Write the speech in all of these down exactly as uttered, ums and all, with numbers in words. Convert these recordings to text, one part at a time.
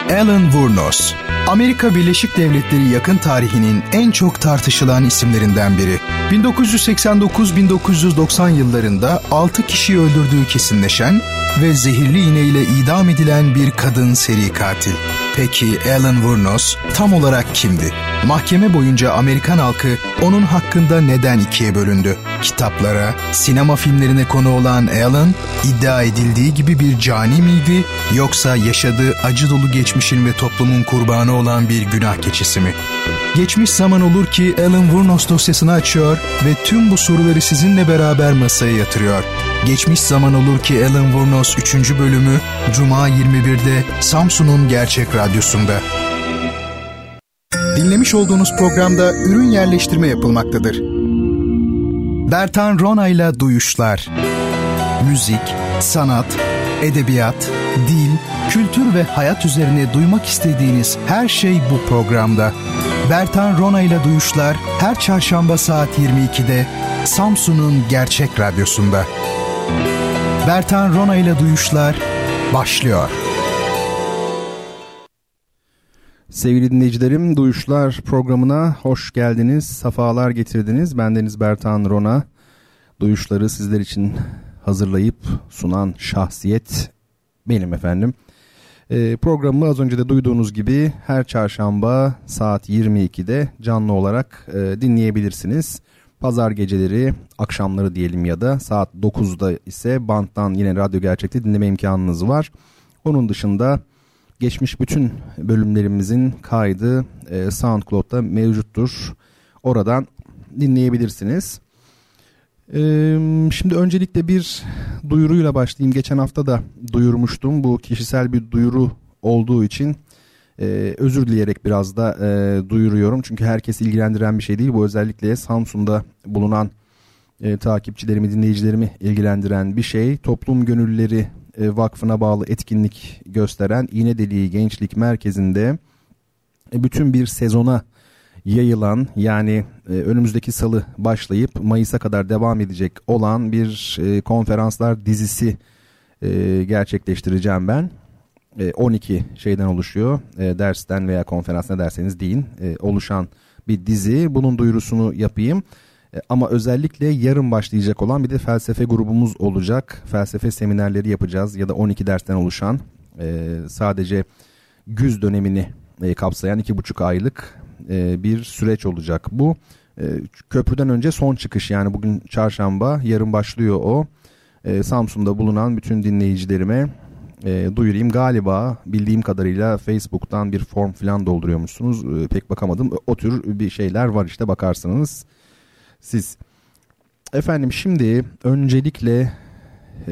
Alan Wuornos, Amerika Birleşik Devletleri yakın tarihinin en çok tartışılan isimlerinden biri. bin dokuz yüz seksen dokuz bin dokuz yüz doksan yıllarında altı kişiyi öldürdüğü kesinleşen ve zehirli iğneyle idam edilen bir kadın seri katil. Peki Alan Wuornos tam olarak kimdi? Mahkeme boyunca Amerikan halkı onun hakkında neden ikiye bölündü? Kitaplara, sinema filmlerine konu olan Alan, iddia edildiği gibi bir cani miydi, yoksa yaşadığı acı dolu geçmişin ve toplumun kurbanı olan bir günah keçisi mi? Geçmiş zaman olur ki Alan Wuornos dosyasını açıyor ve tüm bu soruları sizinle beraber masaya yatırıyor. Geçmiş zaman olur ki Alan Wuornos üçüncü bölümü Cuma yirmi birde Samsun'un Gerçek Radyosu'nda. Dinlemiş olduğunuz programda ürün yerleştirme yapılmaktadır. Bertan Rona'yla Duyuşlar. Müzik, sanat, edebiyat, dil, kültür ve hayat üzerine duymak istediğiniz her şey bu programda. Bertan Rona'yla Duyuşlar her çarşamba saat yirmi ikide Samsun'un Gerçek Radyosu'nda. Bertan Rona'yla Duyuşlar başlıyor. Sevgili dinleyicilerim, Duyuşlar programına hoş geldiniz, safalar getirdiniz. Bendeniz Bertan Rona. Duyuşları sizler için hazırlayıp sunan şahsiyet benim efendim. E, programı az önce de duyduğunuz gibi her çarşamba saat yirmi ikide canlı olarak e, dinleyebilirsiniz. Pazar geceleri, akşamları diyelim ya da saat dokuzda ise banttan yine Radyo Gerçek'te dinleme imkanınız var. Onun dışında geçmiş bütün bölümlerimizin kaydı e, SoundCloud'da mevcuttur. Oradan dinleyebilirsiniz. E, şimdi öncelikle bir duyuruyla başlayayım. Geçen hafta da duyurmuştum. Bu kişisel bir duyuru olduğu için e, özür dileyerek biraz da e, duyuruyorum. Çünkü herkesi ilgilendiren bir şey değil. Bu özellikle Samsun'da bulunan e, takipçilerimi, dinleyicilerimi ilgilendiren bir şey. Toplum Gönüllüleri Vakfı'na bağlı etkinlik gösteren İğnedeliği Gençlik Merkezi'nde bütün bir sezona yayılan, yani önümüzdeki salı başlayıp Mayıs'a kadar devam edecek olan bir konferanslar dizisi gerçekleştireceğim ben. on iki şeyden oluşuyor, dersten veya konferans ne derseniz deyin, oluşan bir dizi. Bunun duyurusunu yapayım. Ama özellikle yarın başlayacak olan bir de felsefe grubumuz olacak. Felsefe seminerleri yapacağız ya da on iki dersten oluşan, e, sadece güz dönemini e, kapsayan iki buçuk aylık e, bir süreç olacak bu. E, köprüden önce son çıkış, yani bugün çarşamba, yarın başlıyor o. E, Samsun'da bulunan bütün dinleyicilerime e, duyurayım. Galiba bildiğim kadarıyla Facebook'tan bir form falan dolduruyormuşsunuz. E, pek bakamadım. O tür bir şeyler var, işte bakarsınız siz. Efendim, şimdi öncelikle e,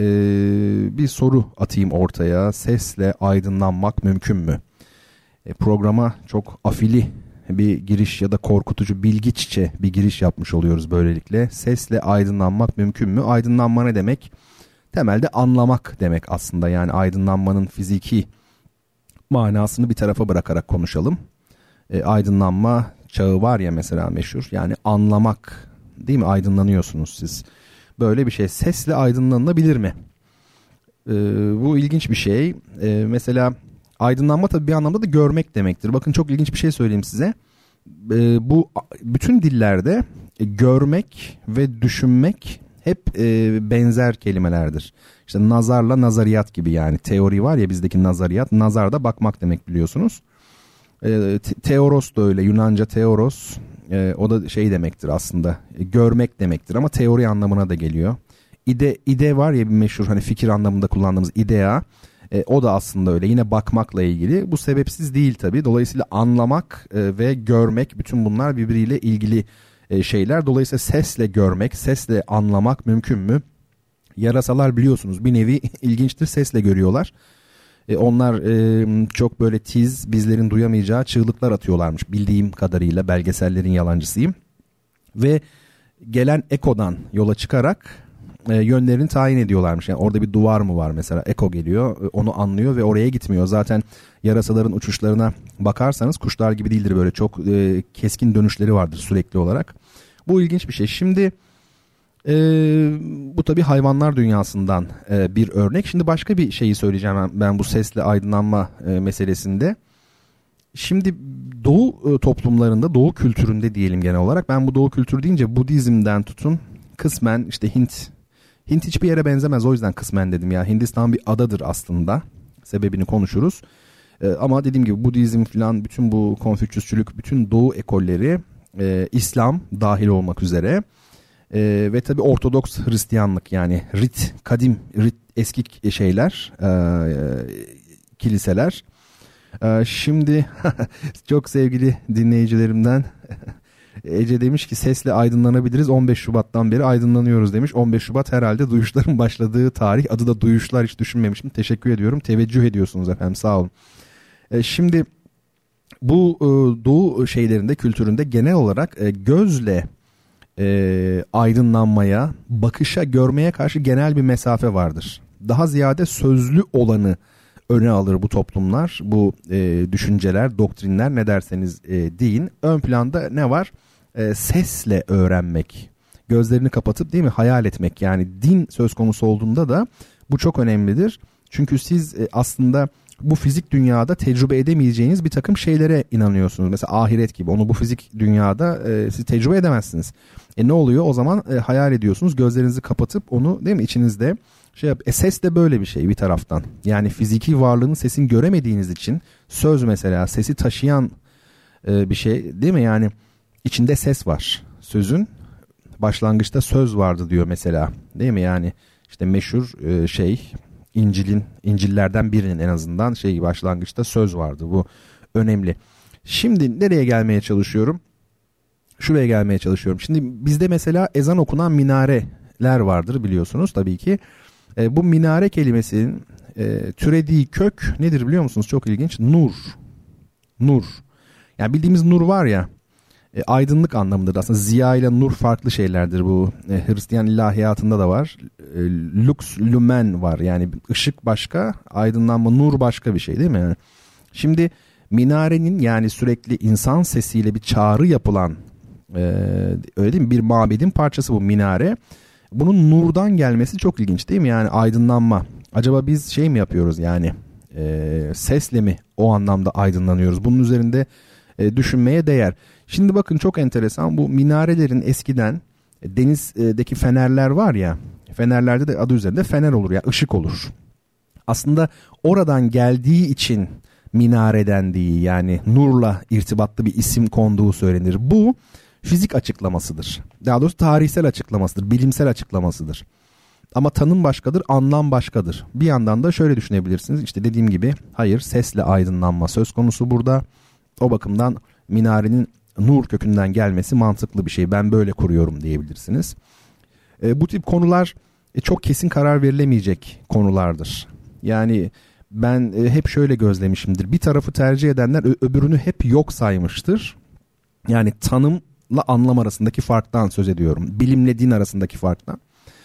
bir soru atayım ortaya. Sesle aydınlanmak mümkün mü? E, programa çok afili bir giriş ya da korkutucu, bilgiççe bir giriş yapmış oluyoruz böylelikle. Sesle aydınlanmak mümkün mü? Aydınlanma ne demek? Temelde anlamak demek aslında. Yani aydınlanmanın fiziki manasını bir tarafa bırakarak konuşalım. E, aydınlanma çağı var ya mesela, meşhur. Yani anlamak, değil mi? Aydınlanıyorsunuz siz. Böyle bir şey. Sesle aydınlanılabilir mi? Ee, bu ilginç bir şey. Ee, mesela aydınlanma tabii bir anlamda da görmek demektir. Bakın, çok ilginç bir şey söyleyeyim size. Ee, bu bütün dillerde e, görmek ve düşünmek hep e, benzer kelimelerdir. İşte nazarla nazariyat gibi, yani teori var ya bizdeki nazariyat. Nazar da bakmak demek, biliyorsunuz. E, teoros da öyle. Yunanca teoros. E, o da şey demektir aslında, e, görmek demektir ama teori anlamına da geliyor. İde, ide var ya bir meşhur, hani fikir anlamında kullandığımız idea, e, o da aslında öyle, yine bakmakla ilgili. Bu sebepsiz değil tabii. Dolayısıyla anlamak e, ve görmek, bütün bunlar birbiriyle ilgili e, şeyler. Dolayısıyla sesle görmek, sesle anlamak mümkün mü? Yarasalar biliyorsunuz bir nevi ilginçtir, sesle görüyorlar. E, onlar e, çok böyle tiz, bizlerin duyamayacağı çığlıklar atıyorlarmış bildiğim kadarıyla. Belgesellerin yalancısıyım. Ve gelen ekodan yola çıkarak e, yönlerini tayin ediyorlarmış. Yani orada bir duvar mı var mesela, eko geliyor, e, onu anlıyor ve oraya gitmiyor. Zaten yarasaların uçuşlarına bakarsanız kuşlar gibi değildir, böyle çok e, keskin dönüşleri vardır sürekli olarak. Bu ilginç bir şey. Şimdi Ee, bu tabii hayvanlar dünyasından e, bir örnek. Şimdi başka bir şeyi söyleyeceğim ben, ben bu sesle aydınlanma e, meselesinde. Şimdi Doğu e, toplumlarında, Doğu kültüründe diyelim genel olarak. Ben bu Doğu kültürü deyince Budizm'den tutun kısmen işte Hint. Hint hiçbir yere benzemez, o yüzden kısmen dedim ya. Hindistan bir adadır aslında. Sebebini konuşuruz. E, ama dediğim gibi Budizm falan, bütün bu Konfüçyüsçülük, bütün Doğu ekolleri, e, İslam dahil olmak üzere. Ee, ve tabii Ortodoks Hristiyanlık, yani rit, kadim rit, eski şeyler, e, kiliseler. E, şimdi çok sevgili dinleyicilerimden Ece demiş ki sesle aydınlanabiliriz, on beş Şubat'tan beri aydınlanıyoruz demiş. on beş Şubat herhalde duyuşların başladığı tarih, adı da duyuşlar, hiç düşünmemiştim, teşekkür ediyorum, teveccüh ediyorsunuz efendim, sağ olun. E, şimdi bu e, Doğu şeylerinde, kültüründe genel olarak e, gözle E, aydınlanmaya, bakışa, görmeye karşı genel bir mesafe vardır. Daha ziyade sözlü olanı öne alır bu toplumlar, bu e, düşünceler, doktrinler, ne derseniz e, deyin. Ön planda ne var? E, sesle öğrenmek, gözlerini kapatıp değil mi hayal etmek. Yani din söz konusu olduğunda da bu çok önemlidir. Çünkü siz e, aslında bu fizik dünyada tecrübe edemeyeceğiniz bir takım şeylere inanıyorsunuz. Mesela ahiret gibi. Onu bu fizik dünyada e, siz tecrübe edemezsiniz. E ne oluyor? O zaman e, hayal ediyorsunuz. Gözlerinizi kapatıp onu değil mi içinizde şey yap. E ses de böyle bir şey bir taraftan. Yani fiziki varlığını, sesin göremediğiniz için, söz mesela sesi taşıyan e, bir şey değil mi? Yani içinde ses var. Sözün başlangıçta söz vardı diyor mesela. Değil mi? Yani işte meşhur e, şey İncil'in, İncil'lerden birinin en azından şey başlangıçta söz vardı. Bu önemli. Şimdi nereye gelmeye çalışıyorum? Şuraya gelmeye çalışıyorum. Şimdi bizde mesela ezan okunan minareler vardır biliyorsunuz tabii ki. E, bu minare kelimesinin e, türediği kök nedir biliyor musunuz? Çok ilginç. Nur. Nur. Yani bildiğimiz nur var ya, e, aydınlık anlamındadır. Aslında ziya ile nur farklı şeylerdir bu. E, Hristiyan ilahiyatında da var. E, lux, lumen var. Yani ışık başka, aydınlanma, nur başka bir şey değil mi? Yani şimdi minarenin, yani sürekli insan sesiyle bir çağrı yapılan, e, öyle değil mi? Bir mabedin parçası bu minare. Bunun nurdan gelmesi çok ilginç değil mi? Yani aydınlanma. Acaba biz şey mi yapıyoruz yani? E, sesle mi o anlamda aydınlanıyoruz? Bunun üzerinde e, düşünmeye değer. Şimdi bakın çok enteresan, bu minarelerin eskiden e, denizdeki fenerler var ya, fenerlerde de adı üzerinde fener olur ya, yani ışık olur. Aslında oradan geldiği için minare dendiği, yani nurla irtibatlı bir isim konduğu söylenir. Bu fizik açıklamasıdır. Daha doğrusu tarihsel açıklamasıdır, bilimsel açıklamasıdır. Ama tanım başkadır, anlam başkadır. Bir yandan da şöyle düşünebilirsiniz. İşte dediğim gibi hayır, sesle aydınlanma söz konusu burada. O bakımdan minarenin nur kökünden gelmesi mantıklı bir şey. Ben böyle kuruyorum diyebilirsiniz. E, bu tip konular e, çok kesin karar verilemeyecek konulardır. Yani ben e, hep şöyle gözlemişimdir. Bir tarafı tercih edenler ö- öbürünü hep yok saymıştır. Yani tanımla anlam arasındaki farktan söz ediyorum. Bilimle din arasındaki farktan.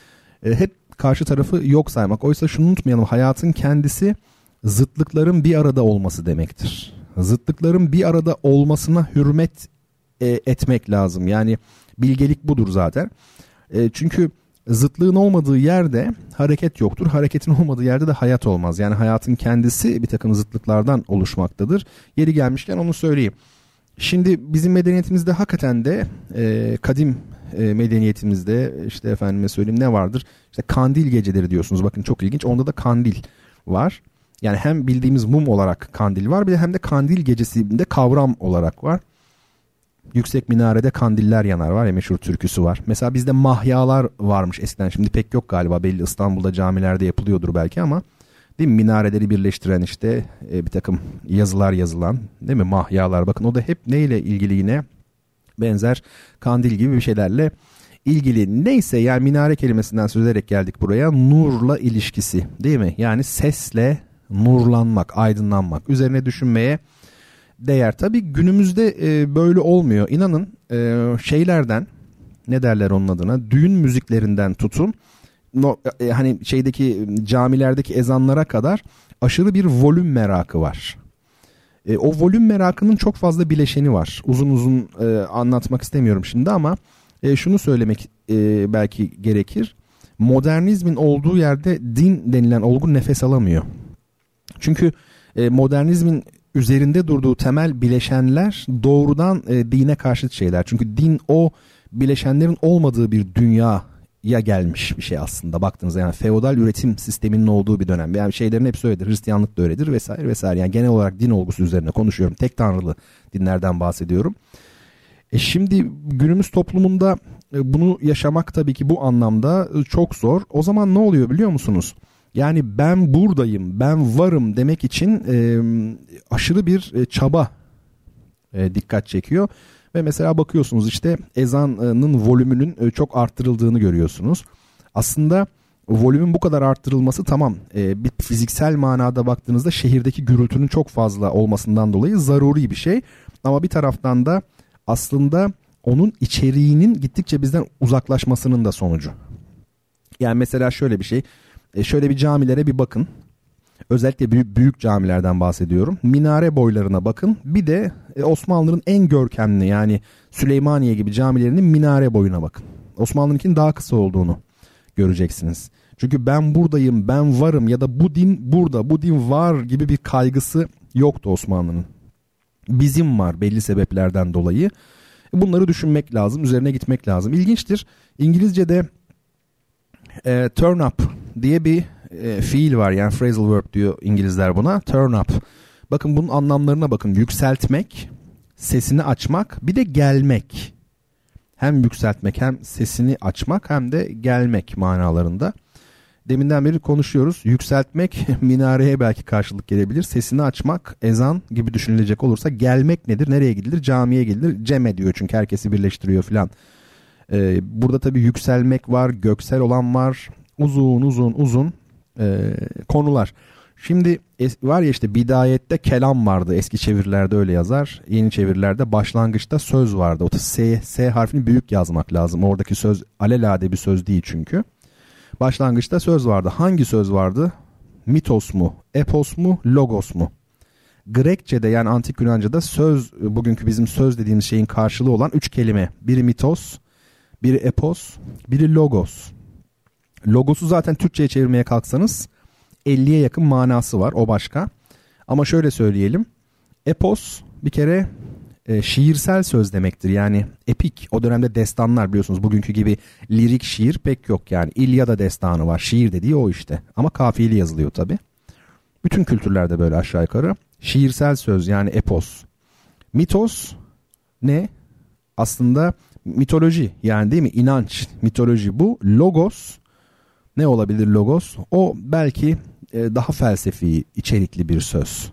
E, hep karşı tarafı yok saymak. Oysa şunu unutmayalım. Hayatın kendisi zıtlıkların bir arada olması demektir. Zıtlıkların bir arada olmasına hürmet e, etmek lazım. Yani bilgelik budur zaten. E, çünkü zıtlığın olmadığı yerde hareket yoktur. Hareketin olmadığı yerde de hayat olmaz. Yani hayatın kendisi bir takım zıtlıklardan oluşmaktadır. Yeri gelmişken onu söyleyeyim. Şimdi bizim medeniyetimizde hakikaten de e, kadim e, medeniyetimizde işte efendime söyleyeyim ne vardır? İşte kandil geceleri diyorsunuz. Bakın çok ilginç. Onda da kandil var. Yani hem bildiğimiz mum olarak kandil var, bir de hem de kandil gecesinde kavram olarak var. Yüksek minarede kandiller yanar var ya, meşhur türküsü var. Mesela bizde mahyalar varmış eskiden, şimdi pek yok galiba, belli İstanbul'da camilerde yapılıyordur belki ama değil mi, minareleri birleştiren işte e, bir takım yazılar yazılan değil mi, mahyalar. Bakın o da hep neyle ilgili, yine benzer kandil gibi bir şeylerle ilgili. Neyse, yani minare kelimesinden söz ederek geldik buraya. Nurla ilişkisi değil mi, yani sesle nurlanmak, aydınlanmak, üzerine düşünmeye değer. Tabii günümüzde e, böyle olmuyor. İnanın e, şeylerden, ne derler onun adına, düğün müziklerinden tutun no, e, hani şeydeki camilerdeki ezanlara kadar aşırı bir volüm merakı var. E, o volüm merakının çok fazla bileşeni var. Uzun uzun e, anlatmak istemiyorum şimdi ama e, şunu söylemek e, belki gerekir. Modernizmin olduğu yerde din denilen olgu nefes alamıyor. Çünkü e, modernizmin üzerinde durduğu temel bileşenler doğrudan e, dine karşıt şeyler. Çünkü din o bileşenlerin olmadığı bir dünyaya gelmiş bir şey aslında baktığınızda. Yani feodal üretim sisteminin olduğu bir dönem. Yani şeylerin hepsi öyledir. Hristiyanlık da öyledir vesaire vesaire. Yani genel olarak din olgusu üzerine konuşuyorum. Tek tanrılı dinlerden bahsediyorum. E şimdi günümüz toplumunda e, bunu yaşamak tabii ki bu anlamda e, çok zor. O zaman ne oluyor biliyor musunuz? Yani ben buradayım, ben varım demek için e, aşırı bir e, çaba e, dikkat çekiyor. Ve mesela bakıyorsunuz işte ezanın volümünün e, çok arttırıldığını görüyorsunuz. Aslında volümün bu kadar arttırılması tamam. E, bir fiziksel manada baktığınızda şehirdeki gürültünün çok fazla olmasından dolayı zaruri bir şey. Ama bir taraftan da aslında onun içeriğinin gittikçe bizden uzaklaşmasının da sonucu. Yani mesela şöyle bir şey. E şöyle bir camilere bir bakın. Özellikle büyük, büyük camilerden bahsediyorum. Minare boylarına bakın. Bir de e, Osmanlı'nın en görkemli yani Süleymaniye gibi camilerinin minare boyuna bakın. Osmanlı'nınkinin daha kısa olduğunu göreceksiniz. Çünkü ben buradayım, ben varım ya da bu din burada, bu din var gibi bir kaygısı yoktu Osmanlı'nın. Bizim var belli sebeplerden dolayı. Bunları düşünmek lazım, üzerine gitmek lazım. İlginçtir. İngilizce'de e, turn up diye bir e, fiil var. Yani phrasal verb diyor İngilizler buna. Turn up. Bakın bunun anlamlarına bakın. Yükseltmek, sesini açmak, bir de gelmek. Hem yükseltmek, hem sesini açmak, hem de gelmek manalarında. Deminden beri konuşuyoruz. Yükseltmek minareye belki karşılık gelebilir. Sesini açmak, ezan gibi düşünülecek olursa gelmek nedir? Nereye gidilir? Camiye gidilir. Cem diyor çünkü herkesi birleştiriyor filan. Ee, burada tabii yükselmek var, göksel olan var. Uzun uzun uzun e, konular. Şimdi es- var ya işte bidayette kelam vardı. Eski çevirilerde öyle yazar. Yeni çevirilerde başlangıçta söz vardı. O da S, S harfini büyük yazmak lazım. Oradaki söz alelade bir söz değil çünkü. Başlangıçta söz vardı. Hangi söz vardı? Mitos mu? Epos mu? Logos mu? Grekçe'de yani antik Yunanca'da söz, bugünkü bizim söz dediğimiz şeyin karşılığı olan üç kelime. Biri mitos, biri epos, biri logos. Logos'u zaten Türkçe'ye çevirmeye kalksanız elliye yakın manası var. O başka. Ama şöyle söyleyelim. Epos bir kere e, şiirsel söz demektir. Yani epik. O dönemde destanlar biliyorsunuz. Bugünkü gibi lirik şiir pek yok yani. İlyada destanı var. Şiir dediği o işte. Ama kafiyeli yazılıyor tabii. Bütün kültürlerde böyle aşağı yukarı. Şiirsel söz yani epos. Mitos ne? Aslında mitoloji yani değil mi? İnanç, mitoloji bu. Logos ne olabilir logos? O belki e, daha felsefi, içerikli bir söz.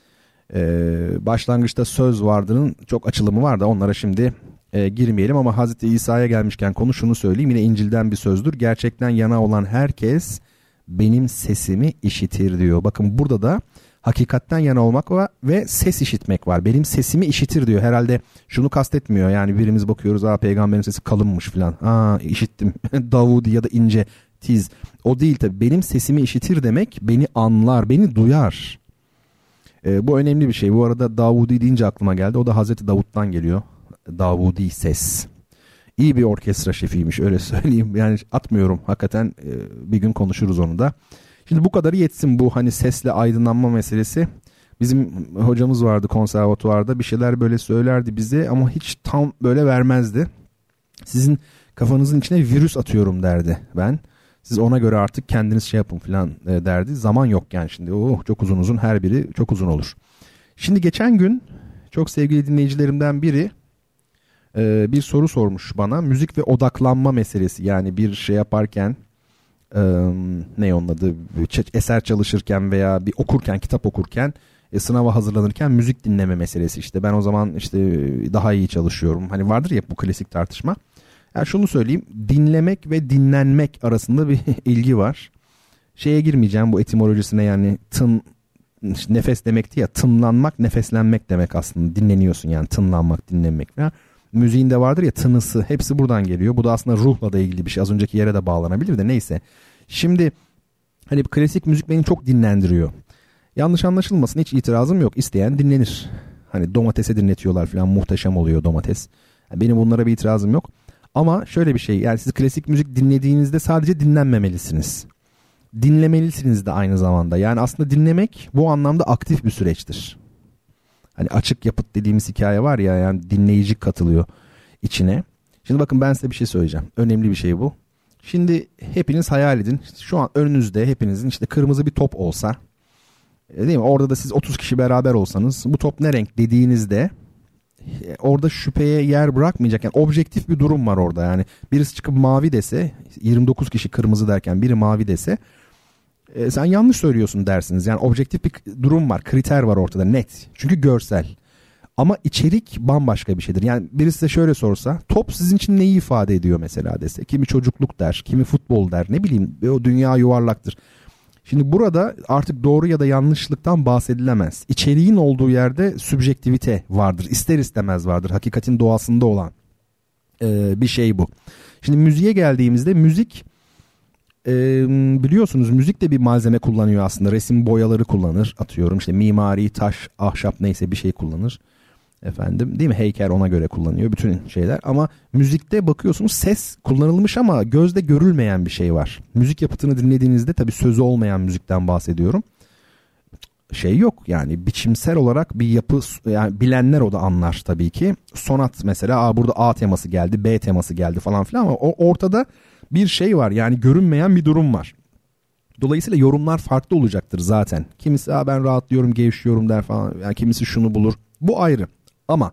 Ee, başlangıçta söz vardının çok açılımı var da onlara şimdi e, girmeyelim ama Hazreti İsa'ya gelmişken konu şunu söyleyeyim, yine İncil'den bir sözdür. Gerçekten yana olan herkes benim sesimi işitir diyor. Bakın burada da hakikatten yana olmak var ve ses işitmek var. Benim sesimi işitir diyor. Herhalde şunu kastetmiyor yani birimiz bakıyoruz aa peygamberin sesi kalınmış filan. Aa işittim Davudi ya da ince tiz. O değil tabii, benim sesimi işitir demek beni anlar, beni duyar. E, bu önemli bir şey. Bu arada Davudi deyince aklıma geldi. O da Hazreti Davut'tan geliyor. Davudi ses. İyi bir orkestra şefiymiş öyle söyleyeyim. Yani atmıyorum hakikaten, e, bir gün konuşuruz onu da. Şimdi bu kadarı yetsin bu hani sesle aydınlanma meselesi. Bizim hocamız vardı konservatuvarda, bir şeyler böyle söylerdi bize ama hiç tam böyle vermezdi. Sizin kafanızın içine virüs atıyorum derdi ben. Siz ona göre artık kendiniz şey yapın falan derdi. Zaman yok yani şimdi. Oh, çok uzun uzun, her biri çok uzun olur. Şimdi geçen gün çok sevgili dinleyicilerimden biri e, bir soru sormuş bana. Müzik ve odaklanma meselesi. Yani bir şey yaparken e, ne onun adı? Eser çalışırken veya bir okurken, kitap okurken, e, sınava hazırlanırken müzik dinleme meselesi. İşte ben o zaman işte daha iyi çalışıyorum. Hani vardır ya bu klasik tartışma. Yani şunu söyleyeyim, dinlemek ve dinlenmek arasında bir ilgi var. Şeye girmeyeceğim bu etimolojisine, yani tın nefes demekti ya, tınlanmak nefeslenmek demek aslında, dinleniyorsun yani, tınlanmak dinlenmek falan. Müziğin de vardır ya tınısı, hepsi buradan geliyor. Bu da aslında ruhla da ilgili bir şey, az önceki yere de bağlanabilir de neyse. Şimdi hani klasik müzik beni çok dinlendiriyor. Yanlış anlaşılmasın, hiç itirazım yok, isteyen dinlenir. Hani domatese dinletiyorlar falan, muhteşem oluyor domates. Yani benim bunlara bir itirazım yok. Ama şöyle bir şey, yani siz klasik müzik dinlediğinizde sadece dinlenmemelisiniz. Dinlemelisiniz de aynı zamanda. Yani aslında dinlemek bu anlamda aktif bir süreçtir. Hani açık yapıt dediğimiz hikaye var ya, yani dinleyici katılıyor içine. Şimdi bakın ben size bir şey söyleyeceğim. Önemli bir şey bu. Şimdi hepiniz hayal edin. Şu an önünüzde hepinizin işte kırmızı bir top olsa, değil mi? Orada da siz otuz kişi beraber olsanız, bu top ne renk dediğinizde orada şüpheye yer bırakmayacak. Yani objektif bir durum var orada. Yani birisi çıkıp mavi dese, yirmi dokuz kişi kırmızı derken biri mavi dese, e, sen yanlış söylüyorsun dersiniz. Yani objektif bir durum var, kriter var ortada, net. Çünkü görsel. Ama içerik bambaşka bir şeydir. Yani birisi de şöyle sorsa, top sizin için neyi ifade ediyor mesela dese. Kimi çocukluk der, kimi futbol der, ne bileyim, o dünya yuvarlaktır. Şimdi burada artık doğru ya da yanlışlıktan bahsedilemez. İçeriğin olduğu yerde sübjektivite vardır. İster istemez vardır. Hakikatin doğasında olan e, bir şey bu. Şimdi müziğe geldiğimizde, müzik e, biliyorsunuz müzik de bir malzeme kullanıyor aslında. Resim boyaları kullanır, atıyorum. İşte mimari, taş, ahşap neyse bir şey kullanır. Efendim, değil mi? Heykel ona göre kullanıyor bütün şeyler. Ama müzikte bakıyorsunuz ses kullanılmış ama gözde görülmeyen bir şey var. Müzik yapıtını dinlediğinizde, tabii sözü olmayan müzikten bahsediyorum. Şey yok yani, biçimsel olarak bir yapı, yani bilenler o da anlar tabii ki. Sonat mesela, Aa, burada A teması geldi, B teması geldi falan filan, ama o ortada bir şey var, yani görünmeyen bir durum var. Dolayısıyla yorumlar farklı olacaktır zaten. Kimisi Aa, ben rahatlıyorum, gevşiyorum der falan. Yani kimisi şunu bulur. Bu ayrı. Ama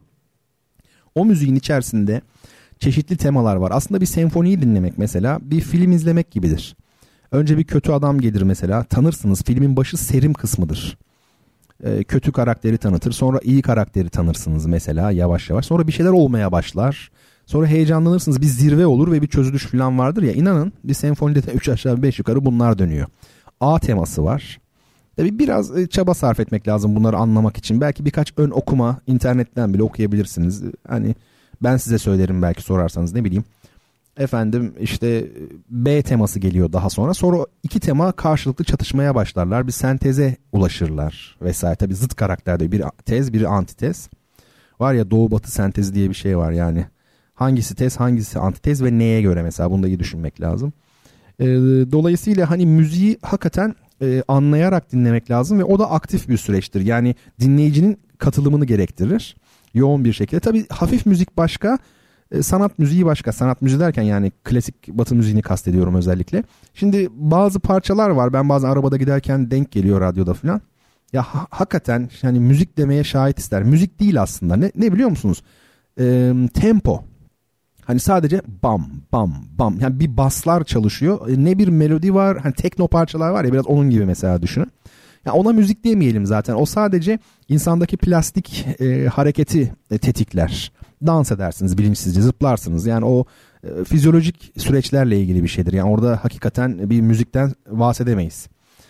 o müziğin içerisinde çeşitli temalar var. Aslında bir senfoniyi dinlemek mesela bir film izlemek gibidir. Önce bir kötü adam gelir mesela. Tanırsınız, filmin başı serim kısmıdır. Ee, kötü karakteri tanıtır. Sonra iyi karakteri tanırsınız mesela yavaş yavaş. Sonra bir şeyler olmaya başlar. Sonra heyecanlanırsınız. Bir zirve olur ve bir çözülüş falan vardır ya. İnanın bir senfonide de üç aşağı beş yukarı bunlar dönüyor. A teması var. Tabii biraz çaba sarf etmek lazım bunları anlamak için. Belki birkaç ön okuma internetten bile okuyabilirsiniz. Hani ben size söylerim belki sorarsanız, ne bileyim. Efendim işte B teması geliyor daha sonra. Sonra iki tema karşılıklı çatışmaya başlarlar. Bir senteze ulaşırlar vesaire. Tabii zıt karakterde bir tez, biri antitez. Var ya, doğu batı sentezi diye bir şey var yani. Hangisi tez, hangisi antitez ve neye göre mesela, bunu da iyi düşünmek lazım. Ee, dolayısıyla hani müziği hakikaten e, anlayarak dinlemek lazım ve o da aktif bir süreçtir. Yani dinleyicinin katılımını gerektirir yoğun bir şekilde. Tabii hafif müzik başka, e, sanat müziği başka. Sanat müziği derken yani klasik batı müziğini kastediyorum özellikle. Şimdi bazı parçalar var, ben bazen arabada giderken denk geliyor radyoda falan. Ya ha- hakikaten yani müzik demeye şahit ister. Müzik değil aslında. Ne, ne biliyor musunuz? E, tempo. Hani sadece bam bam bam, yani bir baslar çalışıyor. Ne bir melodi var. Hani tekno parçalar var ya, biraz onun gibi mesela düşünün. Ya ona müzik demeyelim zaten. O sadece insandaki plastik e, hareketi e, tetikler. Dans edersiniz bilinçsizce, zıplarsınız. Yani o e, fizyolojik süreçlerle ilgili bir şeydir. Yani orada hakikaten bir müzikten bahsedemeyiz.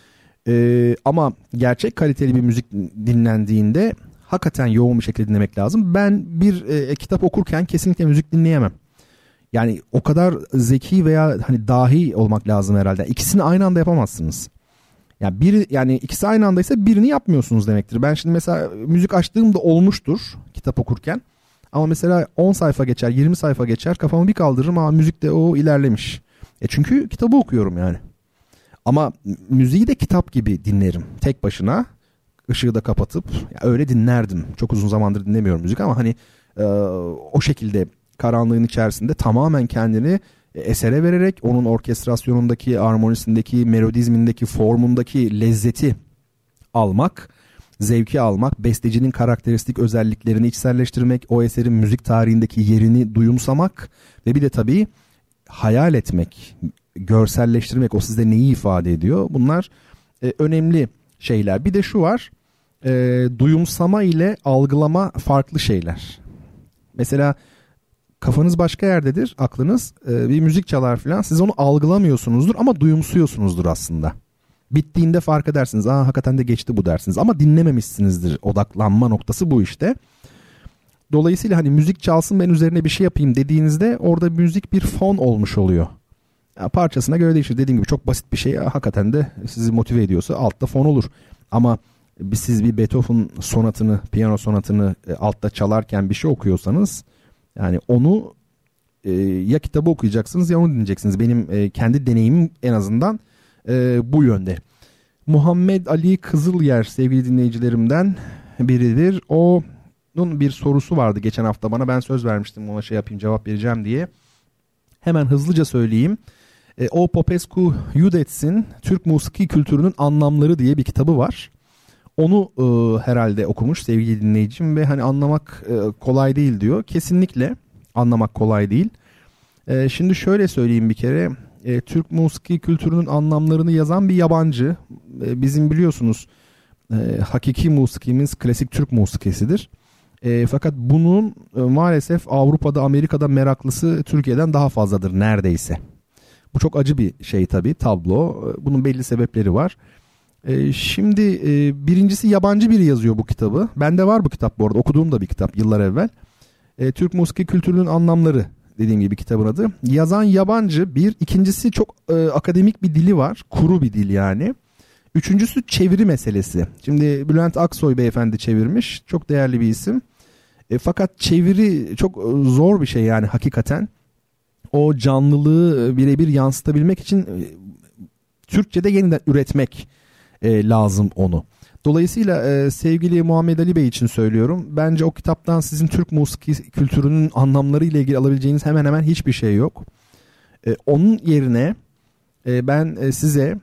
E, ama gerçek kaliteli bir müzik dinlendiğinde hakikaten yoğun bir şekilde dinlemek lazım. Ben bir e, kitap okurken kesinlikle müzik dinleyemem. Yani o kadar zeki veya hani dahi olmak lazım herhalde. İkisini aynı anda yapamazsınız. Yani biri, yani ikisi aynı andaysa birini yapmıyorsunuz demektir. Ben şimdi mesela müzik açtığımda olmuştur kitap okurken. Ama mesela on sayfa geçer, yirmi sayfa geçer, kafamı bir kaldırırım, ama müzikte o ilerlemiş. E çünkü kitabı okuyorum yani. Ama müziği de kitap gibi dinlerim. Tek başına, ışığı da kapatıp öyle dinlerdim. Çok uzun zamandır dinlemiyorum müzik ama hani e, o şekilde karanlığın içerisinde tamamen kendini esere vererek onun orkestrasyonundaki, armonisindeki, melodizmindeki, formundaki lezzeti almak, zevki almak, bestecinin karakteristik özelliklerini içselleştirmek, o eserin müzik tarihindeki yerini duyumsamak ve bir de tabii hayal etmek, görselleştirmek, o sizde neyi ifade ediyor. Bunlar e, önemli şeyler. Bir de şu var, e, duyumsama ile algılama farklı şeyler. Mesela kafanız başka yerdedir, aklınız e, bir müzik çalar falan, siz onu algılamıyorsunuzdur ama duyumsuyorsunuzdur aslında. Bittiğinde fark edersiniz, aa hakikaten de geçti bu dersiniz, ama dinlememişsinizdir. Odaklanma noktası bu işte. Dolayısıyla hani müzik çalsın ben üzerine bir şey yapayım dediğinizde orada müzik bir fon olmuş oluyor. Ya parçasına göre değişir. Dediğim gibi çok basit bir şey, hakikaten de sizi motive ediyorsa altta fon olur. Ama siz bir Beethoven sonatını, piyano sonatını altta çalarken bir şey okuyorsanız, yani onu e, ya kitabı okuyacaksınız ya onu dinleyeceksiniz. Benim e, kendi deneyimim en azından e, bu yönde. Muhammed Ali Kızılyer sevgili dinleyicilerimden biridir. Onun bir sorusu vardı geçen hafta bana. Ben söz vermiştim ona şey yapayım, cevap vereceğim diye. Hemen hızlıca söyleyeyim. E, o Popescu Yudets'in Türk musiki kültürünün anlamları diye bir kitabı var. Onu e, herhalde okumuş sevgili dinleyicim ve hani anlamak e, kolay değil diyor. Kesinlikle anlamak kolay değil. E, şimdi şöyle söyleyeyim bir kere. E, Türk musiki kültürünün anlamlarını yazan bir yabancı. E, bizim biliyorsunuz e, hakiki musikimiz klasik Türk musikisidir. E, fakat bunun e, maalesef Avrupa'da, Amerika'da meraklısı Türkiye'den daha fazladır neredeyse. Bu çok acı bir şey tabii, tablo. E, bunun belli sebepleri var. E, şimdi e, birincisi yabancı biri yazıyor bu kitabı. Bende var bu kitap bu arada. Okuduğum da bir kitap yıllar evvel. E, Türk musiki kültürünün anlamları dediğim gibi kitabın adı. Yazan yabancı bir. İkincisi çok e, akademik bir dili var. Kuru bir dil yani. Üçüncüsü çeviri meselesi. Şimdi Bülent Aksoy beyefendi çevirmiş. Çok değerli bir isim. E, fakat çeviri çok zor bir şey yani hakikaten. O canlılığı birebir yansıtabilmek için e, Türkçe'de yeniden üretmek e, lazım onu. Dolayısıyla e, sevgili Muhammed Ali Bey için söylüyorum. Bence o kitaptan sizin Türk musiki kültürünün anlamları ile ilgili alabileceğiniz hemen hemen hiçbir şey yok. E, onun yerine e, ben e, size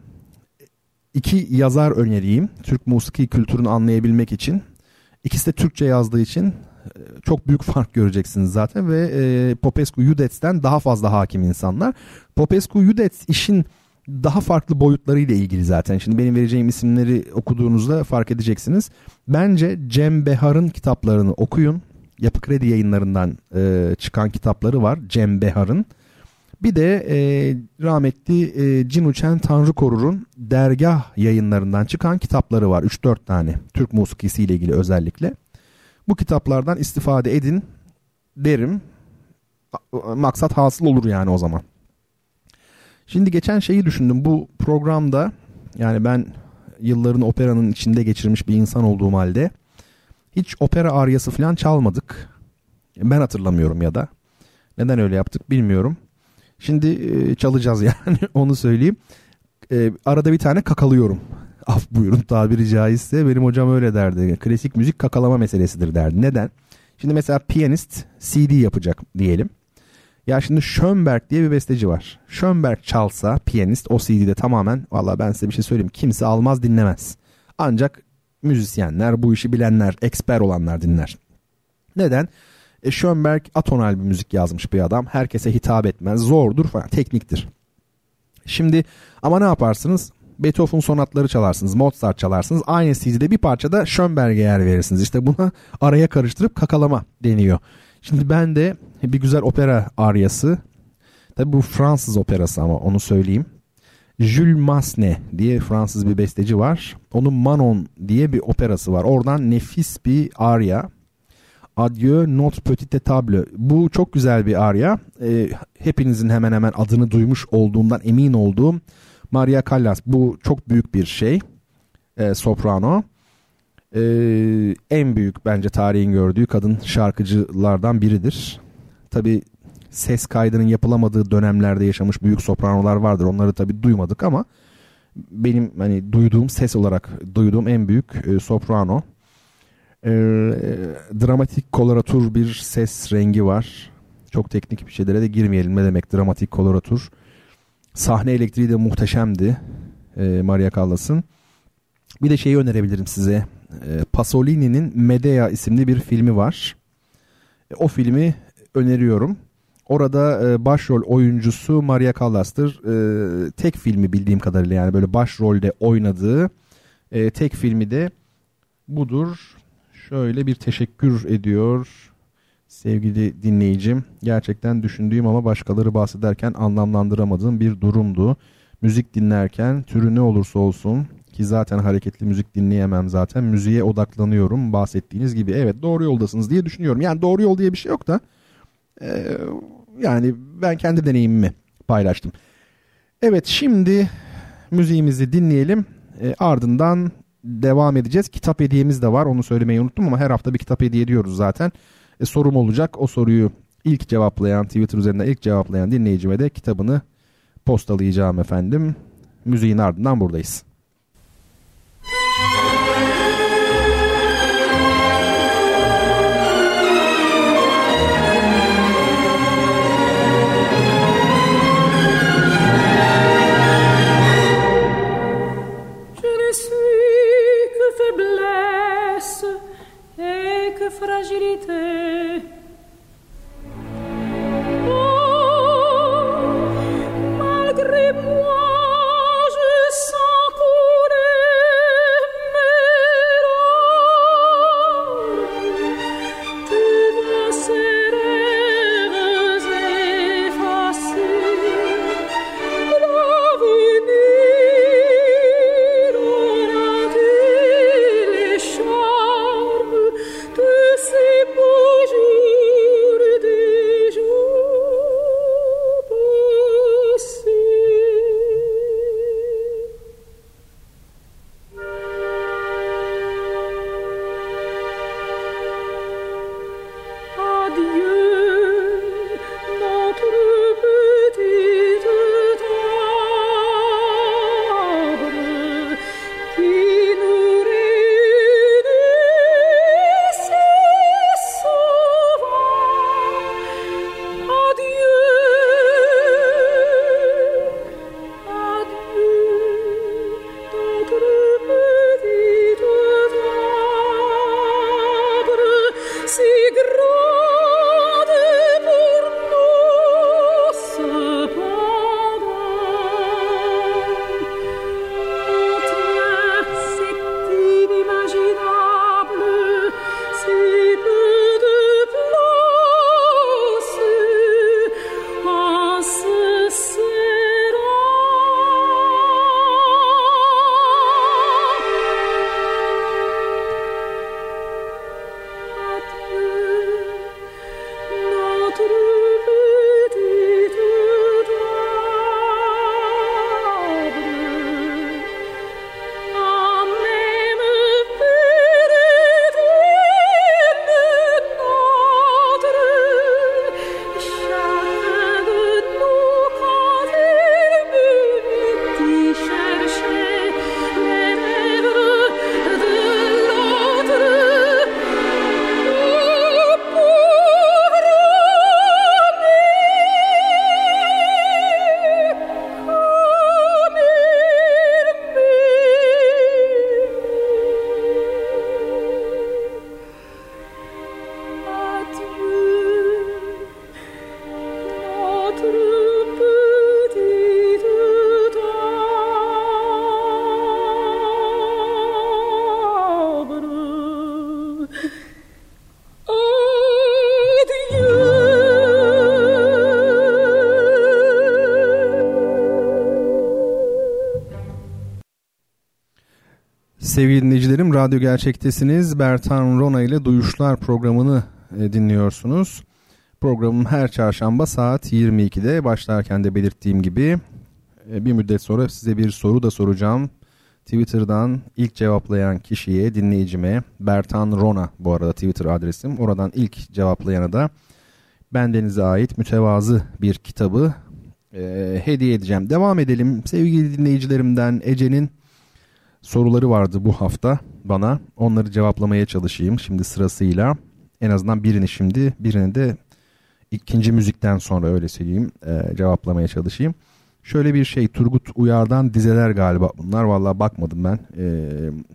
iki yazar önereyim. Türk musiki kültürünü anlayabilmek için. İkisi de Türkçe yazdığı için e, çok büyük fark göreceksiniz zaten. Ve e, Popescu Yudets'ten daha fazla hakim insanlar. Popescu Yudets işin daha farklı boyutlarıyla ilgili zaten. Şimdi benim vereceğim isimleri okuduğunuzda fark edeceksiniz. Bence Cem Behar'ın kitaplarını okuyun. Yapı Kredi Yayınlarından e, çıkan kitapları var Cem Behar'ın. Bir de e, rahmetli e, Cinuçen Tanrı Korur'un Dergah Yayınlarından çıkan kitapları var. üç dört tane Türk musikisiyle ilgili özellikle. Bu kitaplardan istifade edin derim. Maksat hasıl olur yani o zaman. Şimdi geçen şeyi düşündüm bu programda, yani ben yıllarını operanın içinde geçirmiş bir insan olduğum halde hiç opera aryası falan çalmadık. Ben hatırlamıyorum ya da. Neden öyle yaptık bilmiyorum. Şimdi e, çalacağız yani onu söyleyeyim. E, arada bir tane kakalıyorum. Af buyurun tabiri caizse, benim hocam öyle derdi. Klasik müzik kakalama meselesidir derdi. Neden? Şimdi mesela piyanist C D yapacak diyelim. Ya şimdi Schönberg diye bir besteci var. Schönberg çalsa piyanist o C D'de tamamen, vallahi ben size bir şey söyleyeyim, kimse almaz dinlemez. Ancak müzisyenler, bu işi bilenler, eksper olanlar dinler. Neden? E Schönberg atonal bir müzik yazmış bir adam. Herkese hitap etmez, zordur falan, tekniktir. Şimdi ama ne yaparsınız? Beethoven sonatları çalarsınız, Mozart çalarsınız. Aynı C D'de bir parçada Schönberg'e yer verirsiniz. İşte buna araya karıştırıp kakalama deniyor. Şimdi ben de bir güzel opera aryası, tabi bu Fransız operası ama onu söyleyeyim. Jules Massenet diye Fransız bir besteci var. Onun Manon diye bir operası var. Oradan nefis bir arya. Adieu notre petite table. Bu çok güzel bir arya. E, hepinizin hemen hemen adını duymuş olduğumdan emin olduğum Maria Callas. Bu çok büyük bir şey. E, soprano. Ee, en büyük bence tarihin gördüğü kadın şarkıcılardan biridir. Tabii ses kaydının yapılamadığı dönemlerde yaşamış büyük sopranolar vardır. Onları tabii duymadık ama benim hani duyduğum, ses olarak duyduğum en büyük e, soprano. E, dramatik koloratur bir ses rengi var. Çok teknik bir şeylere de girmeyelim. Ne demek dramatik koloratur? Sahne elektriği de muhteşemdi e, Maria Callas'ın. Bir de şeyi önerebilirim size. Pasolini'nin Medea isimli bir filmi var. O filmi öneriyorum. Orada başrol oyuncusu Maria Callas'tır. Tek filmi bildiğim kadarıyla, yani böyle başrolde oynadığı tek filmi de budur. Şöyle bir teşekkür ediyor sevgili dinleyicim. Gerçekten düşündüğüm ama başkaları bahsederken anlamlandıramadığım bir durumdu. Müzik dinlerken türü ne olursa olsun, ki zaten hareketli müzik dinleyemem zaten, müziğe odaklanıyorum bahsettiğiniz gibi. Evet, doğru yoldasınız diye düşünüyorum. Yani doğru yol diye bir şey yok da e, yani ben kendi deneyimimi paylaştım. Evet, şimdi müziğimizi dinleyelim. E, ardından devam edeceğiz. Kitap hediyemiz de var, onu söylemeyi unuttum ama her hafta bir kitap hediye ediyoruz zaten. E, sorum olacak, o soruyu ilk cevaplayan, Twitter üzerinden ilk cevaplayan dinleyicime de kitabını postalayacağım efendim. Müziğin ardından buradayız. Fragilité. Oh, malgré moi, je sens couler mes larmes. Tes voix sérieuse effacées, l'avenir aura-t-il les charmes de ces beaux jours des jours passés. Adieu, notre petite table qui nous réunit si souvent. Adieu, adieu, notre petite table si grande pour nous cependant. Oh tiens, c'est inimaginable, si peu de place en se notre petite table, en même période notre, chacun de nous quand il m'y cherchait les lèvres de l'autre. Sevgili dinleyicilerim, Radyo Gerçek'tesiniz. Bertan Rona ile Duyuşlar programını e, dinliyorsunuz. Programım her çarşamba saat yirmi ikide, başlarken de belirttiğim gibi e, bir müddet sonra size bir soru da soracağım. Twitter'dan ilk cevaplayan kişiye, dinleyicime, Bertan Rona bu arada Twitter adresim. Oradan ilk cevaplayana da bendenize ait mütevazı bir kitabı e, hediye edeceğim. Devam edelim. Sevgili dinleyicilerimden Ece'nin soruları vardı bu hafta bana. Onları cevaplamaya çalışayım şimdi sırasıyla. En azından birini şimdi, birini de ikinci müzikten sonra, öyle söyleyeyim, e, cevaplamaya çalışayım. Şöyle bir şey, Turgut Uyar'dan dizeler galiba bunlar. Vallahi bakmadım ben. E,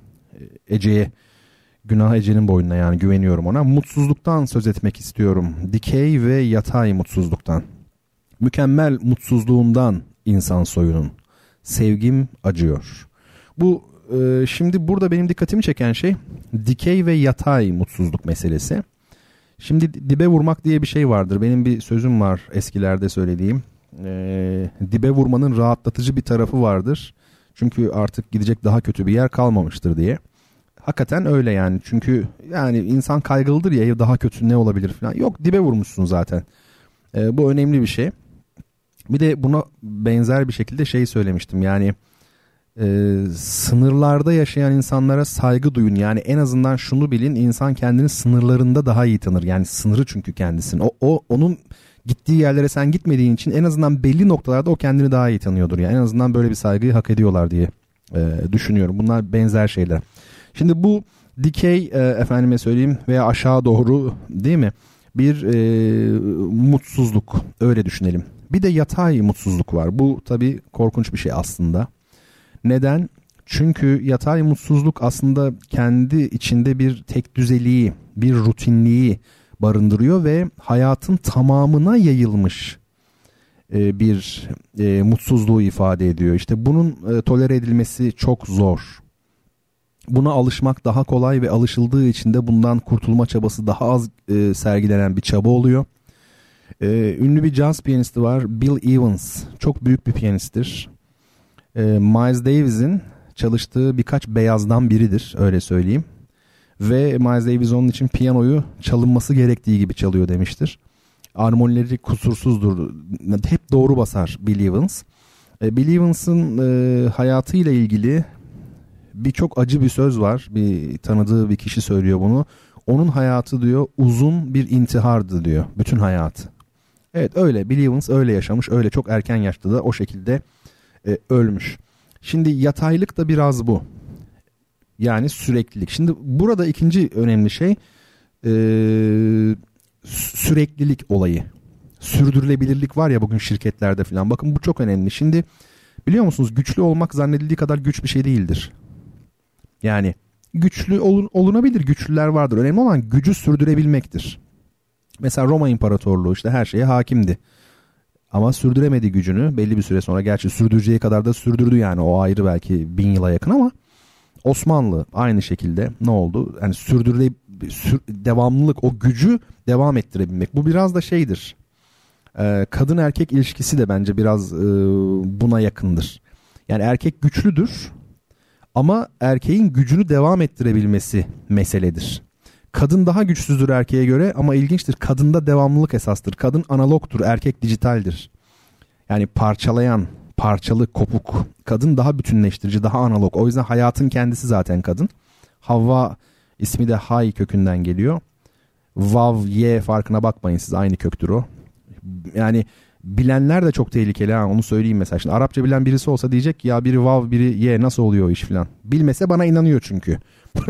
Ece'ye, günah Ece'nin boynuna, yani güveniyorum ona. Mutsuzluktan söz etmek istiyorum. Dikey ve yatay mutsuzluktan. Mükemmel mutsuzluğundan insan soyunun. Sevgim acıyor. Bu e, şimdi burada benim dikkatimi çeken şey dikey ve yatay mutsuzluk meselesi. Şimdi dibe vurmak diye bir şey vardır. Benim bir sözüm var eskilerde söylediğim. E, dibe vurmanın rahatlatıcı bir tarafı vardır. Çünkü artık gidecek daha kötü bir yer kalmamıştır diye. Hakikaten öyle yani. Çünkü yani insan kaygılıdır ya, daha kötü ne olabilir falan. Yok, dibe vurmuşsun zaten. E, bu önemli bir şey. Bir de buna benzer bir şekilde şey söylemiştim. Yani Ee, sınırlarda yaşayan insanlara saygı duyun. Yani en azından şunu bilin, insan kendini sınırlarında daha iyi tanır. Yani sınırı çünkü kendisinin. O, o onun gittiği yerlere sen gitmediğin için en azından belli noktalarda o kendini daha iyi tanıyordur. Yani en azından böyle bir saygıyı hak ediyorlar diye e, düşünüyorum. Bunlar benzer şeyler. Şimdi bu dikey e, efendime söyleyeyim veya aşağı doğru değil mi? Bir e, mutsuzluk, öyle düşünelim. Bir de yatay mutsuzluk var. Bu tabii korkunç bir şey aslında. Neden? Çünkü yatay mutsuzluk aslında kendi içinde bir tek düzeliği, bir rutinliği barındırıyor ve hayatın tamamına yayılmış e, bir e, mutsuzluğu ifade ediyor. İşte bunun e, tolere edilmesi çok zor. Buna alışmak daha kolay ve alışıldığı için de bundan kurtulma çabası daha az e, sergilenen bir çaba oluyor. E, ünlü bir caz piyanisti var, Bill Evans. Çok büyük bir piyanisttir. E, Miles Davis'in çalıştığı birkaç beyazdan biridir, öyle söyleyeyim. Ve Miles Davis onun için piyanoyu çalınması gerektiği gibi çalıyor demiştir. Armonileri kusursuzdur. Hep doğru basar Bill Evans. E, Bill Evans'ın e, hayatıyla ilgili birçok acı bir söz var. Bir tanıdığı bir kişi söylüyor bunu. Onun hayatı diyor uzun bir intihardı diyor. Bütün hayatı. Evet öyle. Bill Evans öyle yaşamış. Öyle çok erken yaşta da o şekilde e, ölmüş. Şimdi yataylık da biraz bu. Yani süreklilik. Şimdi burada ikinci önemli şey e, süreklilik olayı. Sürdürülebilirlik var ya bugün şirketlerde falan. Bakın bu çok önemli. Şimdi biliyor musunuz güçlü olmak zannedildiği kadar güç bir şey değildir. Yani güçlü olun, olunabilir. Güçlüler vardır. Önemli olan gücü sürdürebilmektir. Mesela Roma İmparatorluğu işte her şeye hakimdi. Ama sürdüremedi gücünü belli bir süre sonra. Gerçi sürdüreceği kadar da sürdürdü yani. O ayrı belki bin yıla yakın ama Osmanlı aynı şekilde ne oldu? Yani sürdürüle sür, devamlılık, o gücü devam ettirebilmek. Bu biraz da şeydir. Ee, kadın erkek ilişkisi de bence biraz e, buna yakındır. Yani erkek güçlüdür ama erkeğin gücünü devam ettirebilmesi meseledir. Kadın daha güçsüzdür erkeğe göre ama ilginçtir. Kadında devamlılık esastır. Kadın analogtur, erkek dijitaldir. Yani parçalayan, parçalı, kopuk. Kadın daha bütünleştirici, daha analog. O yüzden hayatın kendisi zaten kadın. Havva ismi de Hay kökünden geliyor. Vav, Ye farkına bakmayın siz, aynı köktür o. Yani bilenler de çok tehlikeli ha, onu söyleyeyim mesela. Şimdi Arapça bilen birisi olsa diyecek ya biri Vav biri Ye nasıl oluyor o iş falan. Bilmese bana inanıyor çünkü.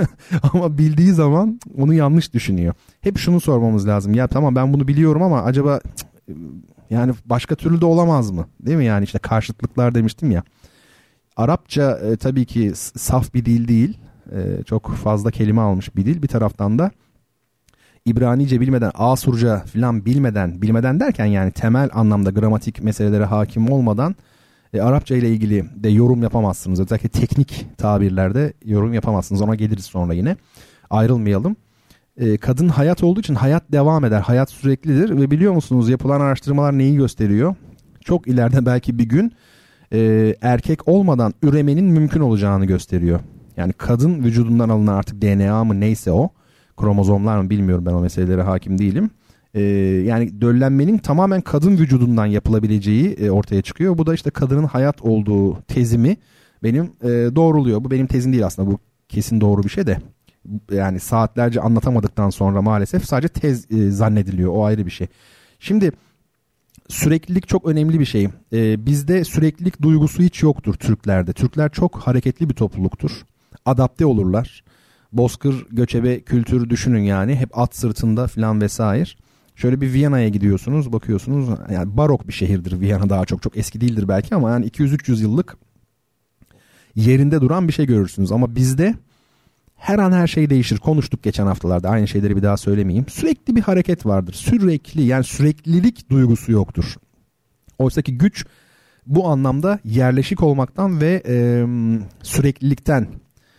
Ama bildiği zaman onu yanlış düşünüyor. Hep şunu sormamız lazım. Ya tamam ben bunu biliyorum ama acaba yani başka türlü de olamaz mı? Değil mi yani işte karşıtlıklar demiştim ya. Arapça e, tabii ki saf bir dil değil. E, çok fazla kelime almış bir dil. Bir taraftan da İbranice bilmeden, Asurca falan bilmeden, bilmeden derken yani temel anlamda gramatik meselelere hakim olmadan e, Arapça ile ilgili de yorum yapamazsınız. Özellikle teknik tabirlerde yorum yapamazsınız. Ona geliriz sonra yine. Ayrılmayalım. E, kadın hayat olduğu için hayat devam eder. Hayat süreklidir ve biliyor musunuz yapılan araştırmalar neyi gösteriyor? Çok ileride belki bir gün e, erkek olmadan üremenin mümkün olacağını gösteriyor. Yani kadın vücudundan alınan artık D N A mı neyse o, kromozomlar mı bilmiyorum, ben o meselelere hakim değilim. Ee, yani döllenmenin tamamen kadın vücudundan yapılabileceği e, ortaya çıkıyor. Bu da işte kadının hayat olduğu tezimi benim e, doğruluyor. Bu benim tezim değil aslında, bu kesin doğru bir şey de. Yani saatlerce anlatamadıktan sonra maalesef sadece tez e, zannediliyor, o ayrı bir şey. Şimdi süreklilik çok önemli bir şey. Ee, bizde süreklilik duygusu hiç yoktur Türklerde. Türkler çok hareketli bir topluluktur. Adapte olurlar. Bozkır göçebe kültürü düşünün yani. Hep at sırtında falan vesaire. Şöyle bir Viyana'ya gidiyorsunuz, bakıyorsunuz. Yani barok bir şehirdir Viyana, daha çok. Çok eski değildir belki ama yani iki yüz üç yüz yıllık yerinde duran bir şey görürsünüz. Ama bizde her an her şey değişir. Konuştuk geçen haftalarda. Aynı şeyleri bir daha söylemeyeyim. Sürekli bir hareket vardır. Sürekli, yani süreklilik duygusu yoktur. Oysa ki güç bu anlamda yerleşik olmaktan ve e, süreklilikten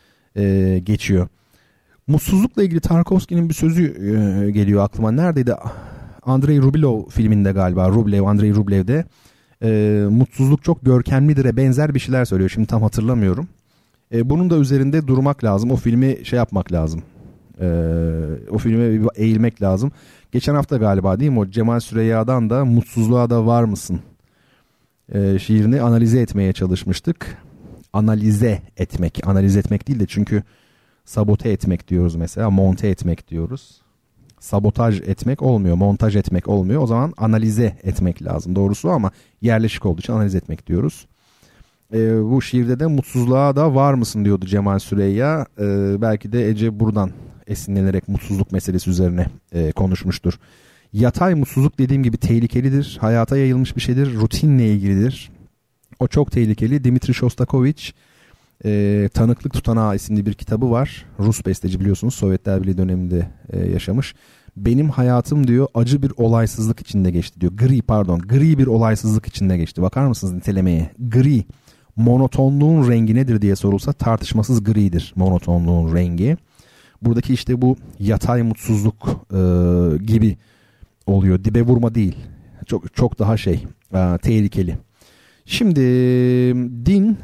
e, geçiyor. Mutsuzlukla ilgili Tarkovski'nin bir sözü e, geliyor aklıma. Neredeydi? Andrei Rublev filminde galiba. Rublev, Andrei Rublev'de e, mutsuzluk çok görkemlidir'e benzer bir şeyler söylüyor. Şimdi tam hatırlamıyorum. E, bunun da üzerinde durmak lazım. O filmi şey yapmak lazım. E, o filme bir eğilmek lazım. Geçen hafta galiba değil mi? O Cemal Süreyya'dan da Mutsuzluğa da Var mısın? E, şiirini analize etmeye çalışmıştık. analize etmek. Analize etmek değil de çünkü sabote etmek diyoruz mesela. Monte etmek diyoruz. Sabotaj etmek olmuyor. Montaj etmek olmuyor. O zaman analize etmek lazım doğrusu ama yerleşik olduğu için analiz etmek diyoruz. E, bu şiirde de mutsuzluğa da var mısın diyordu Cemal Süreyya. E, belki de Ece buradan esinlenerek mutsuzluk meselesi üzerine e, konuşmuştur. Yatay mutsuzluk dediğim gibi tehlikelidir. Hayata yayılmış bir şeydir. Rutinle ilgilidir. O çok tehlikeli. Dimitri Shostakovich e, Tanıklık Tutanağı isimli bir kitabı var. Rus besteci biliyorsunuz. Sovyetler Birliği döneminde e, yaşamış. Benim hayatım diyor acı bir olaysızlık içinde geçti diyor. Gri pardon. Gri bir olaysızlık içinde geçti. Bakar mısınız nitelemeye? Gri. Monotonluğun rengi nedir diye sorulsa tartışmasız gridir monotonluğun rengi. Buradaki işte bu yatay mutsuzluk e, gibi oluyor. Dibe vurma değil. Çok çok daha şey e, tehlikeli. Şimdi din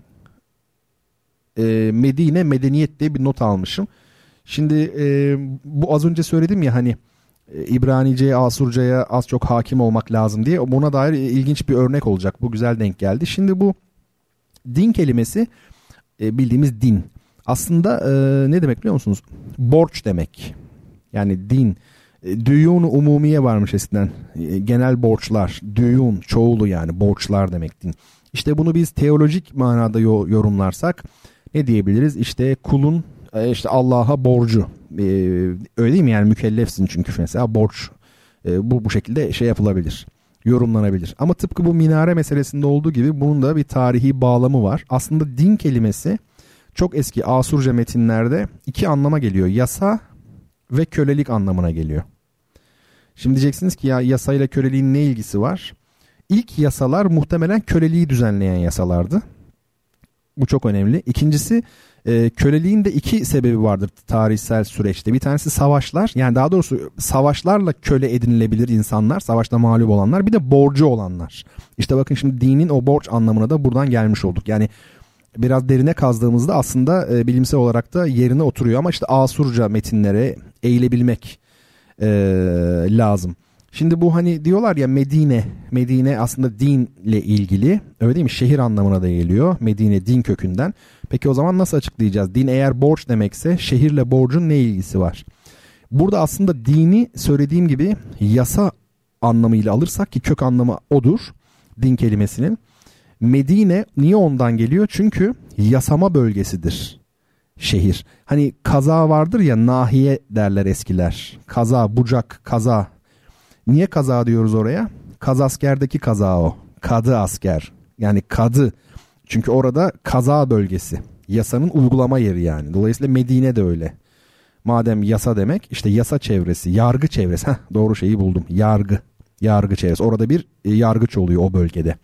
e, Medine medeniyet diye bir not almışım. Şimdi e, bu az önce söyledim ya hani e, İbranice'ye, Asurca'ya az çok hakim olmak lazım diye. Buna dair ilginç bir örnek olacak. Bu güzel denk geldi. Şimdi bu din kelimesi e, bildiğimiz din. Aslında e, ne demek biliyor musunuz? Borç demek. Yani din. E, düyun-u umumiye varmış eskiden. E, genel borçlar. Düyun çoğulu yani borçlar demek din. İşte bunu biz teolojik manada yo- yorumlarsak ne diyebiliriz? İşte kulun e, işte Allah'a borcu. E, öyle değil mi? Yani mükellefsin çünkü mesela borç. E, bu bu şekilde şey yapılabilir. Yorumlanabilir. Ama tıpkı bu minare meselesinde olduğu gibi bunun da bir tarihi bağlamı var. Aslında din kelimesi çok eski Asurca metinlerde iki anlama geliyor. Yasa ve kölelik anlamına geliyor. Şimdi diyeceksiniz ki ya yasayla köleliğin ne ilgisi var? İlk yasalar muhtemelen köleliği düzenleyen yasalardı. Bu çok önemli. İkincisi e, köleliğin de iki sebebi vardır tarihsel süreçte. Bir tanesi savaşlar, yani daha doğrusu savaşlarla köle edinilebilir insanlar, savaşta mağlup olanlar, bir de borcu olanlar. İşte bakın şimdi dinin o borç anlamına da buradan gelmiş olduk. Yani biraz derine kazdığımızda aslında e, bilimsel olarak da yerine oturuyor ama işte Asurca metinlere eğilebilmek e, lazım. Şimdi bu hani diyorlar ya Medine, Medine aslında dinle ilgili, öyle değil mi? Şehir anlamına da geliyor. Medine din kökünden. Peki o zaman nasıl açıklayacağız? Din eğer borç demekse şehirle borcun ne ilgisi var? Burada aslında dini söylediğim gibi yasa anlamıyla alırsak ki kök anlamı odur din kelimesinin. Medine niye ondan geliyor? Çünkü yasama bölgesidir şehir. Hani kaza vardır ya, nahiye derler eskiler. Kaza, bucak, kaza. Niye kaza diyoruz oraya? Kazaskerdeki kaza o. Kadı asker. Yani kadı. Çünkü orada kaza bölgesi. Yasanın uygulama yeri yani. Dolayısıyla Medine de öyle. Madem yasa demek, işte yasa çevresi, yargı çevresi. Heh, doğru şeyi buldum. Yargı. Yargı çevresi. Orada bir e, yargıç oluyor o bölgede.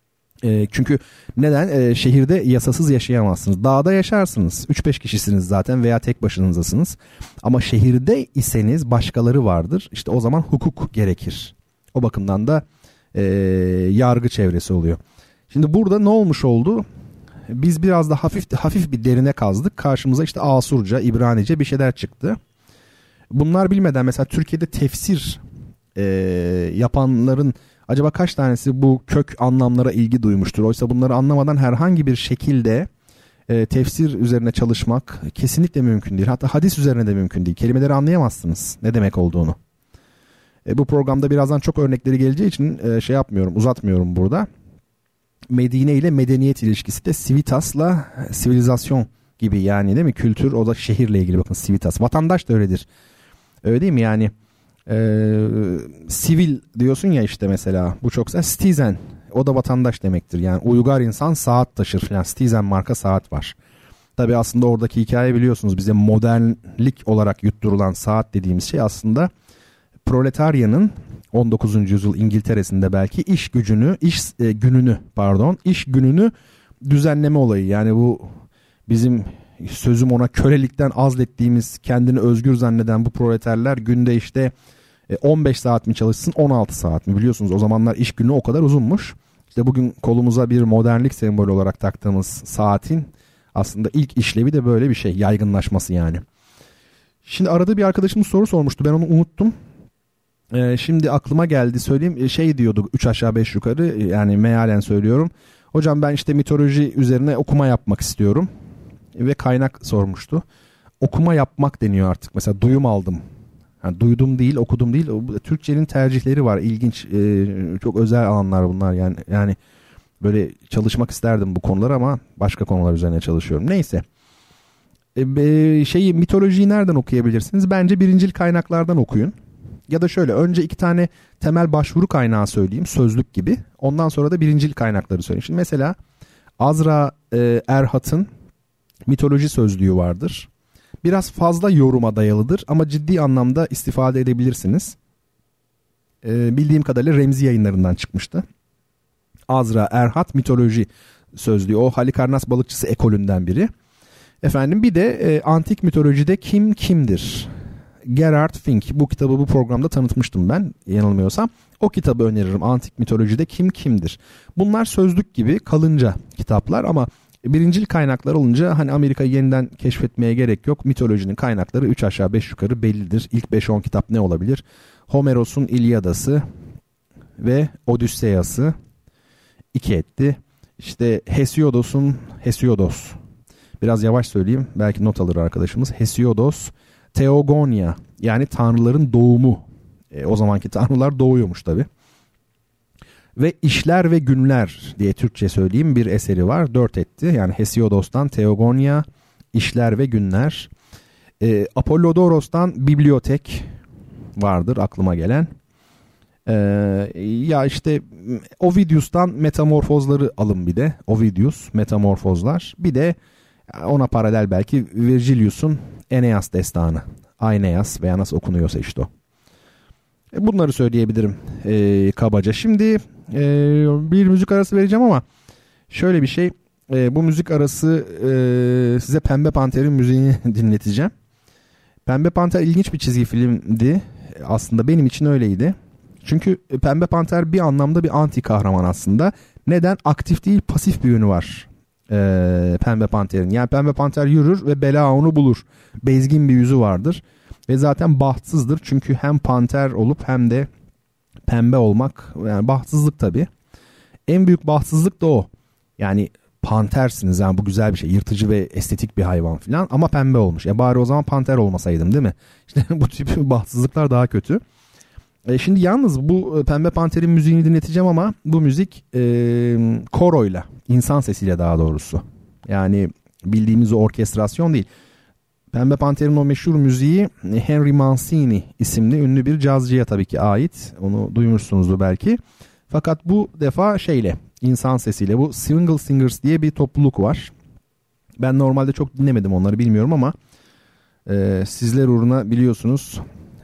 E, çünkü neden? E, şehirde yasasız yaşayamazsınız. Dağda yaşarsınız. üç beş kişisiniz zaten veya tek başınızasınız. Ama şehirde iseniz başkaları vardır. İşte o zaman hukuk gerekir. O bakımdan da e, yargı çevresi oluyor. Şimdi burada ne olmuş oldu? Biz biraz da hafif hafif bir derine kazdık. Karşımıza işte Asurca, İbranice bir şeyler çıktı. Bunlar bilmeden mesela Türkiye'de tefsir e, yapanların acaba kaç tanesi bu kök anlamlara ilgi duymuştur? Oysa bunları anlamadan herhangi bir şekilde e, tefsir üzerine çalışmak kesinlikle mümkün değil. Hatta hadis üzerine de mümkün değil. Kelimeleri anlayamazsınız ne demek olduğunu. E, bu programda birazdan çok örnekleri geleceği için e, şey yapmıyorum, uzatmıyorum burada. Medine ile medeniyet ilişkisi de civitas'la sivilizasyon gibi yani, değil mi? Kültür, o da şehirle ilgili. Bakın civitas. Vatandaş da öyledir. Öyle değil mi yani? Ee, sivil diyorsun ya işte mesela. Bu çok güzel. Citizen. O da vatandaş demektir. Yani uygar insan saat taşır falan. Citizen marka saat var. Tabi aslında oradaki hikaye biliyorsunuz. Bize modernlik olarak yutturulan saat dediğimiz şey aslında proletaryanın on dokuzuncu yüzyıl İngiltere'sinde belki iş gücünü, iş e, gününü pardon, iş gününü düzenleme olayı. Yani bu bizim sözüm ona kölelikten azlettiğimiz, kendini özgür zanneden bu proleterler günde işte on beş saat mi çalışsın, on altı saat mi? Biliyorsunuz o zamanlar iş günü o kadar uzunmuş. İşte bugün kolumuza bir modernlik sembolü olarak taktığımız saatin aslında ilk işlevi de böyle bir şey, yaygınlaşması yani. Şimdi arada bir arkadaşımız soru sormuştu, ben onu unuttum. Ee, şimdi aklıma geldi söyleyeyim, şey diyordu üç aşağı beş yukarı, yani mealen söylüyorum. Hocam ben işte mitoloji üzerine okuma yapmak istiyorum ve kaynak sormuştu. Okuma yapmak deniyor artık. Mesela duyum aldım. Yani duydum değil, okudum değil. Türkçenin tercihleri var. İlginç, e, çok özel alanlar bunlar. Yani yani böyle çalışmak isterdim bu konular ama başka konular üzerine çalışıyorum. Neyse. E, şeyi mitolojiyi nereden okuyabilirsiniz? Bence birincil kaynaklardan okuyun. Ya da şöyle önce iki tane temel başvuru kaynağı söyleyeyim. Sözlük gibi. Ondan sonra da birincil kaynakları söyleyeyim. Şimdi mesela Azra e, Erhat'ın mitoloji sözlüğü vardır. Biraz fazla yoruma dayalıdır ama ciddi anlamda istifade edebilirsiniz. Ee, bildiğim kadarıyla Remzi Yayınlarından çıkmıştı. Azra Erhat mitoloji sözlüğü. O Halikarnas balıkçısı ekolünden biri. Efendim bir de e, antik mitolojide kim kimdir? Gerhard Fink. Bu kitabı bu programda tanıtmıştım ben yanılmıyorsam. O kitabı öneririm. Antik mitolojide kim kimdir? Bunlar sözlük gibi kalınca kitaplar ama birincil kaynaklar olunca hani Amerika'yı yeniden keşfetmeye gerek yok. Mitolojinin kaynakları üç aşağı beş yukarı bellidir. İlk beş on kitap ne olabilir? Homeros'un İlyadası ve Odüsseyası iki etti. İşte Hesiodos'un Hesiodos. Biraz yavaş söyleyeyim. Belki not alır arkadaşımız. Hesiodos, Theogonia yani tanrıların doğumu. E, o zamanki tanrılar doğuyormuş tabii. Ve İşler ve Günler diye Türkçe söyleyeyim bir eseri var. Dört etti. Yani Hesiodos'tan Theogonia, İşler ve Günler. E, Apollodoros'tan Bibliotek vardır aklıma gelen. E, ya işte Ovidius'tan Metamorfozları alın bir de. Ovidius, Metamorfozlar. Bir de ona paralel belki Virgilius'un Eneas destanı. Aeneas veya nasıl okunuyorsa işte o. Bunları söyleyebilirim e, kabaca. Şimdi e, bir müzik arası vereceğim ama şöyle bir şey. E, bu müzik arası e, size Pembe Panter'in müziğini dinleteceğim. Pembe Panter ilginç bir çizgi filmdi. Aslında benim için öyleydi. Çünkü Pembe Panter bir anlamda bir anti kahraman aslında. Neden? Aktif değil, pasif bir yönü var e, Pembe Panter'in. Yani Pembe Panter yürür ve bela onu bulur. Bezgin bir yüzü vardır. Ve zaten bahtsızdır çünkü hem panter olup hem de pembe olmak yani bahtsızlık tabii. En büyük bahtsızlık da o. Yani pantersiniz yani bu güzel bir şey. Yırtıcı ve estetik bir hayvan falan ama pembe olmuş. E bari o zaman panter olmasaydım değil mi? İşte bu tip bahtsızlıklar daha kötü. E şimdi yalnız bu Pembe Panter'in müziğini dinleteceğim ama bu müzik e, koroyla, insan sesiyle daha doğrusu. Yani bildiğimiz o orkestrasyon değil. Pembe Panter'in o meşhur müziği Henry Mancini isimli ünlü bir cazcıya tabii ki ait. Onu duymuşsunuzdur belki. Fakat bu defa şeyle, insan sesiyle. Bu Swingle Singers diye bir topluluk var. Ben normalde çok dinlemedim onları bilmiyorum ama e, sizler uğruna biliyorsunuz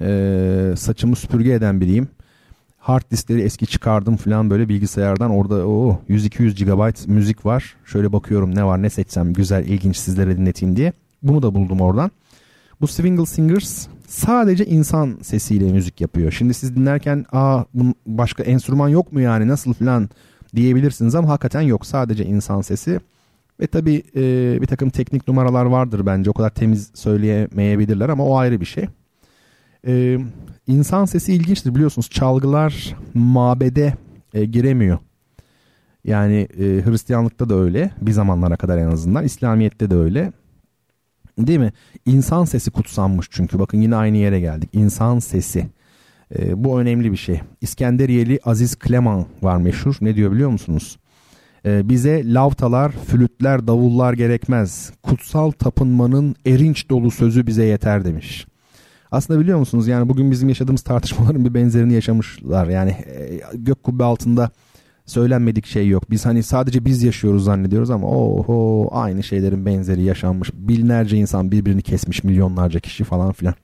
e, saçımı süpürge eden biriyim. Hard diskleri eski çıkardım falan böyle bilgisayardan. Orada o yüz iki yüz gigabayt müzik var. Şöyle bakıyorum ne var ne seçsem güzel ilginç sizlere dinleteyim diye. Bunu da buldum oradan. Bu Swingle Singers sadece insan sesiyle müzik yapıyor. Şimdi siz dinlerken aa başka enstrüman yok mu yani nasıl falan diyebilirsiniz ama hakikaten yok. Sadece insan sesi. Ve tabii e, bir takım teknik numaralar vardır bence. O kadar temiz söyleyemeyebilirler ama o ayrı bir şey. E, insan sesi ilginçtir biliyorsunuz. Çalgılar mabede e, giremiyor. Yani e, Hristiyanlıkta da öyle. Bir zamanlara kadar en azından. İslamiyet'te de öyle. Değil mi? İnsan sesi kutsanmış çünkü. Bakın yine aynı yere geldik. İnsan sesi. Ee, bu önemli bir şey. İskenderiyeli Aziz Kleman var meşhur. Ne diyor biliyor musunuz? Ee, bize lavtalar, flütler, davullar gerekmez. Kutsal tapınmanın erinç dolu sözü bize yeter demiş. Aslında biliyor musunuz? Yani bugün bizim yaşadığımız tartışmaların bir benzerini yaşamışlar. Yani e, gök kubbe altında söylenmedik şey yok. Biz hani sadece biz yaşıyoruz zannediyoruz ama oho aynı şeylerin benzeri yaşanmış. Binlerce insan birbirini kesmiş, milyonlarca kişi falan filan.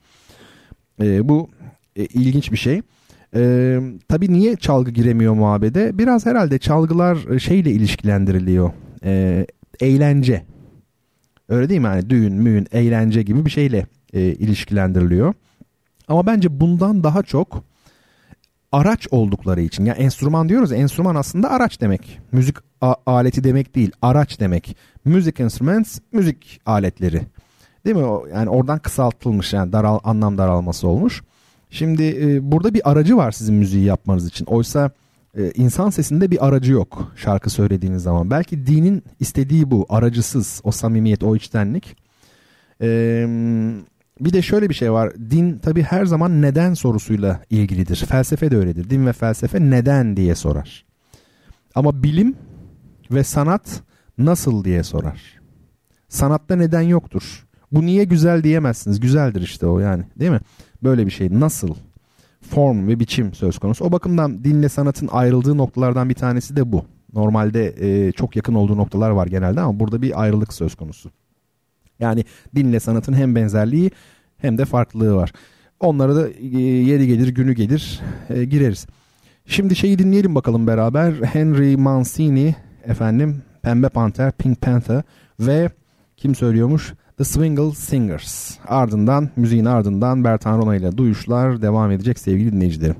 Ee, bu e, ilginç bir şey. Ee, tabii niye çalgı giremiyor muhabbede? Biraz herhalde çalgılar şeyle ilişkilendiriliyor. Ee, eğlence. Öyle değil mi? Yani düğün, müğün, eğlence gibi bir şeyle e, ilişkilendiriliyor. Ama bence bundan daha çok araç oldukları için. Yani enstrüman diyoruz ya, enstrüman aslında araç demek. Müzik a- aleti demek değil, araç demek. Music instruments, müzik aletleri. Değil mi? Yani oradan kısaltılmış, yani daral, anlam daralması olmuş. Şimdi e, burada bir aracı var sizin müziği yapmanız için. Oysa Ee, insan sesinde bir aracı yok şarkı söylediğiniz zaman. Belki dinin istediği bu, aracısız, o samimiyet, o içtenlik. Ee, bir de şöyle bir şey var. Din tabii her zaman neden sorusuyla ilgilidir. Felsefe de öyledir. Din ve felsefe neden diye sorar. Ama bilim ve sanat nasıl diye sorar. Sanatta neden yoktur. Bu niye güzel diyemezsiniz. Güzeldir işte o yani, değil mi? Böyle bir şey. Nasıl? Form ve biçim söz konusu. O bakımdan dinle sanatın ayrıldığı noktalardan bir tanesi de bu. Normalde e, çok yakın olduğu noktalar var genelde ama burada bir ayrılık söz konusu. Yani dinle sanatın hem benzerliği hem de farklılığı var. Onlara da e, yeri gelir günü gelir e, gireriz. Şimdi şeyi dinleyelim bakalım beraber. Henry Mancini efendim, Pembe Panter, Pink Panther ve kim söylüyormuş? The Swingle Singers. Ardından, müziğin ardından Bertan Rona ile Duyuşlar devam edecek sevgili dinleyicilerim.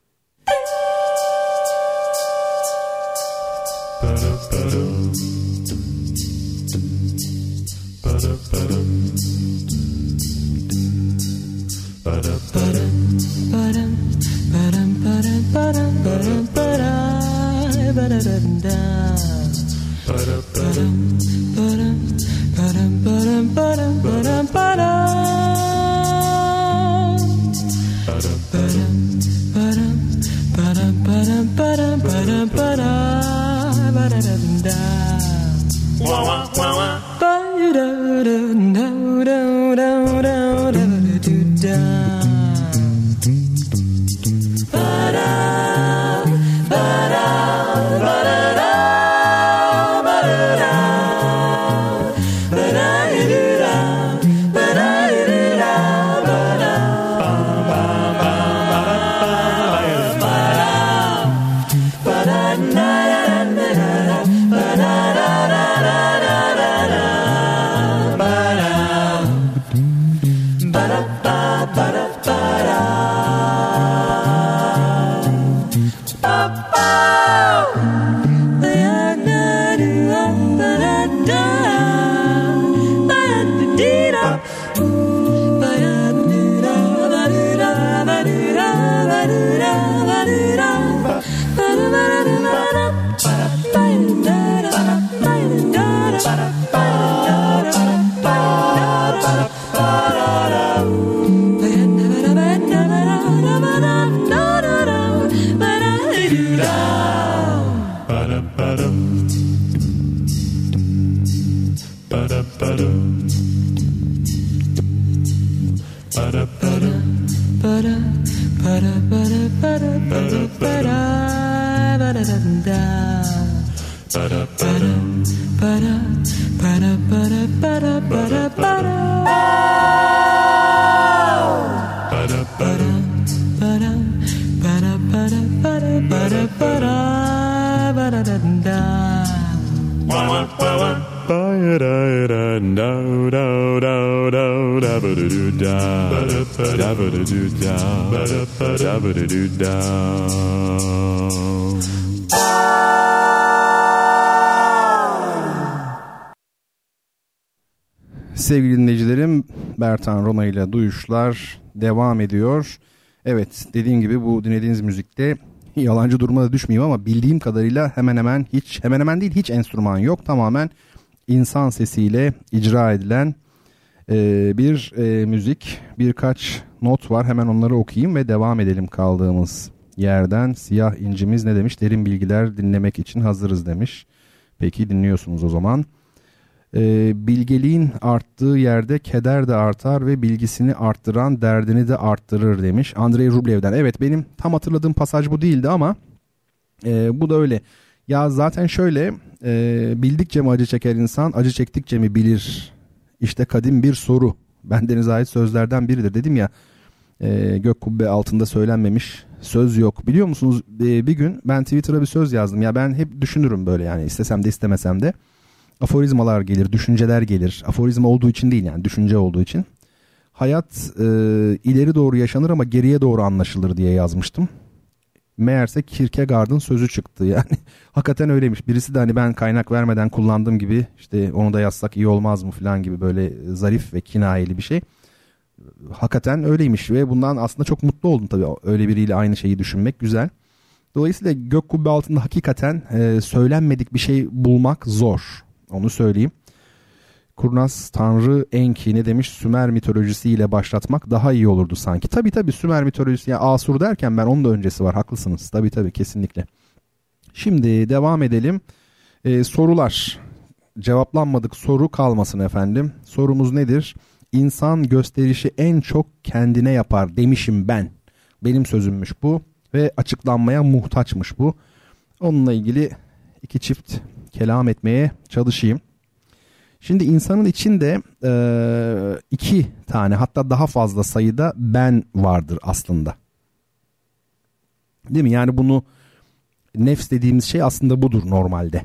Sevgili dinleyicilerim, Bertan Rona ile Duyuşlar devam ediyor. Evet, dediğim gibi bu dinlediğiniz müzikte yalancı duruma da düşmeyeyim ama bildiğim kadarıyla hemen hemen hiç, hemen hemen değil hiç enstrüman yok. Tamamen insan sesiyle icra edilen e, bir e, müzik. Birkaç not var, hemen onları okuyayım ve devam edelim kaldığımız yerden. Siyah incimiz ne demiş? Derin bilgiler dinlemek için hazırız demiş. Peki dinliyorsunuz o zaman. E, bilgeliğin arttığı yerde keder de artar ve bilgisini arttıran derdini de arttırır demiş. Andrei Rublev'den. Evet, benim tam hatırladığım pasaj bu değildi ama e, bu da öyle. Ya zaten şöyle, e, bildikçe mi acı çeker insan, acı çektikçe mi bilir? İşte kadim bir soru. Bendenize ait sözlerden biridir. Dedim ya, e, gök kubbe altında söylenmemiş söz yok. Biliyor musunuz, e, bir gün ben Twitter'a bir söz yazdım. Ya ben hep düşünürüm böyle, yani istesem de istemesem de. Aforizmalar gelir, düşünceler gelir. Aforizma olduğu için değil, yani düşünce olduğu için. Hayat e, ileri doğru yaşanır ama geriye doğru anlaşılır diye yazmıştım. Meğerse Kierkegaard'ın sözü çıktı yani. Hakikaten öyleymiş. Birisi de hani ben kaynak vermeden kullandığım gibi işte onu da yazsak iyi olmaz mı falan gibi böyle zarif ve kinayeli bir şey. Hakikaten öyleymiş ve bundan aslında çok mutlu oldum tabii. Öyle biriyle aynı şeyi düşünmek güzel. Dolayısıyla gök kubbe altında hakikaten e, söylenmedik bir şey bulmak zor. Onu söyleyeyim. Kurnaz Tanrı Enki ne demiş? Sümer mitolojisiyle başlatmak daha iyi olurdu sanki. Tabii tabii Sümer mitolojisi. Yani Asur derken ben onun da öncesi var. Haklısınız. Tabii tabii kesinlikle. Şimdi devam edelim. Ee, sorular. Cevaplanmadık soru kalmasın efendim. Sorumuz nedir? İnsan gösterişi en çok kendine yapar demişim ben. Benim sözümmüş bu. Ve açıklanmaya muhtaçmış bu. Onunla ilgili iki çift kelam etmeye çalışayım. Şimdi insanın içinde e, iki tane hatta daha fazla sayıda ben vardır aslında. Değil mi? Yani bunu nefs dediğimiz şey aslında budur normalde.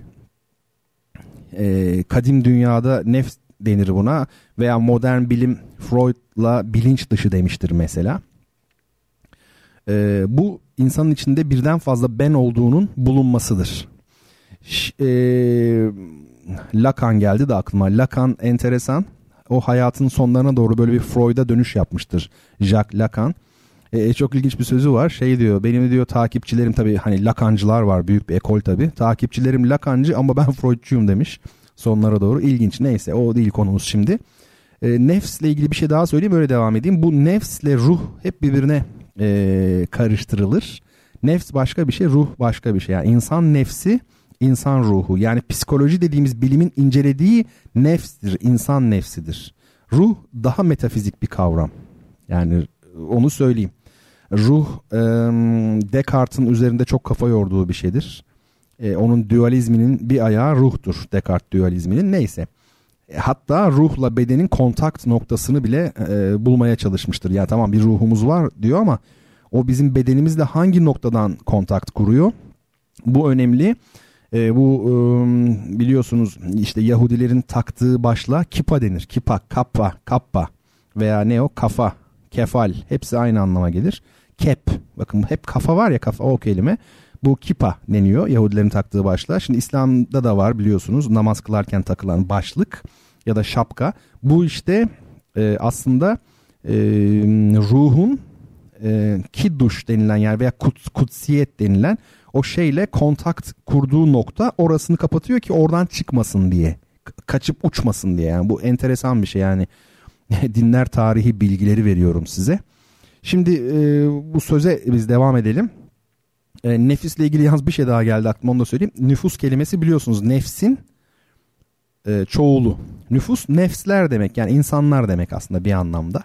E, kadim dünyada nefs denir buna veya modern bilim Freud'la bilinç dışı demiştir mesela. E, bu insanın içinde birden fazla ben olduğunun bulunmasıdır. Ş- e, Lacan geldi de aklıma. Lacan enteresan. O hayatın sonlarına doğru böyle bir Freud'a dönüş yapmıştır Jacques Lacan. E, çok ilginç bir sözü var. Şey diyor, benim diyor takipçilerim, tabii hani Lacancılar var, büyük bir ekol tabii. Takipçilerim Lacancı ama ben Freud'cuyum demiş sonlara doğru. İlginç. Neyse, o değil konumuz şimdi. E, nefsle ilgili bir şey daha söyleyeyim, öyle devam edeyim. Bu nefsle ruh hep birbirine e, karıştırılır. Nefs başka bir şey, ruh başka bir şey. Yani insan nefsi, İnsan ruhu, yani psikoloji dediğimiz bilimin incelediği nefstir, insan nefsidir. Ruh daha metafizik bir kavram. Yani onu söyleyeyim. Ruh e, Descartes'in üzerinde çok kafa yorduğu bir şeydir. E, onun dualizminin bir ayağı ruhtur, Descartes dualizminin. Neyse. E, hatta ruhla bedenin kontakt noktasını bile e, bulmaya çalışmıştır. Ya tamam, bir ruhumuz var diyor ama o bizim bedenimizle hangi noktadan kontakt kuruyor? Bu önemli. E, bu e, biliyorsunuz işte Yahudilerin taktığı başlığa kipa denir. Kipa, kappa, kappa veya ne o? Kafa, kefal, hepsi aynı anlama gelir. Kep, bakın hep kafa var ya, kafa o kelime. Bu kipa deniyor Yahudilerin taktığı başlığa. Şimdi İslam'da da var biliyorsunuz, namaz kılarken takılan başlık ya da şapka. Bu işte e, aslında e, ruhun e, kidduş denilen yer veya kut, kutsiyet denilen o şeyle kontakt kurduğu nokta, orasını kapatıyor ki oradan çıkmasın diye. Kaçıp uçmasın diye. Yani bu enteresan bir şey yani. Dinler tarihi bilgileri veriyorum size. Şimdi e, bu söze biz devam edelim. E, nefisle ilgili yalnız bir şey daha geldi aklıma, onu da söyleyeyim. Nüfus kelimesi biliyorsunuz nefsin e, çoğulu. Nüfus nefsler demek, yani insanlar demek aslında bir anlamda.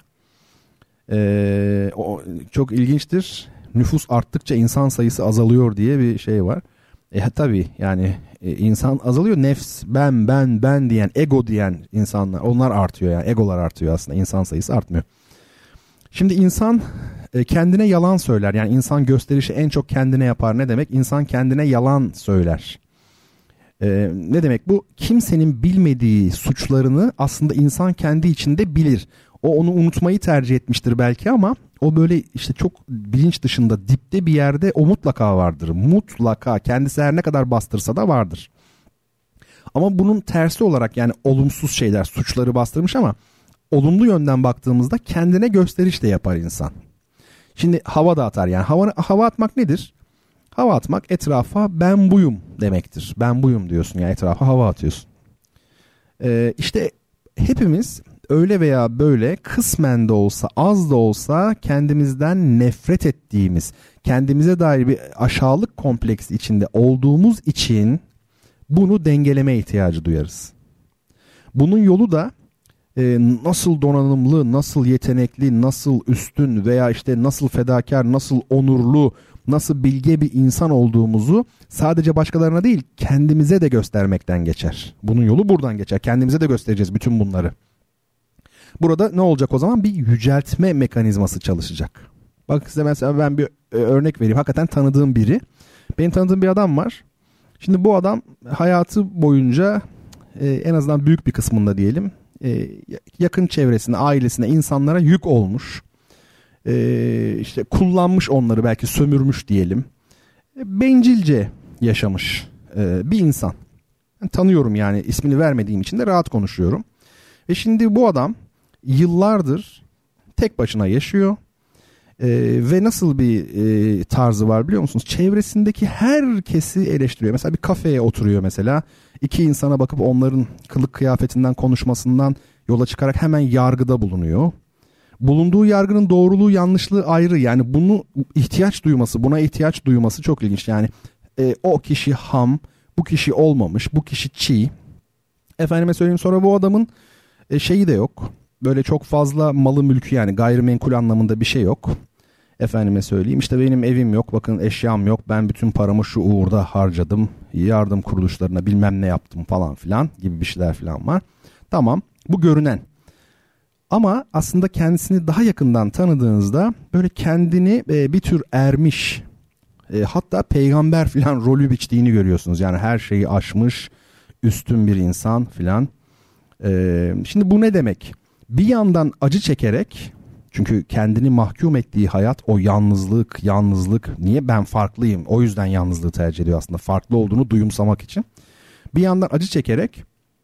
E, o, çok ilginçtir. Nüfus arttıkça insan sayısı azalıyor diye bir şey var. E tabii yani e, insan azalıyor. Nefs, ben, ben, ben diyen, ego diyen insanlar, onlar artıyor yani. Egolar artıyor aslında. İnsan sayısı artmıyor. Şimdi insan e, kendine yalan söyler. Yani insan gösterişi en çok kendine yapar. Ne demek? İnsan kendine yalan söyler. E, ne demek bu? Kimsenin bilmediği suçlarını aslında insan kendi içinde bilir. O onu unutmayı tercih etmiştir belki ama o böyle işte çok bilinç dışında, dipte bir yerde o mutlaka vardır. Mutlaka, kendisi her ne kadar bastırsa da vardır. Ama bunun tersi olarak, yani olumsuz şeyler, suçları bastırmış ama olumlu yönden baktığımızda kendine gösteriş de yapar insan. Şimdi hava da atar. Yani hava, hava atmak nedir? Hava atmak etrafa ben buyum demektir. Ben buyum diyorsun, yani etrafa hava atıyorsun. Ee, işte hepimiz öyle veya böyle kısmen de olsa, az da olsa kendimizden nefret ettiğimiz, kendimize dair bir aşağılık kompleksi içinde olduğumuz için bunu dengeleme ihtiyacı duyarız. Bunun yolu da e, nasıl donanımlı, nasıl yetenekli, nasıl üstün veya işte nasıl fedakar, nasıl onurlu, nasıl bilge bir insan olduğumuzu sadece başkalarına değil, kendimize de göstermekten geçer. Bunun yolu buradan geçer. Kendimize de göstereceğiz bütün bunları. Burada ne olacak o zaman? Bir yüceltme mekanizması çalışacak. Bak size mesela ben bir e, örnek vereyim. Hakikaten tanıdığım biri. Benim tanıdığım bir adam var. Şimdi bu adam hayatı boyunca e, en azından büyük bir kısmında diyelim e, yakın çevresine, ailesine, insanlara yük olmuş. E, işte kullanmış onları, belki sömürmüş diyelim. E, bencilce yaşamış e, bir insan. Ben tanıyorum, yani ismini vermediğim için de rahat konuşuyorum. Ve şimdi bu adam yıllardır tek başına yaşıyor. Ee, ve nasıl bir e, tarzı var biliyor musunuz? Çevresindeki herkesi eleştiriyor. Mesela bir kafeye oturuyor mesela. İki insana bakıp onların kılık kıyafetinden, konuşmasından yola çıkarak hemen yargıda bulunuyor. Bulunduğu yargının doğruluğu, yanlışlığı ayrı. Yani bunu ihtiyaç duyması, buna ihtiyaç duyması çok ilginç. Yani e, o kişi ham, bu kişi olmamış, bu kişi çiğ. Efendime söyleyeyim, sonra bu adamın e, şeyi de yok. Böyle çok fazla malı mülkü, yani gayrimenkul anlamında bir şey yok. Efendime söyleyeyim, işte benim evim yok, bakın eşyam yok, ben bütün paramı şu uğurda harcadım, yardım kuruluşlarına bilmem ne yaptım falan filan gibi bir şeyler filan var. Tamam, bu görünen. Ama aslında kendisini daha yakından tanıdığınızda böyle kendini e, bir tür ermiş, e, hatta peygamber filan rolü biçtiğini görüyorsunuz. Yani her şeyi aşmış, üstün bir insan filan. E, şimdi bu ne demek? Bir yandan acı çekerek, çünkü kendini mahkum ettiği hayat o yalnızlık, yalnızlık. Niye? Ben farklıyım. O yüzden yalnızlığı tercih ediyor aslında. Farklı olduğunu duyumsamak için. Bir yandan acı çekerek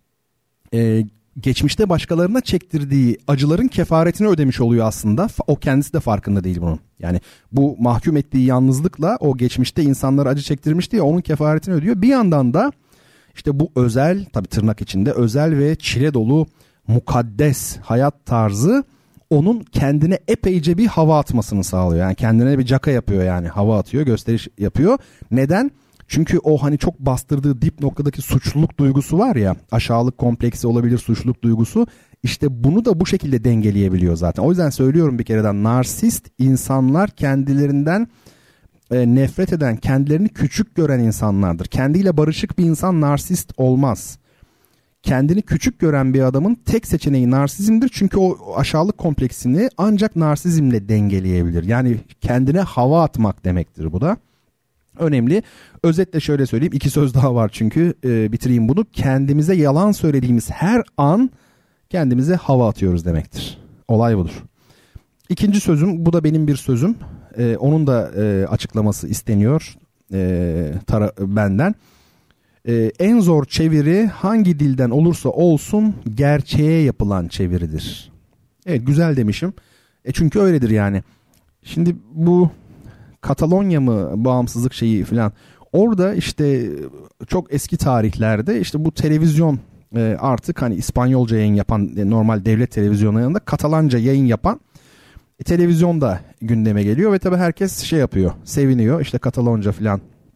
e, geçmişte başkalarına çektirdiği acıların kefaretini ödemiş oluyor aslında. O kendisi de farkında değil bunun. Yani bu mahkum ettiği yalnızlıkla o geçmişte insanlara acı çektirmişti ya, onun kefaretini ödüyor. Bir yandan da işte bu özel, tabii tırnak içinde özel ve çile dolu mukaddes hayat tarzı onun kendine epeyce bir hava atmasını sağlıyor. Yani kendine bir caka yapıyor, yani hava atıyor, gösteriş yapıyor. Neden? Çünkü o hani çok bastırdığı dip noktadaki suçluluk duygusu var ya, aşağılık kompleksi olabilir, suçluluk duygusu. İşte bunu da bu şekilde dengeleyebiliyor zaten. O yüzden söylüyorum bir kereden, narsist insanlar kendilerinden e, nefret eden, kendilerini küçük gören insanlardır. Kendiyle barışık bir insan narsist olmaz. Kendini küçük gören bir adamın tek seçeneği narsizmdir. Çünkü o aşağılık kompleksini ancak narsizmle dengeleyebilir. Yani kendine hava atmak demektir bu da. Önemli. Özetle şöyle söyleyeyim. İki söz daha var çünkü e, bitireyim bunu. Kendimize yalan söylediğimiz her an kendimize hava atıyoruz demektir. Olay budur. İkinci sözüm, bu da benim bir sözüm. E, onun da e, açıklaması isteniyor e, tara- benden. Ee, en zor çeviri hangi dilden olursa olsun gerçeğe yapılan çeviridir. Evet, güzel demişim. E çünkü öyledir yani. Şimdi bu Katalonya mı bağımsızlık şeyi falan, orada işte çok eski tarihlerde işte bu televizyon e, artık hani İspanyolca yayın yapan, e, normal devlet televizyonlarının yanında Katalanca yayın yapan e, televizyon da gündeme geliyor ve tabii herkes şey yapıyor, seviniyor işte Katalonca falan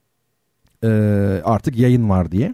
artık yayın var diye.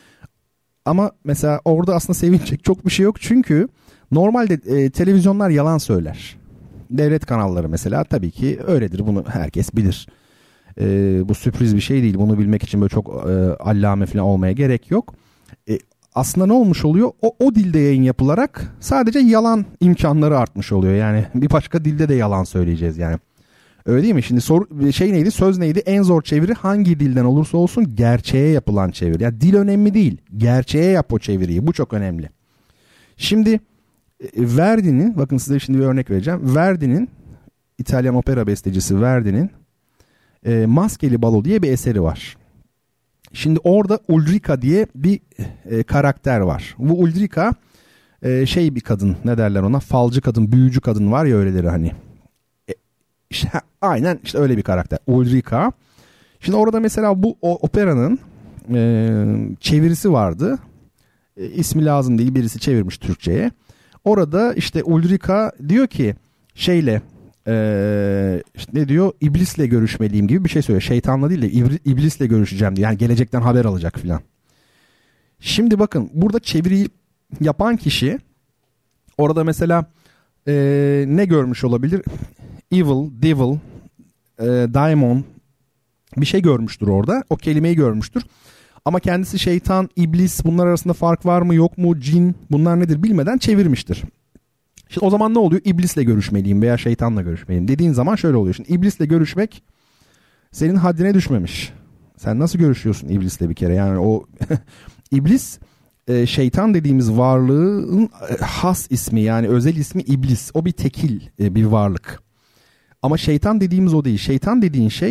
Ama mesela orada aslında sevinecek çok bir şey yok. Çünkü normalde e, televizyonlar yalan söyler. Devlet kanalları mesela tabii ki öyledir. Bunu herkes bilir. E, bu sürpriz bir şey değil. Bunu bilmek için böyle çok e, allame falan olmaya gerek yok. E, aslında ne olmuş oluyor? O, o dilde yayın yapılarak sadece yalan imkanları artmış oluyor. Yani bir başka dilde de yalan söyleyeceğiz yani. Öyle değil mi? Şimdi soru, şey neydi? Söz neydi? En zor çeviri hangi dilden olursa olsun gerçeğe yapılan çeviri. Yani dil önemli değil. Gerçeğe yap o çeviriyi. Bu çok önemli. Şimdi Verdi'nin, bakın size şimdi bir örnek vereceğim. Verdi'nin, İtalyan opera bestecisi Verdi'nin e, Maskeli Balo diye bir eseri var. Şimdi orada Ulrica diye bir e, karakter var. Bu Ulrica e, şey bir kadın, ne derler ona? Falcı kadın, büyücü kadın var ya öyleleri hani. İşte, aynen işte öyle bir karakter Ulrica. Şimdi orada mesela bu o, operanın e, çevirisi vardı. E, ismi lazım değil, birisi çevirmiş Türkçe'ye. Orada işte Ulrica diyor ki şeyle e, işte ne diyor, iblisle görüşmeliyim gibi bir şey söylüyor. Şeytanla değil de iblisle görüşeceğim diyor. Yani gelecekten haber alacak filan. Şimdi bakın burada çeviriyi yapan kişi orada mesela e, ne görmüş olabilir? Evil, devil, e, daimon bir şey görmüştür orada. O kelimeyi görmüştür. Ama kendisi şeytan, iblis, bunlar arasında fark var mı yok mu, cin, bunlar nedir bilmeden çevirmiştir. Şimdi o zaman ne oluyor? İblisle görüşmeliyim veya şeytanla görüşmeliyim dediğin zaman şöyle oluyor. Şimdi iblisle görüşmek senin haddine düşmemiş. Sen nasıl görüşüyorsun iblisle bir kere? Yani o iblis e, şeytan dediğimiz varlığın has ismi, yani özel ismi iblis. O bir tekil e, bir varlık. Ama şeytan dediğimiz o değil. Şeytan dediğin şey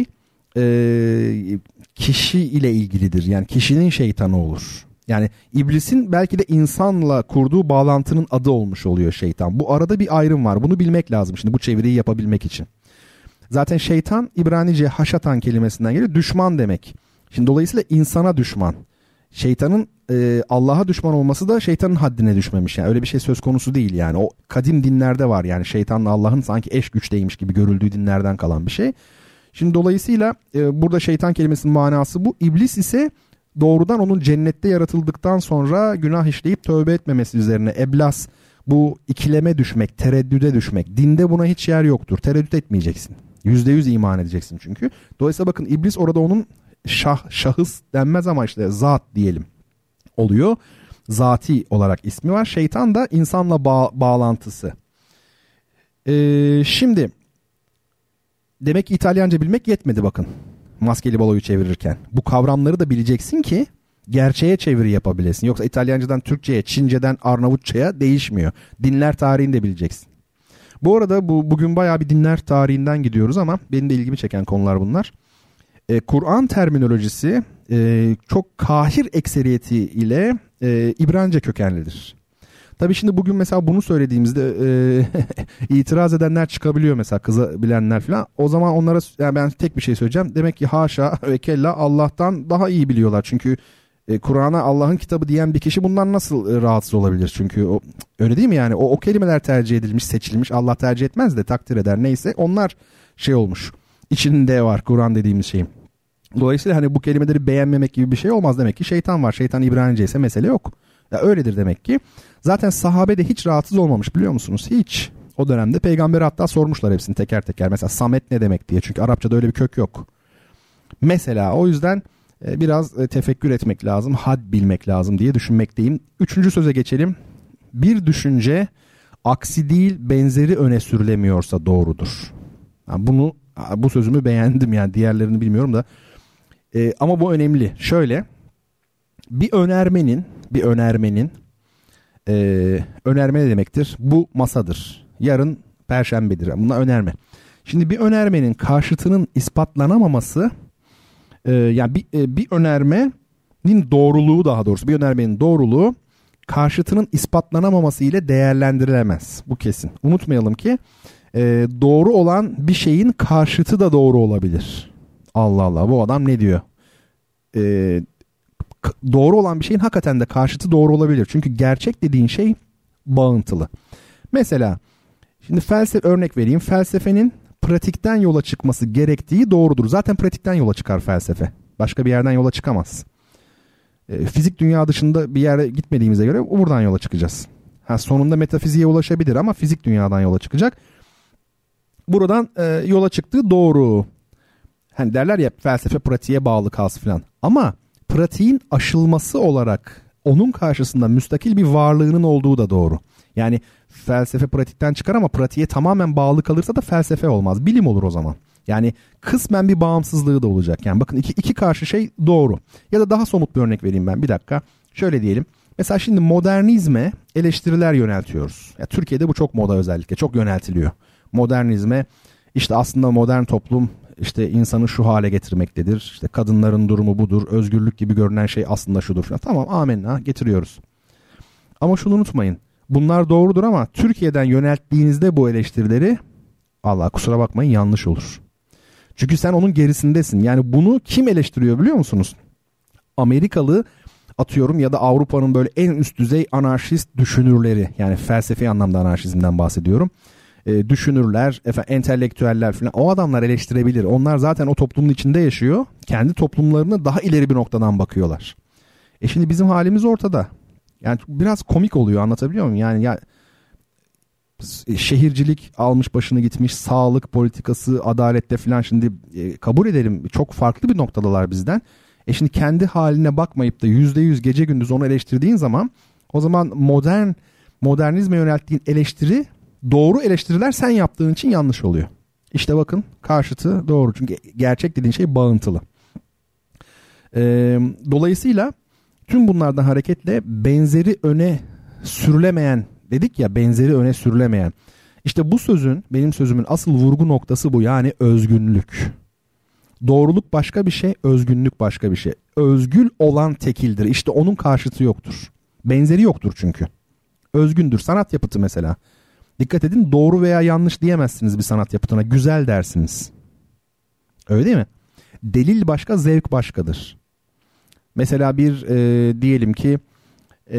e, kişi ile ilgilidir. Yani kişinin şeytanı olur. Yani iblisin belki de insanla kurduğu bağlantının adı olmuş oluyor şeytan. Bu arada bir ayrım var. Bunu bilmek lazım şimdi bu çeviriyi yapabilmek için. Zaten şeytan İbranice haşatan kelimesinden geliyor. Düşman demek. Şimdi dolayısıyla insana düşman. Şeytanın e, Allah'a düşman olması da şeytanın haddine düşmemiş. Yani öyle bir şey söz konusu değil yani. O kadim dinlerde var yani şeytanla Allah'ın sanki eş güçteymiş gibi görüldüğü dinlerden kalan bir şey. Şimdi dolayısıyla e, burada şeytan kelimesinin manası bu. İblis ise doğrudan onun cennette yaratıldıktan sonra günah işleyip tövbe etmemesi üzerine eblas, bu ikileme düşmek, tereddüde düşmek. Dinde buna hiç yer yoktur. Tereddüt etmeyeceksin. Yüzde yüz iman edeceksin çünkü. Dolayısıyla bakın iblis orada onun şah, şahıs denmez ama işte zat diyelim oluyor. Zati olarak ismi var. Şeytan da insanla bağ, bağlantısı. Ee, şimdi demek ki İtalyanca bilmek yetmedi bakın. Maskeli baloyu çevirirken. Bu kavramları da bileceksin ki gerçeğe çeviri yapabilesin. Yoksa İtalyancadan Türkçe'ye, Çince'den Arnavutça'ya değişmiyor. Dinler tarihini de bileceksin. Bu arada bu bugün bayağı bir dinler tarihinden gidiyoruz ama benim de ilgimi çeken konular bunlar. Ee, Kur'an terminolojisi e, çok kahir ekseriyeti ile e, İbranice kökenlidir. Tabii şimdi bugün mesela bunu söylediğimizde e, itiraz edenler çıkabiliyor mesela, kızabilenler falan. O zaman onlara yani ben tek bir şey söyleyeceğim. Demek ki haşa ve kella Allah'tan daha iyi biliyorlar. Çünkü e, Kur'an'a Allah'ın kitabı diyen bir kişi bundan nasıl e, rahatsız olabilir? Çünkü o, öyle değil mi yani? O, o kelimeler tercih edilmiş, seçilmiş. Allah tercih etmez de takdir eder. Neyse onlar şey olmuş. İçinde var Kur'an dediğimiz şeyin. Dolayısıyla hani bu kelimeleri beğenmemek gibi bir şey olmaz. Demek ki şeytan var. Şeytan İbranice ise mesele yok. Ya öyledir demek ki. Zaten sahabe de hiç rahatsız olmamış biliyor musunuz? Hiç. O dönemde peygamberi hatta sormuşlar hepsini teker teker. Mesela Samet ne demek diye. Çünkü Arapçada öyle bir kök yok. Mesela o yüzden biraz tefekkür etmek lazım. Had bilmek lazım diye düşünmekteyim. Üçüncü söze geçelim. Bir düşünce aksi değil benzeri öne sürülemiyorsa doğrudur. Yani bunu bu sözümü beğendim yani diğerlerini bilmiyorum da. Ee, ama bu önemli. Şöyle bir önermenin bir önermenin e, önerme ne demektir? Bu masadır. Yarın perşembedir. Buna önerme. Şimdi bir önermenin karşıtının ispatlanamaması e, yani bir, e, bir önermenin doğruluğu daha doğrusu bir önermenin doğruluğu karşıtının ispatlanamaması ile değerlendirilemez. Bu kesin. Unutmayalım ki e, doğru olan bir şeyin karşıtı da doğru olabilir. Allah Allah bu adam ne diyor? Eee Doğru olan bir şeyin hakikaten de karşıtı doğru olabilir. Çünkü gerçek dediğin şey bağıntılı. Mesela şimdi felsefe örnek vereyim. Felsefenin pratikten yola çıkması gerektiği doğrudur. Zaten pratikten yola çıkar felsefe. Başka bir yerden yola çıkamaz. E, fizik dünya dışında bir yere gitmediğimize göre buradan yola çıkacağız. Ha, sonunda metafiziğe ulaşabilir ama fizik dünyadan yola çıkacak. Buradan e, yola çıktığı doğru. Hani derler ya felsefe pratiğe bağlı kalsın falan. Ama pratiğin aşılması olarak onun karşısında müstakil bir varlığının olduğu da doğru. Yani felsefe pratikten çıkar ama pratiğe tamamen bağlı kalırsa da felsefe olmaz. Bilim olur o zaman. Yani kısmen bir bağımsızlığı da olacak. Yani bakın iki, iki karşı şey doğru. Ya da daha somut bir örnek vereyim ben bir dakika. Şöyle diyelim. Mesela şimdi modernizme eleştiriler yöneltiyoruz. Ya Türkiye'de bu çok moda özellikle. Çok yöneltiliyor. Modernizme işte aslında modern toplum işte insanı şu hale getirmektedir. İşte kadınların durumu budur. Özgürlük gibi görünen şey aslında şudur falan. Tamam amenna getiriyoruz. Ama şunu unutmayın. Bunlar doğrudur ama Türkiye'den yönelttiğinizde bu eleştirileri Allah kusura bakmayın yanlış olur. Çünkü sen onun gerisindesin. Yani bunu kim eleştiriyor biliyor musunuz? Amerikalı atıyorum ya da Avrupa'nın böyle en üst düzey anarşist düşünürleri. Yani felsefi anlamda anarşizmden bahsediyorum. E, düşünürler, efendim, entelektüeller falan o adamlar eleştirebilir. Onlar zaten o toplumun içinde yaşıyor. Kendi toplumlarına daha ileri bir noktadan bakıyorlar. E şimdi bizim halimiz ortada. Yani biraz komik oluyor anlatabiliyor muyum? Yani ya şehircilik almış başını gitmiş, sağlık politikası, adalette falan şimdi e, kabul edelim çok farklı bir noktadalar bizden. E şimdi kendi haline bakmayıp da yüzde yüz gece gündüz onu eleştirdiğin zaman o zaman modern modernizme yönelttiğin eleştiri doğru eleştiriler sen yaptığın için yanlış oluyor. İşte bakın karşıtı doğru. Çünkü gerçek dediğin şey bağıntılı. Ee, dolayısıyla tüm bunlardan hareketle benzeri öne sürülemeyen dedik ya benzeri öne sürülemeyen. İşte bu sözün benim sözümün asıl vurgu noktası bu yani özgünlük. Doğruluk başka bir şey, özgünlük başka bir şey. Özgül olan tekildir. İşte onun karşıtı yoktur. Benzeri yoktur çünkü. Özgündür. Sanat yapıtı mesela. Dikkat edin doğru veya yanlış diyemezsiniz bir sanat yapıtına. Güzel dersiniz. Öyle değil mi? Delil başka, zevk başkadır. Mesela bir e, diyelim ki e,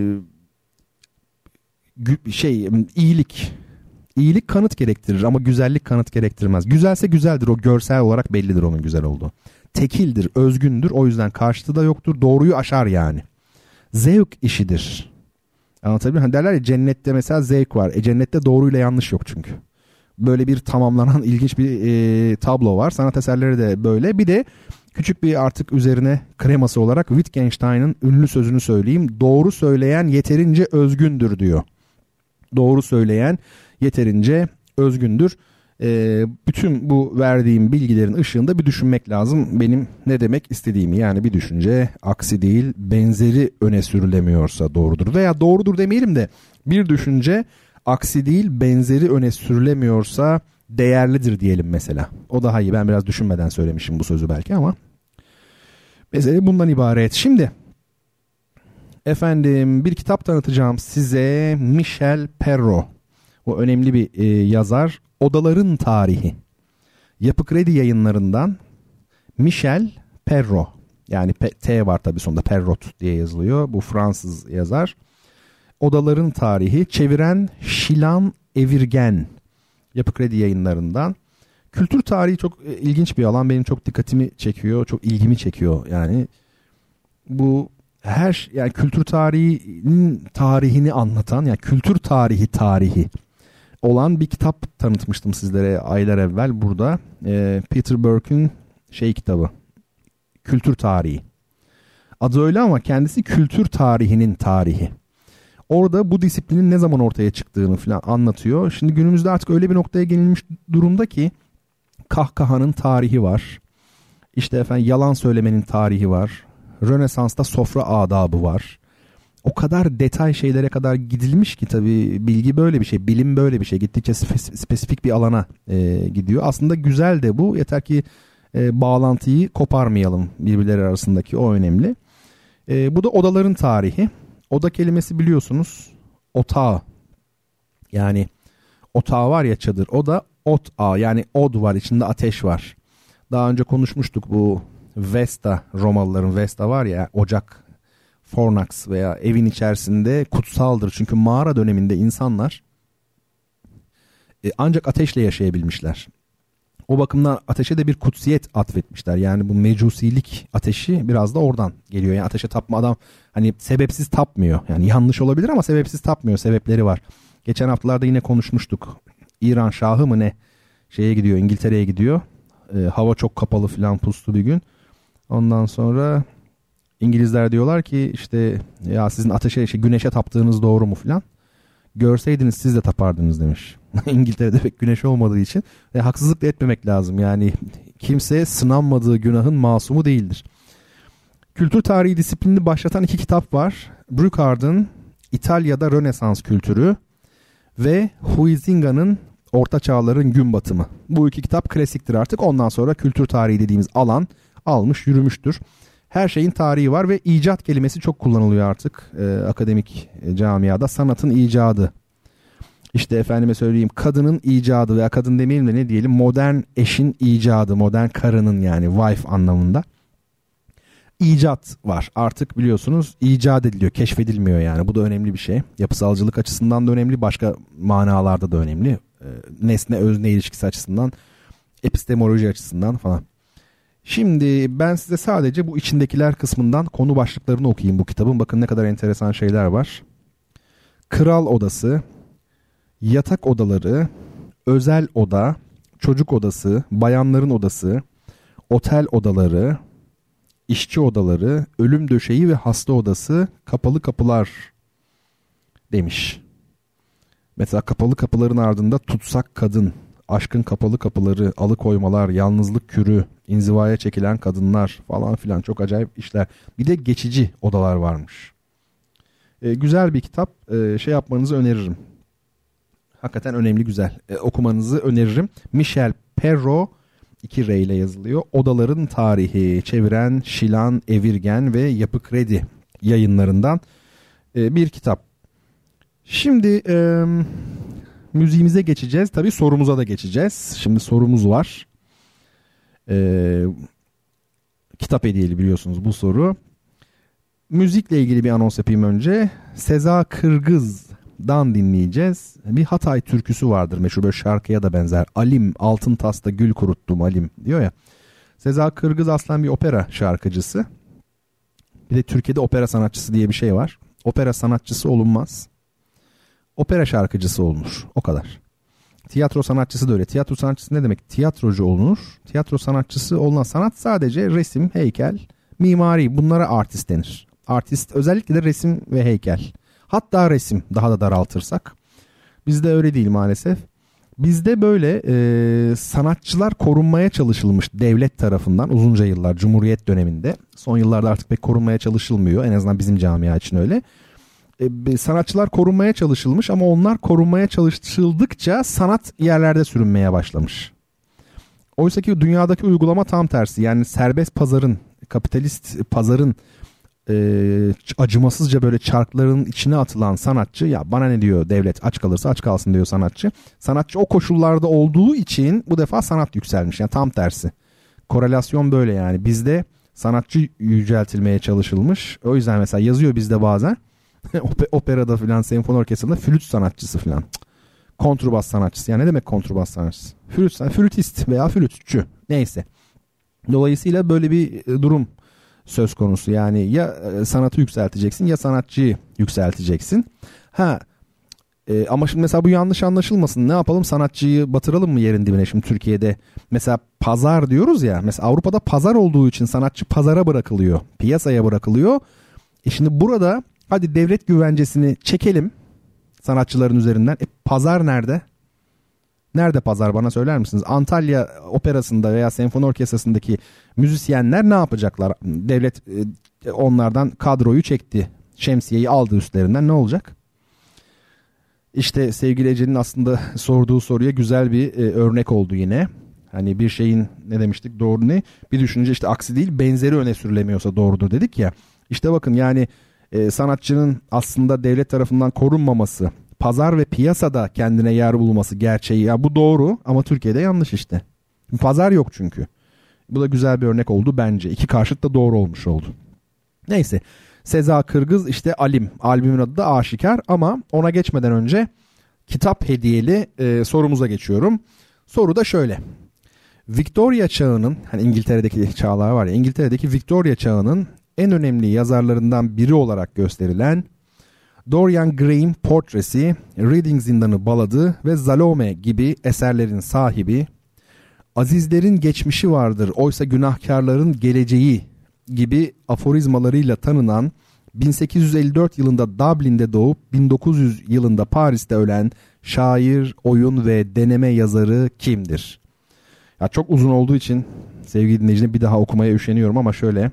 şey iyilik. İyilik kanıt gerektirir ama güzellik kanıt gerektirmez. Güzelse güzeldir, o görsel olarak bellidir onun güzel olduğu. Tekildir, özgündür, o yüzden karşıtı da yoktur, doğruyu aşar yani. Zevk işidir. Anlatabiliyor muyum? Hani derler ya cennette mesela zevk var. E cennette doğruyla yanlış yok çünkü. Böyle bir tamamlanan ilginç bir e, tablo var. Sanat eserleri de böyle. Bir de küçük bir artık üzerine kreması olarak Wittgenstein'ın ünlü sözünü söyleyeyim. Doğru söyleyen yeterince özgündür diyor. Doğru söyleyen yeterince özgündür. E, bütün bu verdiğim bilgilerin ışığında bir düşünmek lazım. Benim ne demek istediğimi, yani bir düşünce aksi değil benzeri öne sürülemiyorsa doğrudur. Veya doğrudur demeyelim de bir düşünce aksi değil benzeri öne sürülemiyorsa değerlidir diyelim mesela. O daha iyi. Ben biraz düşünmeden söylemişim bu sözü belki ama mesele bundan ibaret. Şimdi efendim bir kitap tanıtacağım size. Michel Perrault. O önemli bir e, yazar. Odaların Tarihi. Yapı Kredi Yayınlarından Michel Perrault. Yani P- T var tabii sonunda, Perrault diye yazılıyor. Bu Fransız yazar. Odaların Tarihi. Çeviren Şilan Evirgen. Yapı Kredi Yayınlarından. Kültür tarihi çok e, ilginç bir alan. Benim çok dikkatimi çekiyor. Çok ilgimi çekiyor. Yani bu her yani kültür tarihinin tarihini anlatan, yani kültür tarihi tarihi olan bir kitap tanıtmıştım sizlere aylar evvel burada. Ee, Peter Burke'ün şey kitabı. Kültür tarihi. Adı öyle ama kendisi kültür tarihinin tarihi. Orada bu disiplinin ne zaman ortaya çıktığını falan anlatıyor. Şimdi günümüzde artık öyle bir noktaya gelinmiş durumda ki kahkahanın tarihi var. İşte efendim yalan söylemenin tarihi var. Rönesans'ta sofra adabı var. O kadar detay şeylere kadar gidilmiş ki tabii bilgi böyle bir şey, bilim böyle bir şey. Gittikçe spesifik bir alana e, gidiyor. Aslında güzel de bu. Yeter ki e, bağlantıyı koparmayalım birbirleri arasındaki, o önemli. E, bu da odaların tarihi. Oda kelimesi biliyorsunuz otağı. Yani otağı var ya, çadır. O da ot ağı, yani od var, içinde ateş var. Daha önce konuşmuştuk bu Vesta, Romalıların Vesta var ya, ocak, fornax veya evin içerisinde kutsaldır. Çünkü mağara döneminde insanlar e, ancak ateşle yaşayabilmişler. O bakımdan ateşe de bir kutsiyet atfetmişler. Yani bu mecusilik ateşi biraz da oradan geliyor. Yani ateşe tapma adam hani sebepsiz tapmıyor. Yani yanlış olabilir ama sebepsiz tapmıyor. Sebepleri var. Geçen haftalarda yine konuşmuştuk. İran Şahı mı ne şeye gidiyor, İngiltere'ye gidiyor. E, hava çok kapalı filan, puslu bir gün. Ondan sonra İngilizler diyorlar ki işte ya sizin ateşe, işte güneşe taptığınız doğru mu filan. Görseydiniz siz de tapardınız demiş. İngiltere'de pek güneş olmadığı için. E, haksızlık da etmemek lazım. Yani kimse sınanmadığı günahın masumu değildir. Kültür tarihi disiplinini başlatan iki kitap var. Brocard'ın İtalya'da Rönesans Kültürü ve Huizinga'nın Orta Çağların Gün Batımı. Bu iki kitap klasiktir artık. Ondan sonra kültür tarihi dediğimiz alan almış yürümüştür. Her şeyin tarihi var ve icat kelimesi çok kullanılıyor artık e, akademik e, camiada. Sanatın icadı. İşte efendime söyleyeyim kadının icadı veya kadın demeyelim de ne diyelim, modern eşin icadı, modern karının, yani wife anlamında. İcat var artık, biliyorsunuz, icat ediliyor, keşfedilmiyor yani. Bu da önemli bir şey. Yapısalcılık açısından da önemli, başka manalarda da önemli. E, nesne özne ilişkisi açısından, epistemoloji açısından falan. Şimdi ben size sadece bu içindekiler kısmından konu başlıklarını okuyayım bu kitabın. Bakın ne kadar enteresan şeyler var. Kral odası, yatak odaları, özel oda, çocuk odası, bayanların odası, otel odaları, işçi odaları, ölüm döşeği ve hasta odası, kapalı kapılar demiş. Mesela kapalı kapıların ardında tutsak kadın, aşkın kapalı kapıları, alıkoymalar, yalnızlık kürü, inzivaya çekilen kadınlar falan filan, çok acayip işler. Bir de geçici odalar varmış. E, güzel bir kitap. E, şey yapmanızı öneririm. Hakikaten önemli, güzel. E, okumanızı öneririm. Michel Perrault, iki R ile yazılıyor. Odaların Tarihi, çeviren Şilan Evirgen ve Yapı Kredi Yayınlarından e, bir kitap. Şimdi e, müziğimize geçeceğiz. Tabii sorumuza da geçeceğiz. Şimdi sorumuz var. Ee, kitap hediyeli biliyorsunuz bu soru. Müzikle ilgili bir anons yapayım önce. Seza Kırgız'dan dinleyeceğiz. Bir Hatay türküsü vardır meşhur, böyle şarkıya da benzer. Alim altın tasta gül kuruttum alim diyor ya. Seza Kırgız aslen bir opera şarkıcısı. Bir de Türkiye'de opera sanatçısı diye bir şey var. Opera sanatçısı olunmaz. Opera şarkıcısı olunur. O kadar. Tiyatro sanatçısı da öyle. Tiyatro sanatçısı ne demek? Tiyatrocu olunur. Tiyatro sanatçısı olunan sanat sadece resim, heykel, mimari. Bunlara artist denir. Artist özellikle de resim ve heykel. Hatta resim daha da daraltırsak. Bizde öyle değil maalesef. Bizde böyle e, sanatçılar korunmaya çalışılmış devlet tarafından uzunca yıllar, Cumhuriyet döneminde. Son yıllarda artık pek korunmaya çalışılmıyor. En azından bizim camia için öyle. E, sanatçılar korunmaya çalışılmış ama onlar korunmaya çalışıldıkça sanat yerlerde sürünmeye başlamış. Oysa ki dünyadaki uygulama tam tersi. Yani serbest pazarın, kapitalist pazarın e, acımasızca böyle çarkların içine atılan sanatçı, ya bana ne diyor devlet, aç kalırsa aç kalsın diyor sanatçı. Sanatçı o koşullarda olduğu için bu defa sanat yükselmiş. Yani tam tersi. Korelasyon böyle yani. Bizde sanatçı yüceltilmeye çalışılmış. O yüzden mesela yazıyor bizde bazen. Operada filan, senfoni orkestrasında flüt sanatçısı filan. Kontrbas sanatçısı. Yani ne demek kontrbas sanatçısı? Flüt, flütist veya flütçü. Neyse. Dolayısıyla böyle bir durum söz konusu. Yani ya sanatı yükselteceksin ya sanatçıyı yükselteceksin. Ha e, ama şimdi mesela bu yanlış anlaşılmasın. Ne yapalım, sanatçıyı batıralım mı yerin dibine? Şimdi Türkiye'de mesela pazar diyoruz ya. Mesela Avrupa'da pazar olduğu için sanatçı pazara bırakılıyor. Piyasaya bırakılıyor. E şimdi burada hadi devlet güvencesini çekelim sanatçıların üzerinden. E pazar nerede? Nerede pazar, bana söyler misiniz? Antalya Operası'nda veya Senfoni Orkestrası'ndaki müzisyenler ne yapacaklar? Devlet e, onlardan kadroyu çekti. Şemsiyeyi aldı üstlerinden, ne olacak? İşte sevgili Ece'nin aslında sorduğu soruya güzel bir e, örnek oldu yine. Hani bir şeyin ne demiştik, doğru ne? Bir düşünce işte aksi değil benzeri öne sürülemiyorsa doğrudur dedik ya. İşte bakın yani e, sanatçının aslında devlet tarafından korunmaması, pazar ve piyasada kendine yer bulması gerçeği. Ya bu doğru ama Türkiye'de yanlış işte. Pazar yok çünkü. Bu da güzel bir örnek oldu bence. İki karşıt da doğru olmuş oldu. Neyse. Seza Kırgız işte Alim. Albümün adı da aşikar ama ona geçmeden önce kitap hediyeli e, sorumuza geçiyorum. Soru da şöyle. Victoria çağının, hani İngiltere'deki çağlar var ya, İngiltere'deki Victoria çağının en önemli yazarlarından biri olarak gösterilen Dorian Gray'in Portresi, Reading Zindanı Baladı ve Salome gibi eserlerin sahibi, azizlerin geçmişi vardır oysa günahkarların geleceği gibi aforizmalarıyla tanınan, bin sekiz yüz elli dört yılında Dublin'de doğup bin dokuz yüz yılında Paris'te ölen şair, oyun ve deneme yazarı kimdir? Ya çok uzun olduğu için sevgili dinleyicilerim bir daha okumaya üşeniyorum ama şöyle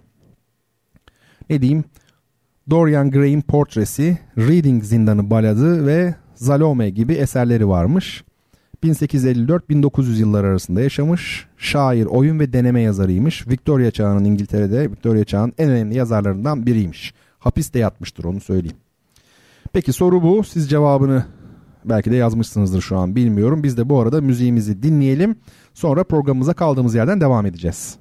ne diyeyim? Dorian Gray'in Portresi, Reading Zindanı Baladı ve Salome gibi eserleri varmış. bin sekiz yüz elli dört bin dokuz yüz yıllar arasında yaşamış. Şair, oyun ve deneme yazarıymış. Victoria çağının İngiltere'de, Victoria çağının en önemli yazarlarından biriymiş. Hapiste yatmıştır, onu söyleyeyim. Peki soru bu. Siz cevabını belki de yazmışsınızdır şu an, bilmiyorum. Biz de bu arada müziğimizi dinleyelim. Sonra programımıza kaldığımız yerden devam edeceğiz.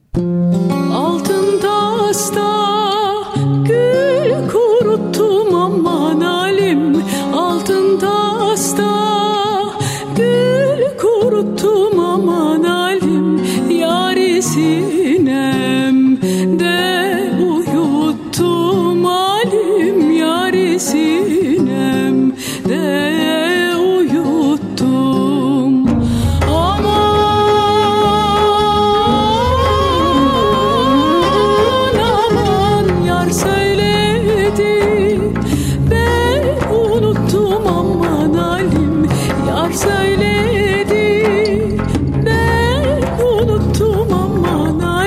Altın tasta gül kuruttum aman alim, altın tasta gül kuruttum aman alim, yâri sinemde uyuttum alim, yâri sinemde uyuttum aman aman, yar söyledi ben unuttum aman alim, yar söyledi ben unuttum aman alim.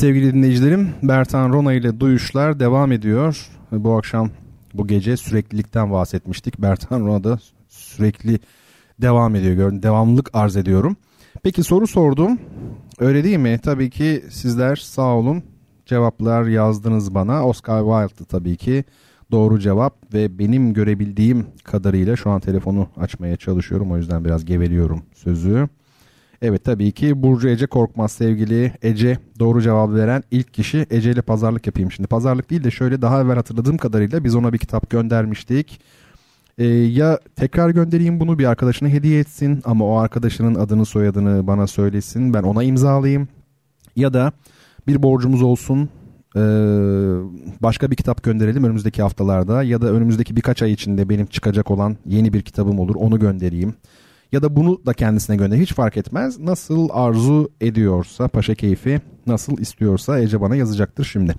sevgili dinleyicilerim, Bertan Rona ile Duyuşlar devam ediyor. Bu akşam, bu gece süreklilikten bahsetmiştik. Bertan Rona da sürekli devam ediyor. Devamlılık arz ediyorum. Peki soru sordum. Öyle değil mi? Tabii ki sizler sağ olun. Cevaplar yazdınız bana. Oscar Wilde'dı tabii ki doğru cevap ve benim görebildiğim kadarıyla şu an telefonu açmaya çalışıyorum. O yüzden biraz geveliyorum sözü. Evet, tabii ki Burcu Ece Korkmaz, sevgili Ece doğru cevabı veren ilk kişi. Ece ile pazarlık yapayım şimdi. Pazarlık değil de şöyle, daha evvel hatırladığım kadarıyla biz ona bir kitap göndermiştik. Ee, ya tekrar göndereyim bunu, bir arkadaşına hediye etsin ama o arkadaşının adını soyadını bana söylesin, ben ona imzalayayım. Ya da bir borcumuz olsun, ee, başka bir kitap gönderelim önümüzdeki haftalarda, ya da önümüzdeki birkaç ay içinde benim çıkacak olan yeni bir kitabım olur, onu göndereyim. Ya da bunu da kendisine gönder, hiç fark etmez. Nasıl arzu ediyorsa, paşa keyfi nasıl istiyorsa Ece bana yazacaktır şimdi.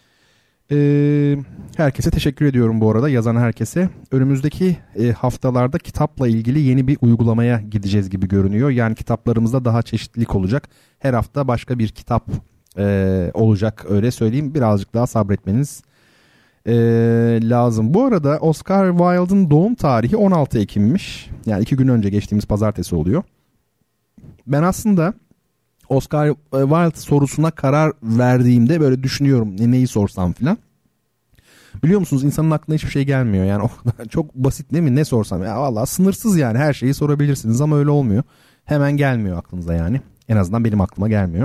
Ee, herkese teşekkür ediyorum bu arada, yazan herkese. Önümüzdeki e, haftalarda kitapla ilgili yeni bir uygulamaya gideceğiz gibi görünüyor. Yani kitaplarımızda daha çeşitlilik olacak. Her hafta başka bir kitap e, olacak, öyle söyleyeyim. Birazcık daha sabretmeniz e, lazım. Bu arada Oscar Wilde'ın doğum tarihi on altı Ekim'miş. Yani iki gün önce, geçtiğimiz pazartesi oluyor. Ben aslında Oscar Wilde sorusuna karar verdiğimde böyle düşünüyorum, ne neyi sorsam filan. Biliyor musunuz, insanın aklına hiçbir şey gelmiyor. Yani çok basit değil mi, ne sorsam? Ya vallahi sınırsız yani, her şeyi sorabilirsiniz ama öyle olmuyor. Hemen gelmiyor aklınıza yani. En azından benim aklıma gelmiyor.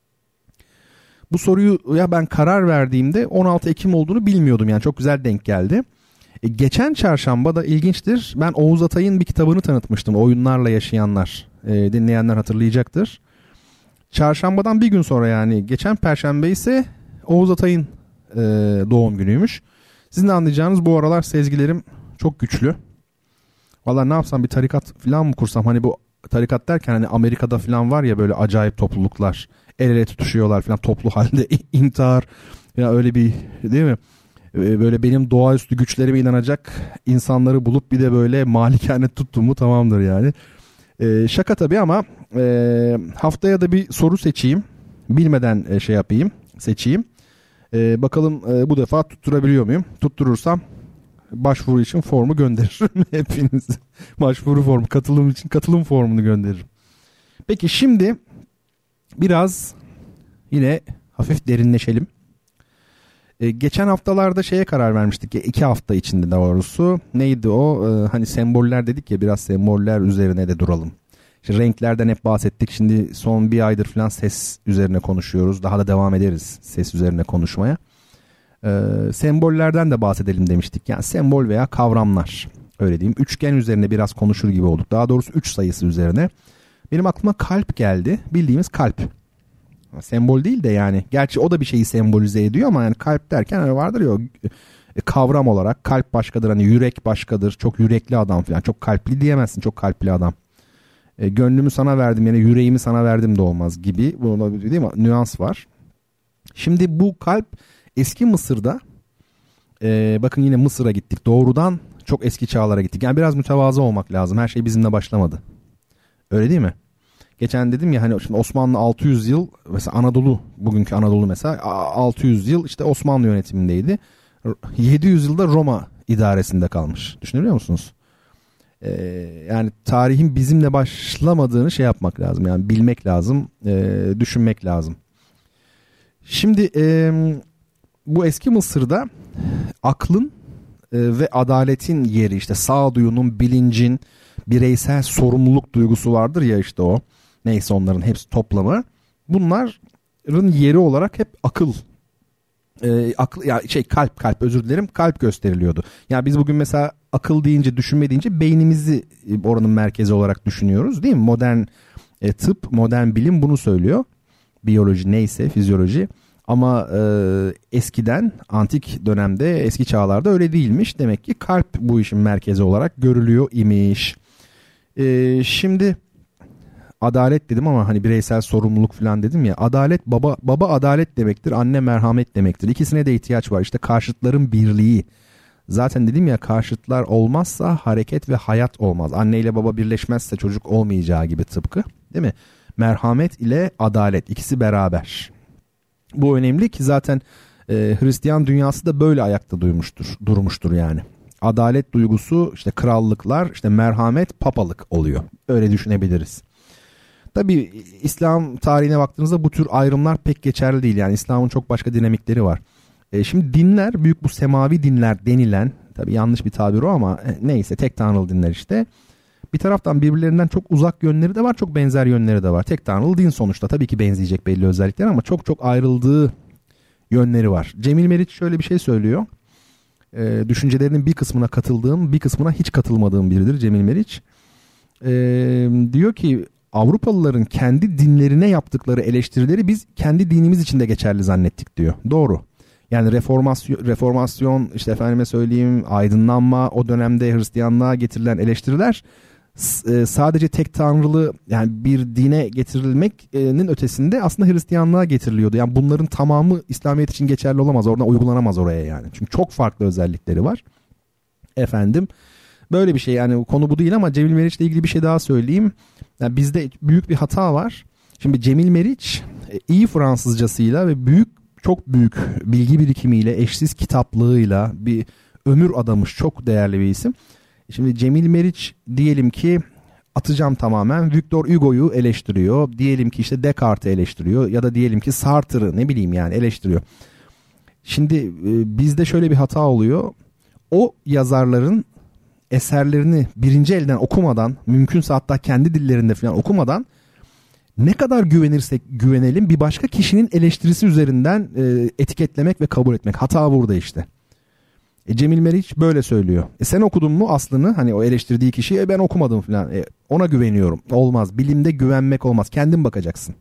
Bu soruyu ya ben karar verdiğimde on altı Ekim olduğunu bilmiyordum, yani çok güzel denk geldi. E, geçen çarşamba da ilginçtir, ben Oğuz Atay'ın bir kitabını tanıtmıştım, Oyunlarla Yaşayanlar. E, dinleyenler hatırlayacaktır. Çarşambadan bir gün sonra, yani geçen perşembe ise Oğuz Atay'ın e, doğum günüymüş. Sizin de anlayacağınız, bu aralar sezgilerim çok güçlü. Vallahi ne yapsam, bir tarikat falan mı kursam? Hani bu tarikat derken hani Amerika'da falan var ya böyle acayip topluluklar. El ele tutuşuyorlar falan toplu halde, intihar. Ya öyle bir, değil mi? Böyle benim doğaüstü güçlerime inanacak insanları bulup bir de böyle malikane tuttum mu tamamdır yani. Ee, şaka tabii ama e, haftaya da bir soru seçeyim. Bilmeden e, şey yapayım, seçeyim. E, bakalım e, bu defa tutturabiliyor muyum? Tutturursam başvuru için formu gönderirim hepiniz. Başvuru formu, katılım için katılım formunu gönderirim. Peki şimdi biraz yine hafif derinleşelim. Ee, geçen haftalarda şeye karar vermiştik ya, iki hafta içinde doğrusu. Neydi o? Ee, hani semboller dedik ya, biraz semboller üzerine de duralım. İşte renklerden hep bahsettik. Şimdi son bir aydır falan ses üzerine konuşuyoruz. Daha da devam ederiz ses üzerine konuşmaya. Ee, sembollerden de bahsedelim demiştik. Yani sembol veya kavramlar, öyle diyeyim. Üçgen üzerine biraz konuşur gibi olduk. Daha doğrusu üç sayısı üzerine. Benim aklıma kalp geldi. Bildiğimiz kalp. Sembol değil de yani. Gerçi o da bir şeyi sembolize ediyor ama yani kalp derken hani vardır ya, kavram olarak kalp başkadır. Hani yürek başkadır. Çok yürekli adam falan. Çok kalpli diyemezsin. Çok kalpli adam. E, gönlümü sana verdim, yani yüreğimi sana verdim de olmaz gibi. Bu değil mi? Nüans var. Şimdi bu kalp eski Mısır'da, e, bakın yine Mısır'a gittik. Doğrudan çok eski çağlara gittik. Yani biraz mütevazı olmak lazım. Her şey bizimle başlamadı. Öyle değil mi? Geçen dedim ya hani şimdi Osmanlı altı yüz yıl, mesela Anadolu, bugünkü Anadolu mesela altı yüz yıl işte Osmanlı yönetimindeydi. yedi yüz yılda Roma idaresinde kalmış. Düşünebiliyor musunuz? Ee, yani tarihin bizimle başlamadığını şey yapmak lazım. Yani bilmek lazım, e, düşünmek lazım. Şimdi e, bu eski Mısır'da aklın e, ve adaletin yeri, işte sağduyunun, bilincin, bireysel sorumluluk duygusu vardır ya, işte o. Neyse, onların hepsi toplamı. Bunların yeri olarak hep akıl, e, akıl ya şey kalp kalp özür dilerim kalp gösteriliyordu. Yani biz bugün mesela akıl deyince, düşünme deyince beynimizi oranın merkezi olarak düşünüyoruz, değil mi? Modern e, tıp, modern bilim bunu söylüyor. Biyoloji neyse, fizyoloji. Ama e, eskiden, antik dönemde, eski çağlarda öyle değilmiş. Demek ki kalp bu işin merkezi olarak görülüyor imiş. E, şimdi adalet dedim ama hani bireysel sorumluluk falan dedim ya. Adalet, baba baba adalet demektir, anne merhamet demektir. İkisine de ihtiyaç var. İşte karşıtların birliği. Zaten dedim ya, karşıtlar olmazsa hareket ve hayat olmaz. Anne ile baba birleşmezse çocuk olmayacağı gibi tıpkı, değil mi? Merhamet ile adalet, ikisi beraber. Bu önemli ki zaten e, Hristiyan dünyası da böyle ayakta duymuştur, durmuştur yani. Adalet duygusu, işte krallıklar, işte merhamet, papalık oluyor. Öyle düşünebiliriz. Tabii İslam tarihine baktığınızda bu tür ayrımlar pek geçerli değil. Yani İslam'ın çok başka dinamikleri var. E, şimdi dinler, büyük bu semavi dinler denilen, tabii yanlış bir tabir o ama neyse, tek tanrılı dinler işte. Bir taraftan birbirlerinden çok uzak yönleri de var, çok benzer yönleri de var. Tek tanrılı din sonuçta tabii ki benzeyecek belli özellikler ama çok çok ayrıldığı yönleri var. Cemil Meriç şöyle bir şey söylüyor. E, düşüncelerinin bir kısmına katıldığım, bir kısmına hiç katılmadığım biridir Cemil Meriç. E, diyor ki Avrupalıların kendi dinlerine yaptıkları eleştirileri biz kendi dinimiz için de geçerli zannettik diyor. Doğru. Yani reformasyon, reformasyon işte efendime söyleyeyim aydınlanma, o dönemde Hristiyanlığa getirilen eleştiriler sadece tek tanrılı yani bir dine getirilmenin ötesinde aslında Hristiyanlığa getiriliyordu. Yani bunların tamamı İslamiyet için geçerli olamaz. Oradan uygulanamaz oraya yani. Çünkü çok farklı özellikleri var. Efendim böyle bir şey, yani konu bu değil ama Cemil Meriç'le ilgili bir şey daha söyleyeyim. Yani bizde büyük bir hata var. Şimdi Cemil Meriç iyi Fransızcasıyla ve büyük çok büyük bilgi birikimiyle, eşsiz kitaplığıyla bir ömür adamış, çok değerli bir isim. Şimdi Cemil Meriç diyelim ki atacağım tamamen Victor Hugo'yu eleştiriyor. Diyelim ki işte Descartes'i eleştiriyor ya da diyelim ki Sartre'ı ne bileyim yani eleştiriyor. Şimdi e, bizde şöyle bir hata oluyor. O yazarların eserlerini birinci elden okumadan, mümkünse hatta kendi dillerinde falan okumadan ne kadar güvenirsek güvenelim bir başka kişinin eleştirisi üzerinden e, etiketlemek ve kabul etmek. Hata burada işte. E, Cemil Meriç böyle söylüyor. E, sen okudun mu aslını? Hani o eleştirdiği kişiyi e, ben okumadım falan. E, ona güveniyorum. Olmaz. Bilimde güvenmek olmaz. Kendin bakacaksın.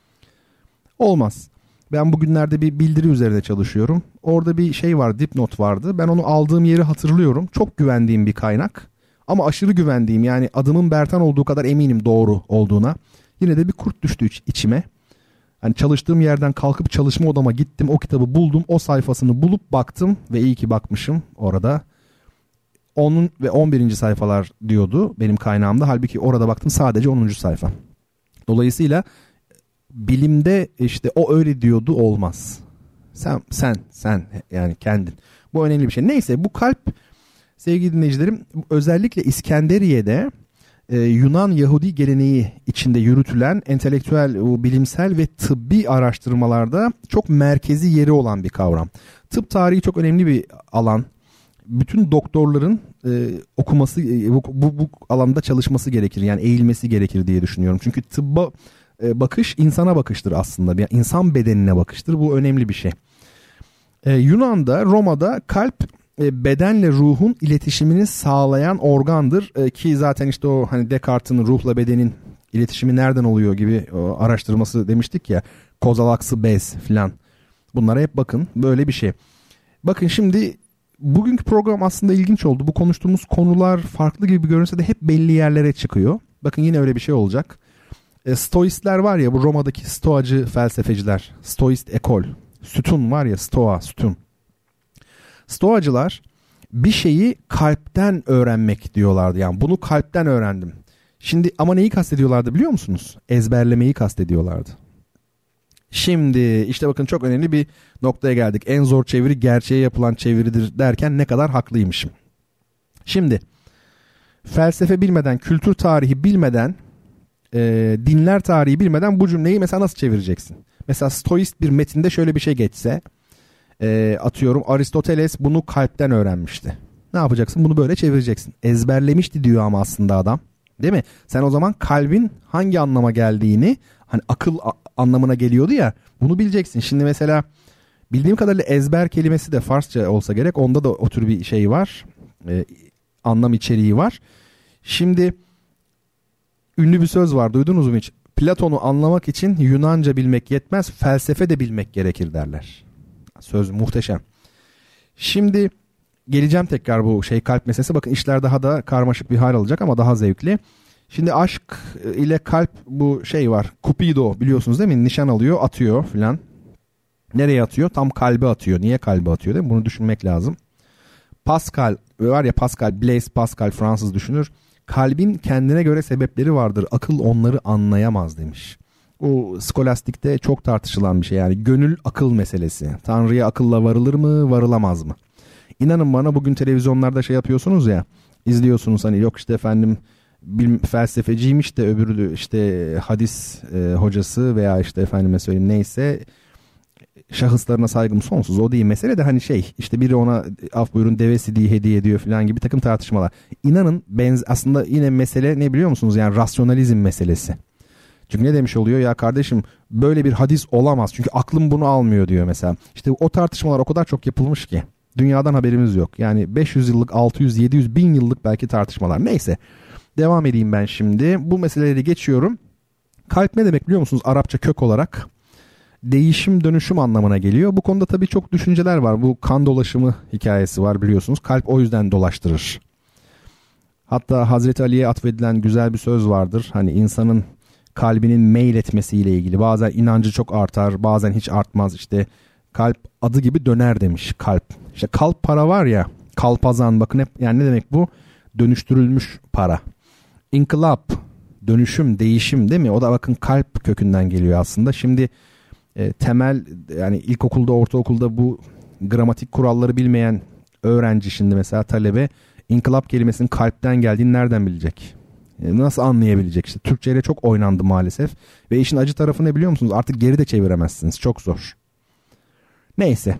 Olmaz. Ben bugünlerde bir bildiri üzerine çalışıyorum. Orada bir şey var, dipnot vardı. Ben onu aldığım yeri hatırlıyorum. Çok güvendiğim bir kaynak. Ama aşırı güvendiğim, yani adımın Bertan olduğu kadar eminim doğru olduğuna. Yine de bir kurt düştü iç, içime. Hani çalıştığım yerden kalkıp çalışma odama gittim. O kitabı buldum. O sayfasını bulup baktım. Ve iyi ki bakmışım orada. on ve on birinci sayfalar diyordu benim kaynağımda. Halbuki orada baktım sadece onuncu sayfa. Dolayısıyla bilimde işte o öyle diyordu olmaz. Sen sen sen yani kendin. Bu önemli bir şey. Neyse, bu kalp sevgili dinleyicilerim özellikle İskenderiye'de e, Yunan Yahudi geleneği içinde yürütülen entelektüel, o, bilimsel ve tıbbi araştırmalarda çok merkezi yeri olan bir kavram. Tıp tarihi çok önemli bir alan. Bütün doktorların e, okuması e, bu, bu, bu alanda çalışması gerekir. Yani eğilmesi gerekir diye düşünüyorum. Çünkü tıbba e, bakış insana bakıştır aslında. Yani insan bedenine bakıştır. Bu önemli bir şey. E, Yunan'da, Roma'da kalp e, bedenle ruhun iletişimini sağlayan organdır. E, ki zaten işte o hani Descartes'in ruhla bedenin iletişimi nereden oluyor gibi o araştırması demiştik ya. Kozalaksı bez filan. Bunlara hep bakın. Böyle bir şey. Bakın şimdi bugünkü program aslında ilginç oldu. Bu konuştuğumuz konular farklı gibi görünse de hep belli yerlere çıkıyor. Bakın yine öyle bir şey olacak. E, Stoistler var ya, bu Roma'daki stoacı felsefeciler. Stoist ekol. Sütun var ya, stoa, sütun. Stoacılar bir şeyi kalpten öğrenmek diyorlardı. Yani bunu kalpten öğrendim. Şimdi ama neyi kastediyorlardı biliyor musunuz? Ezberlemeyi kastediyorlardı. Şimdi işte bakın çok önemli bir noktaya geldik. En zor çeviri gerçeğe yapılan çeviridir derken ne kadar haklıymışım. Şimdi felsefe bilmeden, kültür tarihi bilmeden, e, dinler tarihi bilmeden bu cümleyi mesela nasıl çevireceksin? Mesela stoist bir metinde şöyle bir şey geçse, e, atıyorum Aristoteles bunu kalpten öğrenmişti. Ne yapacaksın? Bunu böyle çevireceksin. Ezberlemişti diyor ama aslında adam. Değil mi? Sen o zaman kalbin hangi anlama geldiğini, hani akıl anlamına geliyordu ya, bunu bileceksin. Şimdi mesela bildiğim kadarıyla ezber kelimesi de Farsça olsa gerek. Onda da o tür bir şey var. Ee, anlam içeriği var. Şimdi ünlü bir söz var. Duydunuz mu hiç? Platon'u anlamak için Yunanca bilmek yetmez, felsefe de bilmek gerekir derler. Söz muhteşem. Şimdi geleceğim tekrar bu şey kalp meselesi. Bakın işler daha da karmaşık bir hal alacak ama daha zevkli. Şimdi aşk ile kalp, bu şey var. Cupido biliyorsunuz değil mi? Nişan alıyor, atıyor filan. Nereye atıyor? Tam kalbe atıyor. Niye kalbe atıyor değil mi? Bunu düşünmek lazım. Pascal var ya, Pascal, Blaise Pascal, Fransız düşünür. Kalbin kendine göre sebepleri vardır. Akıl onları anlayamaz demiş. O skolastikte çok tartışılan bir şey, yani gönül akıl meselesi. Tanrı'ya akılla varılır mı, varılamaz mı? İnanın bana, bugün televizyonlarda şey yapıyorsunuz ya, izliyorsunuz hani, yok işte efendim bir felsefeciymiş de öbürü işte hadis e, hocası veya işte efendime söyleyeyim neyse, şahıslarına saygım sonsuz, o değil mesele de, hani şey işte biri ona af buyurun devesi diye hediye ediyor falan gibi takım tartışmalar. İnanın benz aslında yine mesele ne biliyor musunuz, yani rasyonalizm meselesi. Çünkü ne demiş oluyor, ya kardeşim böyle bir hadis olamaz çünkü aklım bunu almıyor diyor mesela. İşte o tartışmalar o kadar çok yapılmış ki dünyadan haberimiz yok. Yani beş yüz yıllık, altı yüz, yedi yüz, bin yıllık belki tartışmalar. Neyse, devam edeyim ben şimdi. Bu meseleleri geçiyorum. Kalp ne demek biliyor musunuz Arapça kök olarak? Değişim, dönüşüm anlamına geliyor. Bu konuda tabii çok düşünceler var. Bu kan dolaşımı hikayesi var biliyorsunuz. Kalp o yüzden dolaştırır. Hatta Hazreti Ali'ye atfedilen güzel bir söz vardır. Hani insanın kalbinin meyletmesiyle ilgili. Bazen inancı çok artar, bazen hiç artmaz. İşte kalp adı gibi döner demiş kalp. İşte kalp para var ya, kalpazan, bakın hep, yani ne demek bu? Dönüştürülmüş para. İnkılap, dönüşüm, değişim değil mi? O da bakın kalp kökünden geliyor aslında. Şimdi e, temel, yani ilkokulda, ortaokulda bu gramatik kuralları bilmeyen öğrenci, şimdi mesela talebe, inkılap kelimesinin kalpten geldiğini nereden bilecek? E, nasıl anlayabilecek? İşte Türkçeyle çok oynandı maalesef. Ve işin acı tarafı ne biliyor musunuz? Artık geri de çeviremezsiniz. Çok zor. Neyse.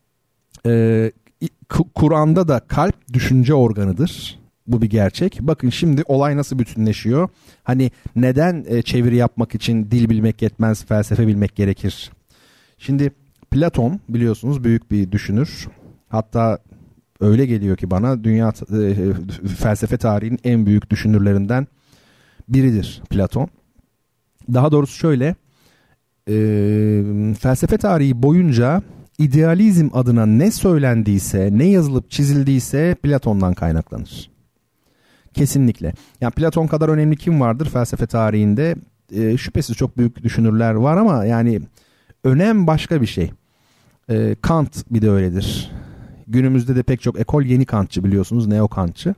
Ee, Kur'an'da da kalp düşünce organıdır. Bu bir gerçek. Bakın şimdi olay nasıl bütünleşiyor. Hani neden e, çeviri yapmak için dil bilmek yetmez, felsefe bilmek gerekir? Şimdi Platon biliyorsunuz büyük bir düşünür. Hatta öyle geliyor ki bana, dünya e, felsefe tarihinin en büyük düşünürlerinden biridir Platon. Daha doğrusu şöyle, e, felsefe tarihi boyunca idealizm adına ne söylendiyse, ne yazılıp çizildiyse Platon'dan kaynaklanır. Kesinlikle. Yani Platon kadar önemli kim vardır felsefe tarihinde? E, şüphesiz çok büyük düşünürler var ama yani önem başka bir şey. E, Kant bir de öyledir. Günümüzde de pek çok ekol yeni Kantçı biliyorsunuz, neo Kantçı.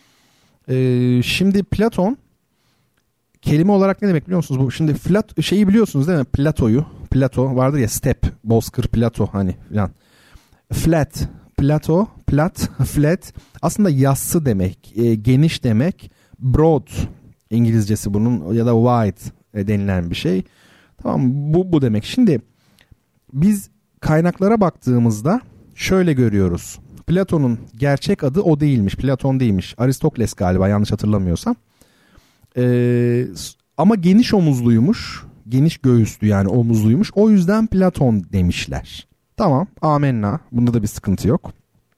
E, şimdi Platon kelime olarak ne demek biliyor musunuz? Bu şimdi flat şeyi biliyorsunuz değil mi? Platoyu. Plato vardır ya, step, bozkır, plato hani falan. Flat, plato, plat, flat aslında yassı demek, e, geniş demek. Broad İngilizcesi bunun, ya da wide e, denilen bir şey. Tamam, bu bu demek. Şimdi biz kaynaklara baktığımızda şöyle görüyoruz. Platon'un gerçek adı o değilmiş. Platon değilmiş. Aristokles galiba, yanlış hatırlamıyorsam. Ee, ama geniş omuzluymuş. Geniş göğüslü, yani omuzluymuş. O yüzden Platon demişler. Tamam, amenna. Bunda da bir sıkıntı yok.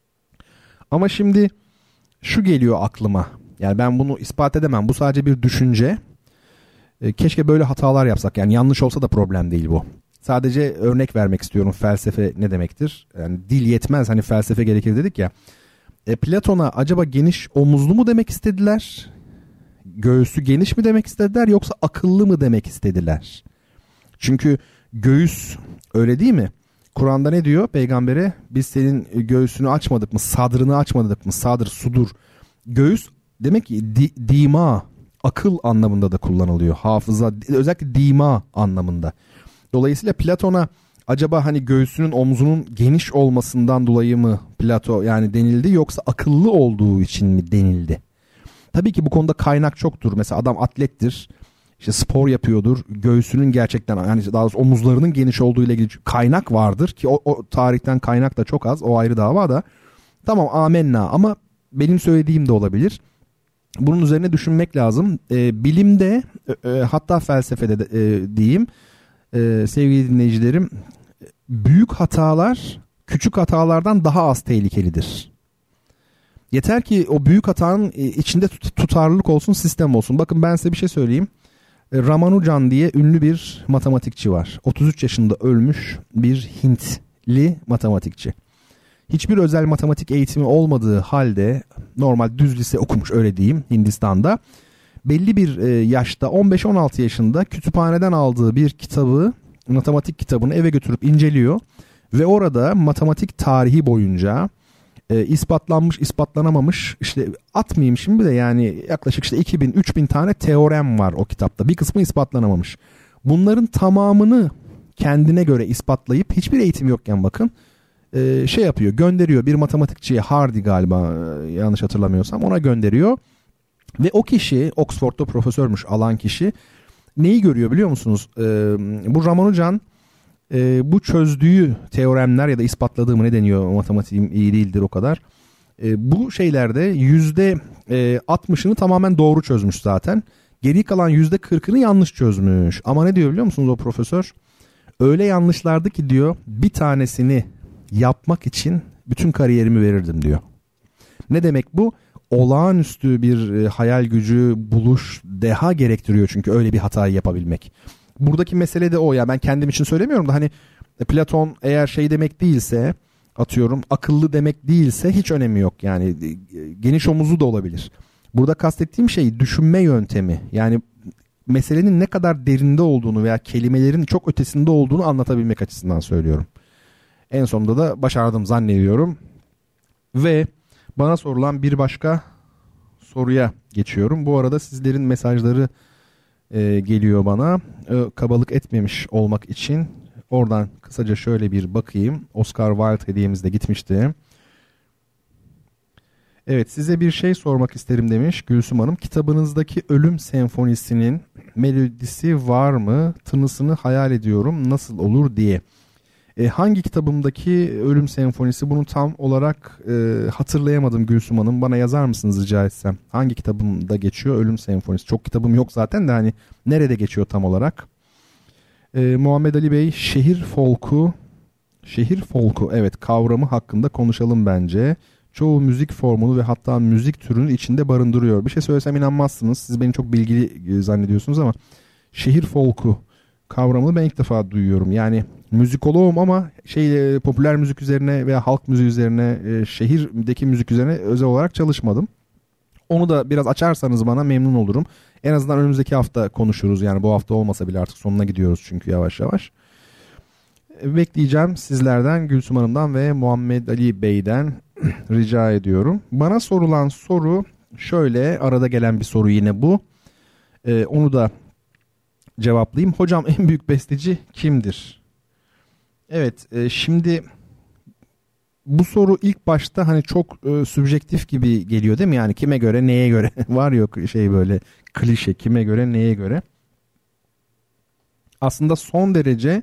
Ama şimdi şu geliyor aklıma. Yani ben bunu ispat edemem. Bu sadece bir düşünce. Ee, keşke böyle hatalar yapsak. Yani yanlış olsa da problem değil bu. Sadece örnek vermek istiyorum. Felsefe ne demektir? Yani dil yetmez, hani felsefe gerekir dedik ya. E, Platon'a acaba geniş omuzlu mu demek istediler? Göğüsü geniş mi demek istediler, yoksa akıllı mı demek istediler? Çünkü göğüs, öyle değil mi? Kur'an'da ne diyor peygambere? Biz senin göğsünü açmadık mı? Sadrını açmadık mı? Sadr, sudur. Göğüs demek ki di, dima, akıl anlamında da kullanılıyor. Hafıza, özellikle dima anlamında. Dolayısıyla Platon'a acaba hani göğsünün, omzunun geniş olmasından dolayı mı Plato yani denildi, yoksa akıllı olduğu için mi denildi? Tabii ki bu konuda kaynak çoktur. Mesela adam atlettir, işte spor yapıyordur. Göğsünün gerçekten, yani daha doğrusu omuzlarının geniş olduğu ile ilgili kaynak vardır ki o, o tarihten kaynak da çok az. O ayrı dava da. Tamam, amenna, ama benim söylediğim de olabilir. Bunun üzerine düşünmek lazım. E, bilimde e, e, hatta felsefede de, e, diyeyim e, sevgili dinleyicilerim, büyük hatalar küçük hatalardan daha az tehlikelidir. Yeter ki o büyük hatanın içinde tutarlılık olsun, sistem olsun. Bakın ben size bir şey söyleyeyim. Ramanujan diye ünlü bir matematikçi var. otuz üç yaşında ölmüş bir Hintli matematikçi. Hiçbir özel matematik eğitimi olmadığı halde, normal düz lise okumuş öyle diyeyim, Hindistan'da. Belli bir yaşta, on beş on altı yaşında kütüphaneden aldığı bir kitabı, matematik kitabını eve götürüp inceliyor. Ve orada matematik tarihi boyunca e, ispatlanmış, ispatlanamamış, işte atmayayım şimdi de, yani yaklaşık işte iki bin üç bin tane teorem var o kitapta. Bir kısmı ispatlanamamış. Bunların tamamını kendine göre ispatlayıp hiçbir eğitim yokken bakın e, şey yapıyor, gönderiyor bir matematikçiye, Hardy galiba e, yanlış hatırlamıyorsam, ona gönderiyor ve o kişi Oxford'da profesörmüş alan kişi neyi görüyor biliyor musunuz? E, bu Ramanujan e, bu çözdüğü teoremler ya da ispatladığı mı ne deniyor, matematiğim iyi değildir o kadar. E, bu şeylerde yüzde altmışını tamamen doğru çözmüş zaten. Geri kalan yüzde kırkını yanlış çözmüş. Ama ne diyor biliyor musunuz o profesör? Öyle yanlışlardı ki diyor, bir tanesini yapmak için bütün kariyerimi verirdim diyor. Ne demek bu? Olağanüstü bir e, hayal gücü, buluş, deha gerektiriyor çünkü öyle bir hatayı yapabilmek. Buradaki mesele de o ya, ben kendim için söylemiyorum da hani Platon eğer şey demek değilse, atıyorum akıllı demek değilse hiç önemi yok yani, geniş omuzlu da olabilir. Burada kastettiğim şey düşünme yöntemi, yani meselenin ne kadar derinde olduğunu veya kelimelerin çok ötesinde olduğunu anlatabilmek açısından söylüyorum. En sonunda da başardım zannediyorum. Ve bana sorulan bir başka soruya geçiyorum. Bu arada sizlerin mesajları e, geliyor bana. E, kabalık etmemiş olmak için oradan kısaca şöyle bir bakayım. Oscar Wilde hediyemiz de gitmişti. Evet, size bir şey sormak isterim demiş Gülsüm Hanım. Kitabınızdaki Ölüm Senfonisi'nin melodisi var mı? Tınısını hayal ediyorum, nasıl olur diye. E, hangi kitabımdaki Ölüm Senfonisi, bunu tam olarak e, hatırlayamadım Gülsüm Hanım. Bana yazar mısınız rica etsem? Hangi kitabımda geçiyor Ölüm Senfonisi? Çok kitabım yok zaten de hani nerede geçiyor tam olarak? E, Muhammed Ali Bey, şehir folku, şehir folku evet kavramı hakkında konuşalım bence. Çoğu müzik formunu ve hatta müzik türünü içinde barındırıyor. Bir şey söylesem inanmazsınız. Siz beni çok bilgili zannediyorsunuz ama şehir folku kavramını ben ilk defa duyuyorum. Yani müzikoloğum ama şey popüler müzik üzerine veya halk müziği üzerine, e, şehirdeki müzik üzerine özel olarak çalışmadım. Onu da biraz açarsanız bana memnun olurum. En azından önümüzdeki hafta konuşuruz. Yani bu hafta olmasa bile artık sonuna gidiyoruz çünkü yavaş yavaş. Bekleyeceğim sizlerden, Gülsüm Hanım'dan ve Muhammed Ali Bey'den rica ediyorum. Bana sorulan soru şöyle, arada gelen bir soru yine bu. Ee, onu da cevaplayayım. Hocam en büyük besteci kimdir? Evet, e, şimdi bu soru ilk başta hani çok e, sübjektif gibi geliyor değil mi? Yani kime göre, neye göre var yok şey böyle klişe, kime göre, neye göre. Aslında son derece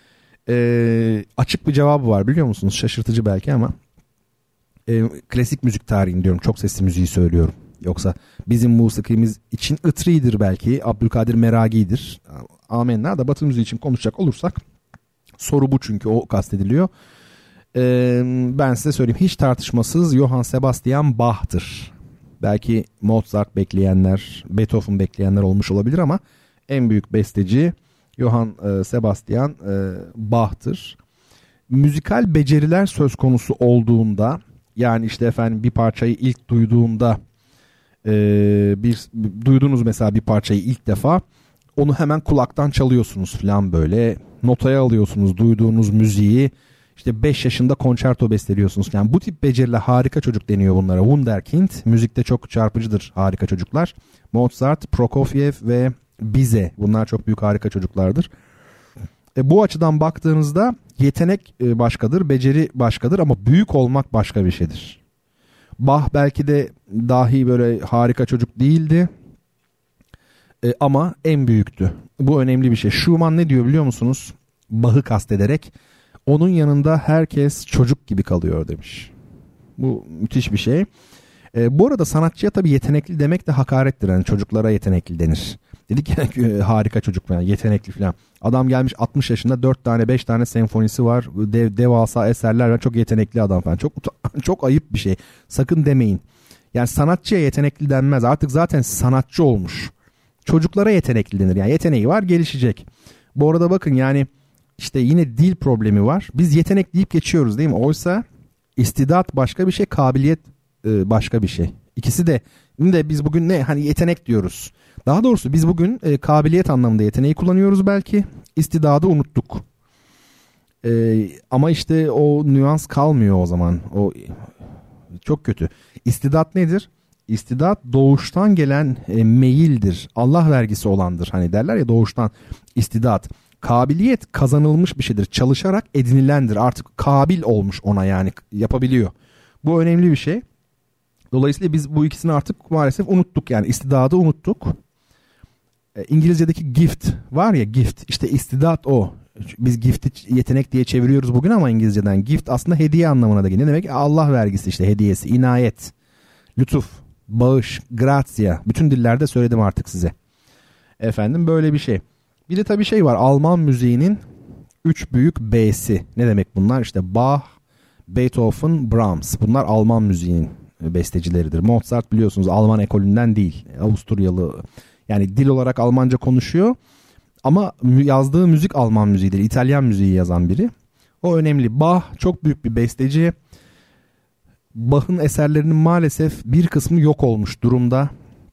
e, açık bir cevabı var biliyor musunuz? Şaşırtıcı belki ama e, klasik müzik tarihini diyorum. Çok sesli müziği söylüyorum. Yoksa bizim musikimiz için Itri'dir belki, Abdülkadir Meragi'dir. Amenna da Batı müziği için konuşacak olursak soru bu çünkü o kastediliyor. Ee, ben size söyleyeyim, hiç tartışmasız Johann Sebastian Bach'tır. Belki Mozart bekleyenler, Beethoven bekleyenler olmuş olabilir ama en büyük besteci Johann e, Sebastian e, Bach'tır. Müzikal beceriler söz konusu olduğunda, yani işte efendim bir parçayı ilk duyduğunda, e, bir duydunuz mesela bir parçayı ilk defa, onu hemen kulaktan çalıyorsunuz falan böyle. Notaya alıyorsunuz duyduğunuz müziği. İşte beş yaşında konçerto besteliyorsunuz. Yani bu tip beceriler harika çocuk deniyor bunlara. Wunderkind. Müzikte çok çarpıcıdır harika çocuklar. Mozart, Prokofiev ve Bizet. Bunlar çok büyük harika çocuklardır. E, bu açıdan baktığınızda yetenek e, başkadır, beceri başkadır ama büyük olmak başka bir şeydir. Bach belki de dahi böyle harika çocuk değildi. E, ama en büyüktü. Bu önemli bir şey. Schumann ne diyor biliyor musunuz? Bach'ı kastederek, onun yanında herkes çocuk gibi kalıyor demiş. Bu müthiş bir şey. E, bu arada sanatçıya tabii yetenekli demek de hakarettir. Yani çocuklara yetenekli denir. Dedik ya harika çocuk falan, yetenekli falan. Adam gelmiş altmış yaşında, dört tane beş tane senfonisi var. Dev, devasa eserler var. Çok yetenekli adam falan. Çok çok ayıp bir şey. Sakın demeyin. Yani sanatçıya yetenekli denmez. Artık zaten sanatçı olmuş. Çocuklara yetenekli denir. Yani yeteneği var, gelişecek. Bu arada bakın yani işte yine dil problemi var. Biz yetenek deyip geçiyoruz değil mi? Oysa istidat başka bir şey, kabiliyet e, başka bir şey. İkisi de, de biz bugün ne hani yetenek diyoruz. Daha doğrusu biz bugün e, kabiliyet anlamında yeteneği kullanıyoruz belki. İstidadı unuttuk. E, ama işte o nüans kalmıyor o zaman. O çok kötü. İstidat nedir? İstidat doğuştan gelen e, meyildir. Allah vergisi olandır. Hani derler ya doğuştan istidat. Kabiliyet kazanılmış bir şeydir. Çalışarak edinilendir. Artık kabil olmuş ona, yani yapabiliyor. Bu önemli bir şey. Dolayısıyla biz bu ikisini artık maalesef unuttuk. Yani istidadı unuttuk. E, İngilizce'deki gift var ya, gift. İşte istidat o. Biz gift'i yetenek diye çeviriyoruz bugün ama İngilizceden gift aslında hediye anlamına da geliyor. Ne demek? Allah vergisi, işte hediyesi, inayet, lütuf, bağış, gratia. Bütün dillerde söyledim artık size. Efendim böyle bir şey. Bir de tabii şey var, Alman müziğinin üç büyük B'si. Ne demek bunlar? İşte Bach, Beethoven, Brahms. Bunlar Alman müziğinin bestecileridir. Mozart biliyorsunuz Alman ekolünden değil. Avusturyalı, yani dil olarak Almanca konuşuyor. Ama yazdığı müzik Alman müziğidir. İtalyan müziği yazan biri. O önemli. Bach çok büyük bir besteci. Bach'ın eserlerinin maalesef bir kısmı yok olmuş durumda.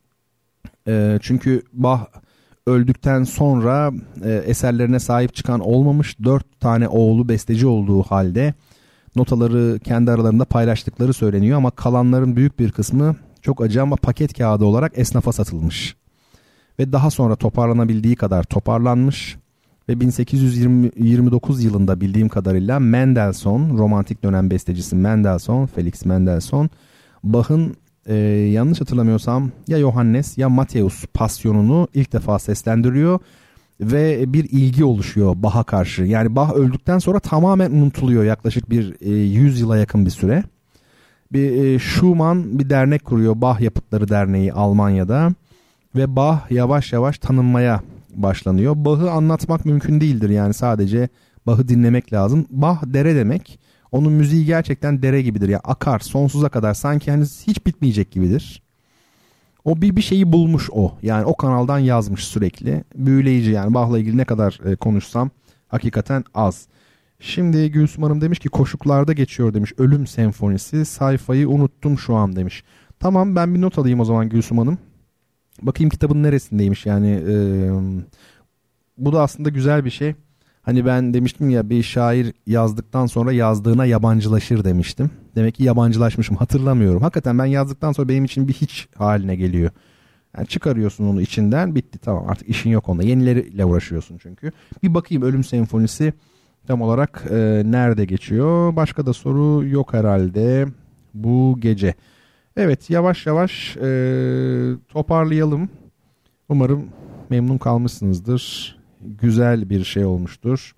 E, çünkü Bach öldükten sonra e, eserlerine sahip çıkan olmamış. Dört tane oğlu besteci olduğu halde notaları kendi aralarında paylaştıkları söyleniyor. Ama kalanların büyük bir kısmı çok acı ama paket kağıdı olarak esnafa satılmış. Ve daha sonra toparlanabildiği kadar toparlanmış. Ve bin sekiz yüz yirmi dokuz yılında bildiğim kadarıyla Mendelssohn, romantik dönem bestecisi Mendelssohn, Felix Mendelssohn, Bach'ın e, yanlış hatırlamıyorsam ya Johannes ya Matthäus pasyonunu ilk defa seslendiriyor. Ve bir ilgi oluşuyor Bach'a karşı. Yani Bach öldükten sonra tamamen unutuluyor yaklaşık bir e, yüz yıla yakın bir süre. Bir e, Schumann bir dernek kuruyor, Bach Yapıtları Derneği Almanya'da. Ve Bach yavaş yavaş tanınmaya başlanıyor. Bach'ı anlatmak mümkün değildir, yani sadece Bach'ı dinlemek lazım. Bach dere demek. Onun müziği gerçekten dere gibidir. Yani akar sonsuza kadar, sanki hani hiç bitmeyecek gibidir. O bir bir şeyi bulmuş o. Yani o kanaldan yazmış sürekli. Büyüleyici yani. Bach'la ilgili ne kadar e, konuşsam hakikaten az. Şimdi Gülsüm Hanım demiş ki koşuklarda geçiyor demiş. Ölüm Senfonisi. Sayfayı unuttum şu an demiş. Tamam, ben bir not alayım o zaman Gülsüm Hanım. Bakayım kitabın neresindeymiş yani. E, bu da aslında güzel bir şey. Hani ben demiştim ya, bir şair yazdıktan sonra yazdığına yabancılaşır demiştim. Demek ki yabancılaşmışım, hatırlamıyorum. Hakikaten ben yazdıktan sonra benim için bir hiç haline geliyor. Yani çıkarıyorsun onu içinden, bitti, tamam, artık işin yok onda. Yenileriyle uğraşıyorsun çünkü. Bir bakayım Ölüm Senfonisi tam olarak e, nerede geçiyor? Başka da soru yok herhalde bu gece. Evet, yavaş yavaş e, toparlayalım. Umarım memnun kalmışsınızdır. Güzel bir şey olmuştur.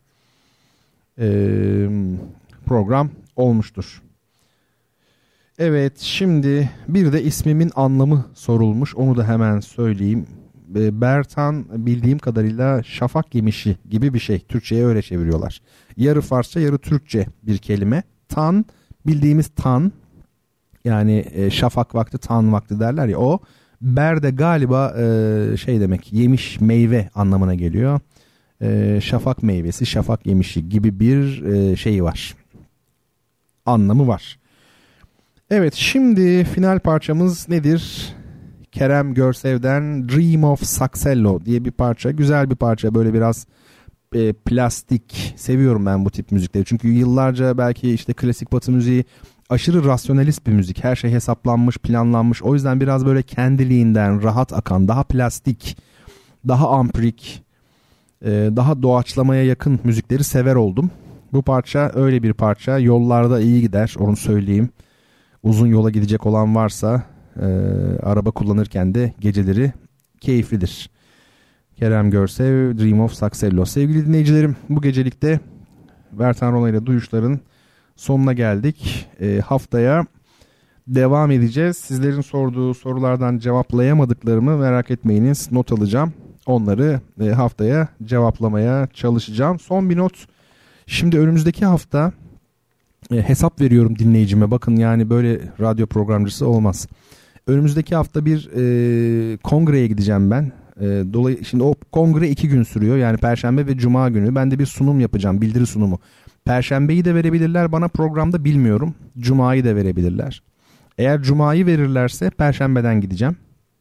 Ee, program olmuştur. Evet, şimdi bir de ismimin anlamı sorulmuş. Onu da hemen söyleyeyim. Bertan bildiğim kadarıyla şafak yemişi gibi bir şey. Türkçe'ye öyle çeviriyorlar. Yarı Farsça yarı Türkçe bir kelime. Tan, bildiğimiz tan. Yani şafak vakti, tan vakti derler ya, o. Ber de galiba e, şey demek, yemiş, meyve anlamına geliyor. E, şafak meyvesi, şafak yemişi gibi bir e, şey var. Anlamı var. Evet, şimdi final parçamız nedir? Kerem Görsev'den Dream of Saxello diye bir parça. Güzel bir parça, böyle biraz e, plastik. Seviyorum ben bu tip müzikleri. Çünkü yıllarca belki işte klasik batı müziği aşırı rasyonalist bir müzik. Her şey hesaplanmış, planlanmış. O yüzden biraz böyle kendiliğinden rahat akan, daha plastik, daha ampirik, daha doğaçlamaya yakın müzikleri sever oldum. Bu parça öyle bir parça. Yollarda iyi gider, onu söyleyeyim. Uzun yola gidecek olan varsa e, araba kullanırken de geceleri keyiflidir. Kerem Görsev, Dream of Saxello. Sevgili dinleyicilerim, bu gecelikte Bertan Rona ile Duyuşların sonuna geldik. E, haftaya devam edeceğiz. Sizlerin sorduğu sorulardan cevaplayamadıklarımı merak etmeyiniz. Not alacağım. Onları e, haftaya cevaplamaya çalışacağım. Son bir not. Şimdi önümüzdeki hafta e, hesap veriyorum dinleyicime. Bakın, yani böyle radyo programcısı olmaz. Önümüzdeki hafta bir e, kongreye gideceğim ben. E, dolayı şimdi o kongre iki gün sürüyor. Yani Perşembe ve Cuma günü. Ben de bir sunum yapacağım. Bildiri sunumu. Perşembeyi de verebilirler bana programda, bilmiyorum. Cuma'yı da verebilirler. Eğer Cuma'yı verirlerse Perşembeden gideceğim.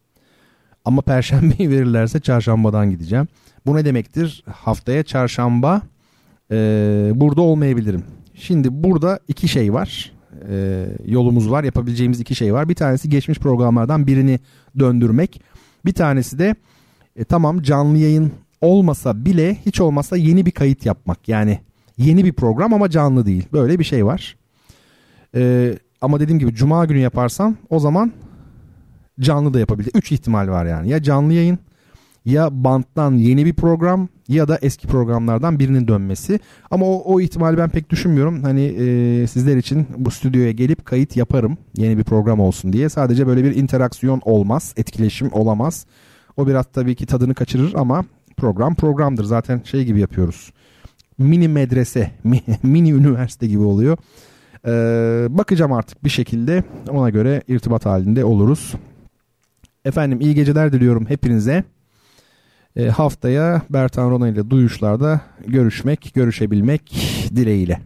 Ama Perşembeyi verirlerse Çarşambadan gideceğim. Bu ne demektir? Haftaya Çarşamba e, burada olmayabilirim. Şimdi burada iki şey var. e, yolumuz var. Yapabileceğimiz iki şey var. Bir tanesi geçmiş programlardan birini döndürmek. Bir tanesi de e, tamam canlı yayın olmasa bile hiç olmazsa yeni bir kayıt yapmak. Yani yeni bir program ama canlı değil. Böyle bir şey var. E, ama dediğim gibi cuma günü yaparsam o zaman canlı da yapabilir. Üç ihtimal var yani. Ya canlı yayın, ya banttan yeni bir program ya da eski programlardan birinin dönmesi. Ama o, o ihtimali ben pek düşünmüyorum. Hani e, sizler için bu stüdyoya gelip kayıt yaparım yeni bir program olsun diye. Sadece böyle bir interaksiyon olmaz, etkileşim olamaz. O biraz tabii ki tadını kaçırır ama program programdır. Zaten şey gibi yapıyoruz. Mini medrese, mini üniversite gibi oluyor. Ee, bakacağım artık bir şekilde, ona göre irtibat halinde oluruz. Efendim iyi geceler diliyorum hepinize. E, haftaya Bertan Rona ile Duyuşlar'da görüşmek, görüşebilmek dileğiyle.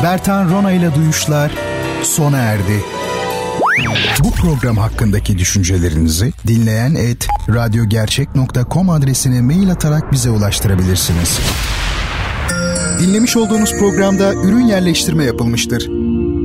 Bertan Rona ile Duyuşlar sona erdi. Bu program hakkındaki düşüncelerinizi dinleyen et radyogercek nokta com adresine mail atarak bize ulaştırabilirsiniz. Dinlemiş olduğunuz programda ürün yerleştirme yapılmıştır.